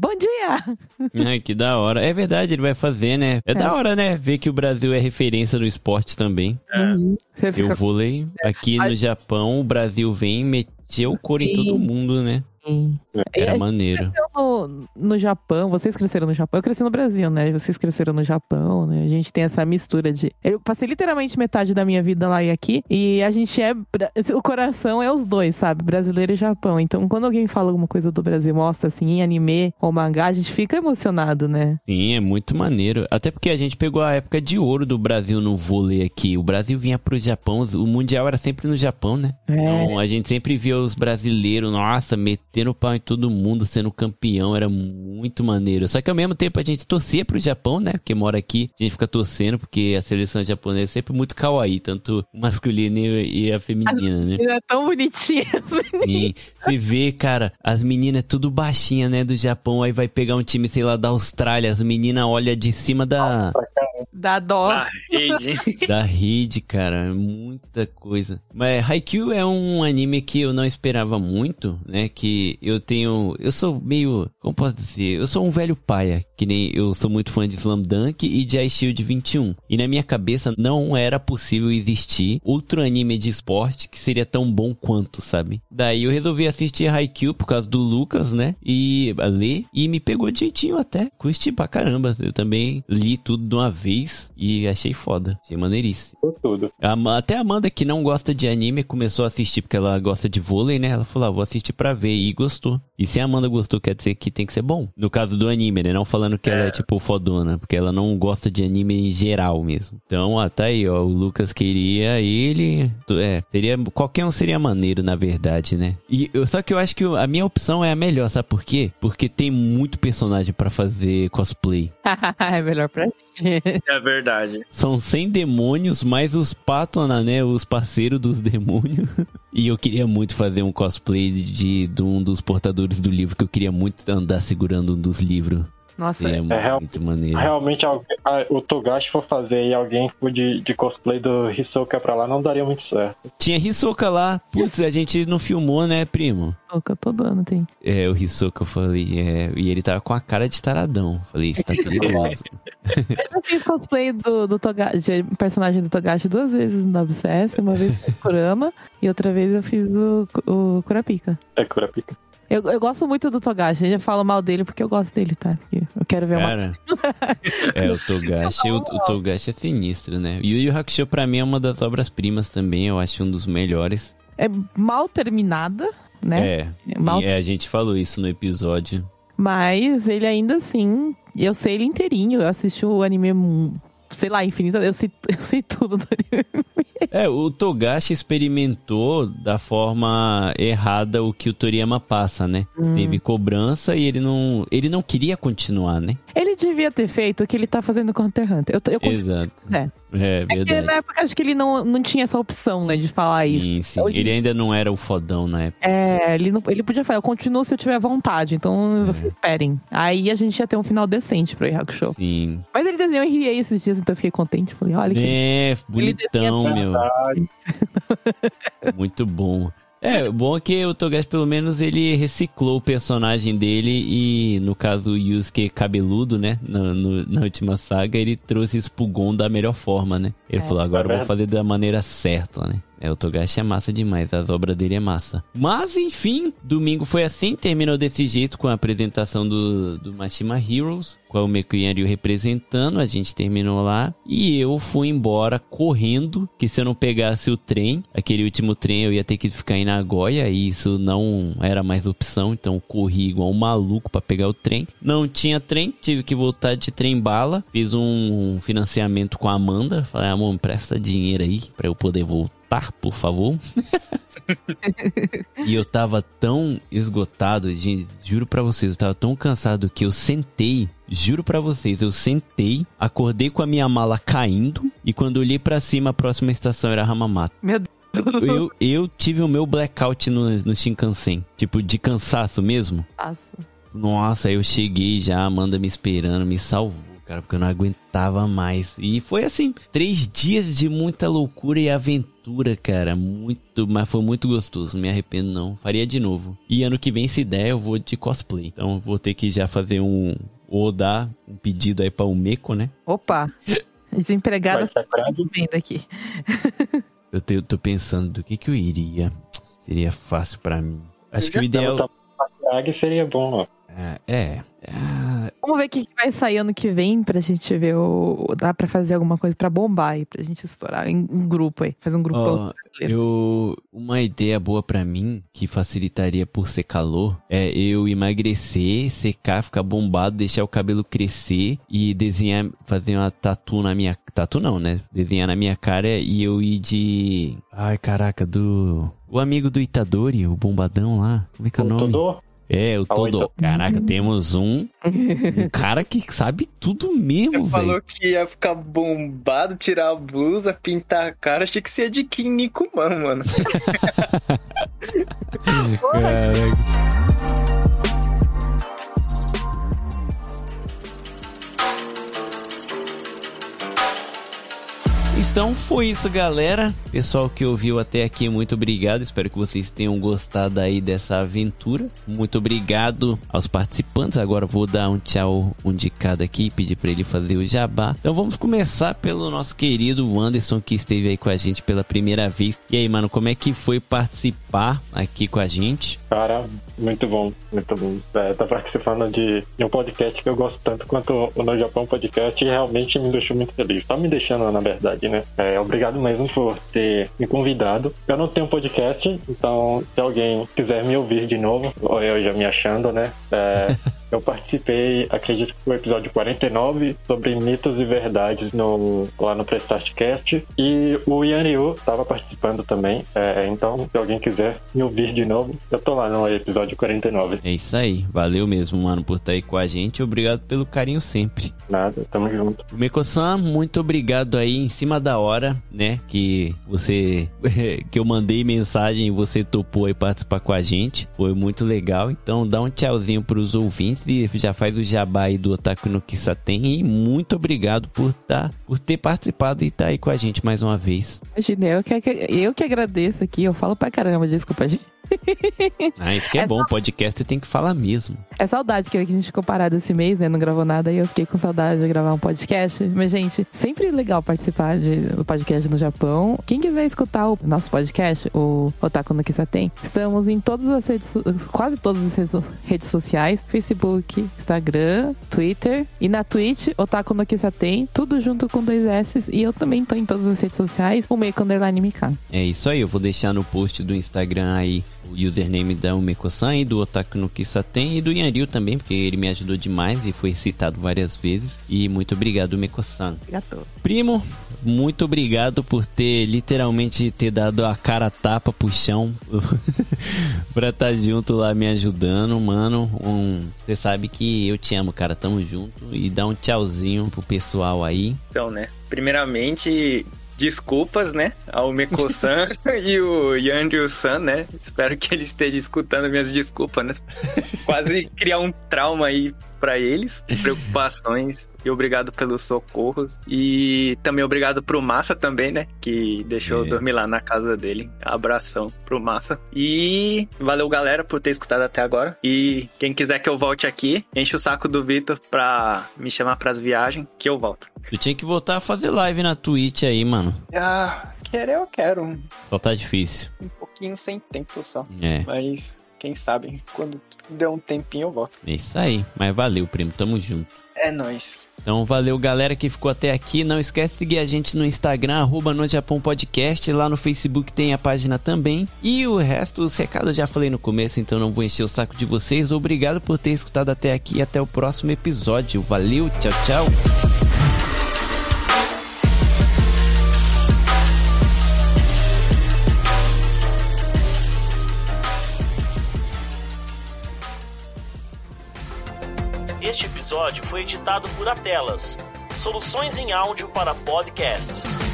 ganhar. Ai, que da hora. É verdade, ele vai fazer, né? É, é da hora, né? Ver que o Brasil é referência no esporte também. Uhum. Você fica... Eu vôlei aqui no Japão, o Brasil vem meter o couro em todo mundo, né? Sim. Era maneiro. No, no Japão, vocês cresceram no Japão, eu cresci no Brasil, né? Vocês cresceram no Japão, né? A gente tem essa mistura de... Eu passei literalmente metade da minha vida lá e aqui, e a gente é... O coração é os dois, sabe? Brasileiro e Japão. Então, quando alguém fala alguma coisa do Brasil, mostra assim, em anime ou mangá, a gente fica emocionado, né? Sim, é muito maneiro. Até porque a gente pegou a época de ouro do Brasil no vôlei aqui. O Brasil vinha pro Japão, o Mundial era sempre no Japão, né? É. Então, a gente sempre via os brasileiros, nossa, metendo o pau em todo mundo, sendo campeão, era muito maneiro. Só que ao mesmo tempo a gente torcia pro Japão, né? Porque mora aqui, a gente fica torcendo, porque a seleção japonesa é sempre muito kawaii, tanto o masculino e a feminina, né? É tão bonitinha, assim. Você vê, cara, as meninas tudo baixinha, né, do Japão, aí vai pegar um time, sei lá, da Austrália, as meninas olham de cima da... Da dó. Da rede. Da rede, cara, muita coisa. Mas Haikyuu é um anime que eu não esperava muito, né, que eu tenho... Eu sou meio... Como posso dizer? Eu sou um velho paia, que nem eu sou muito fã de Slam Dunk e de Ice Shield vinte e um. E na minha cabeça não era possível existir outro anime de esporte que seria tão bom quanto, sabe? Daí eu resolvi assistir Haikyuu por causa do Lucas, né? E ler, e me pegou de jeitinho até. Curti pra caramba. Eu também li tudo de uma vez e achei foda. Achei maneiríssimo. Por tudo. A, até a Amanda, que não gosta de anime, começou a assistir porque ela gosta de vôlei, né? Ela falou, ah, vou assistir pra ver, e gostou. E se a Amanda gostou, quer dizer que tem que ser bom. No caso do anime, né? Não falando que é. ela é tipo fodona, porque ela não gosta de anime em geral mesmo. Então, ó, tá aí, ó. O Lucas queria ele. É, seria. Qualquer um seria maneiro, na verdade, né? E eu, só que eu acho que a minha opção é a melhor, sabe por quê? Porque tem muito personagem pra fazer cosplay. É melhor pra gente. É verdade. São cem demônios, mais os Patona, né? Os parceiros dos demônios. E eu queria muito fazer um cosplay de, de um dos portadores do livro, que eu queria muito andar segurando um dos livros. Nossa, é, é muito real, maneiro. Realmente, a, a, o Togashi for fazer e alguém for de, de cosplay do Hisoka pra lá, não daria muito certo. Tinha Hisoka lá. Putz, a gente não filmou, né, primo? Hisoka todo ano tem. É, o Hisoka, eu falei, é, e ele tava com a cara de taradão. Falei, isso tá perigoso. Eu já fiz cosplay do, do Togashi, personagem do Togashi duas vezes no W C S. Uma vez foi o Kurama e outra vez eu fiz o, o Kurapika. É, Kurapika. Eu, eu gosto muito do Togashi. Eu já falo mal dele porque eu gosto dele, tá? Porque eu quero ver Cara, uma... é, o Togashi, o, o Togashi é sinistro, né? Yu Yu Hakusho pra mim é uma das obras-primas também. Eu acho um dos melhores. É mal terminada, né? É, é mal... e a gente falou isso no episódio. Mas ele ainda assim... Eu sei ele inteirinho. Eu assisti o anime... Sei lá, infinita, eu sei, eu sei tudo do anime. É, o Togashi experimentou da forma errada o que o Toriyama passa, né? Hum. Teve cobrança e ele não, ele não queria continuar, né? Ele devia ter feito o que ele tá fazendo com Hunter x Hunter. Eu, eu Exato. É. É, verdade. É que na época acho que ele não, não tinha essa opção, né, de falar sim, isso. Sim, sim. Ele ainda não era o fodão na época. É, ele, não, ele podia falar, eu continuo se eu tiver vontade, então é. vocês esperem. Aí a gente ia ter um final decente pro Yu Yu Hakusho. Sim. Mas ele desenhou em Riei esses dias, então eu fiquei contente. Falei, olha que... É, bonitão, meu. Muito bom. É, o bom é que o Togashi, pelo menos, ele reciclou o personagem dele e, no caso, o Yusuke cabeludo, né, no, no, na última saga, ele trouxe isso pro Gon da melhor forma, né? Ele é. falou, agora eu vou fazer da maneira certa, né? É, o Togashi é massa demais, as obras dele é massa. Mas, enfim, domingo foi assim, terminou desse jeito com a apresentação do, do Mashima Heroes, com o Mekuyanryu representando, a gente terminou lá, e eu fui embora correndo, que se eu não pegasse o trem, aquele último trem eu ia ter que ficar em Nagoya, e isso não era mais opção, então eu corri igual um maluco pra pegar o trem. Não tinha trem, tive que voltar de trem-bala, fiz um financiamento com a Amanda, falei, amor, presta dinheiro aí pra eu poder voltar. Por favor. E eu tava tão esgotado, gente, juro pra vocês, eu tava tão cansado que eu sentei, juro pra vocês, eu sentei, acordei com a minha mala caindo e quando olhei pra cima a próxima estação era Hamamatsu. Meu Deus. Eu, eu tive o meu blackout no, no Shinkansen, tipo de cansaço mesmo. Nossa. Nossa, eu cheguei já, a Amanda me esperando, me salvou. Cara, porque eu não aguentava mais. E foi assim, três dias de muita loucura e aventura aventura, cara, muito, mas foi muito gostoso, não me arrependo não, faria de novo. E ano que vem, se der, eu vou de cosplay, então vou ter que já fazer um, ou dar um pedido aí pra o Meco, né? Opa, desempregada vem daqui. Eu te, tô pensando do que que eu iria, seria fácil pra mim. Acho que o ideal... Seria bom, ó. É, é. é... Vamos ver o que vai sair ano que vem pra gente ver o... Dá pra fazer alguma coisa pra bombar aí, pra gente estourar em um grupo aí, fazer um grupão. Oh, eu... Uma ideia boa pra mim, que facilitaria por ser calor, é eu emagrecer, secar, ficar bombado, deixar o cabelo crescer e desenhar, fazer uma tatu na minha... Tatu não, né? Desenhar na minha cara e eu ir de... Ai, caraca, do... O amigo do Itadori, o bombadão lá. Como é que é o nome? Todô? É, o Todô. Caraca, temos um, um cara que sabe tudo mesmo, velho. Falou que ia ficar bombado, tirar a blusa, pintar a cara. Achei que você ia de Kinnikuman, mano. Caraca. Então foi isso, galera. Pessoal que ouviu até aqui, muito obrigado. Espero que vocês tenham gostado aí dessa aventura. Muito obrigado aos participantes. Agora vou dar um tchau um de cada aqui e pedir para ele fazer o jabá. Então vamos começar pelo nosso querido Anderson, que esteve aí com a gente pela primeira vez. E aí, mano, como é que foi participar aqui com a gente? Cara, muito bom, muito bom. É, tá participando de, de um podcast que eu gosto tanto quanto o No Japão Podcast e realmente me deixou muito feliz. Tá me deixando, na verdade, né? É, obrigado mesmo por ter me convidado. Eu não tenho podcast, então se alguém quiser me ouvir de novo, ou eu já me achando, né? É, eu participei, acredito que foi o episódio quarenta e nove, sobre mitos e verdades no, lá no PrestStartCast. E o Yan Ryu tava participando também. É, então, se alguém quiser me ouvir de novo, eu tô lá no episódio quarenta e nove. É isso aí. Valeu mesmo, mano, por estar aí com a gente. Obrigado pelo carinho sempre. Nada, tamo junto. O Meco-san, muito obrigado aí em cima da hora, né? Que você... que eu mandei mensagem e você topou aí participar com a gente. Foi muito legal. Então, dá um tchauzinho pros ouvintes e já faz o jabá aí do Otaku no Kisaten. E muito obrigado por, tá, por ter participado e estar tá aí com a gente mais uma vez. Imagina, eu que, eu que agradeço aqui. Eu falo pra caramba, desculpa, gente. Ah, isso que é, é bom, só... podcast tem que falar mesmo. É saudade que a gente ficou parado esse mês, né? Não gravou nada e eu fiquei com saudade de gravar um podcast. Mas, gente, sempre legal participar de, do podcast no Japão. Quem quiser escutar o nosso podcast, o Otaku no Kisaten, estamos em todas as redes, quase todas as redes, redes sociais: Facebook, Instagram, Twitter e na Twitch, Otaku no Kisaten, tudo junto com dois S. E eu também tô em todas as redes sociais, o Meiko Underline Mika. É isso aí, eu vou deixar no post do Instagram aí o username da Umeko-san e do Otaku no Kisaten e do Yanryu também, porque ele me ajudou demais e foi citado várias vezes. E muito obrigado, Umeko-san. Obrigado. Primo, muito obrigado por ter literalmente ter dado a cara a tapa pro chão pra estar junto lá me ajudando, mano. Um, você sabe que eu te amo, cara. Tamo junto. E dá um tchauzinho pro pessoal aí. Então, né? Primeiramente... desculpas, né, ao Meco-san e o Yanryu-san, né? Espero que ele esteja escutando minhas desculpas, né? Quase criar um trauma aí pra eles, preocupações. E obrigado pelos socorros. E também obrigado pro Massa também, né? Que deixou é. eu dormir lá na casa dele. Abração pro Massa. E valeu, galera, por ter escutado até agora. E quem quiser que eu volte aqui, enche o saco do Vitor pra me chamar pras viagens, que eu volto. Tu tinha que voltar a fazer live na Twitch aí, mano. Ah, querer eu quero. Só tá difícil. Um pouquinho sem tempo só. É. Mas... quem sabe, quando der um tempinho eu volto. É isso aí, mas valeu, primo, tamo junto. É nóis. Então valeu, galera que ficou até aqui. Não esquece de seguir a gente no Instagram, arroba No Japão Podcast. Lá no Facebook tem a página também. E o resto, os recados eu já falei no começo, então não vou encher o saco de vocês. Obrigado por ter escutado até aqui e até o próximo episódio. Valeu, tchau, tchau. Este episódio foi editado por Atelas, soluções em áudio para podcasts.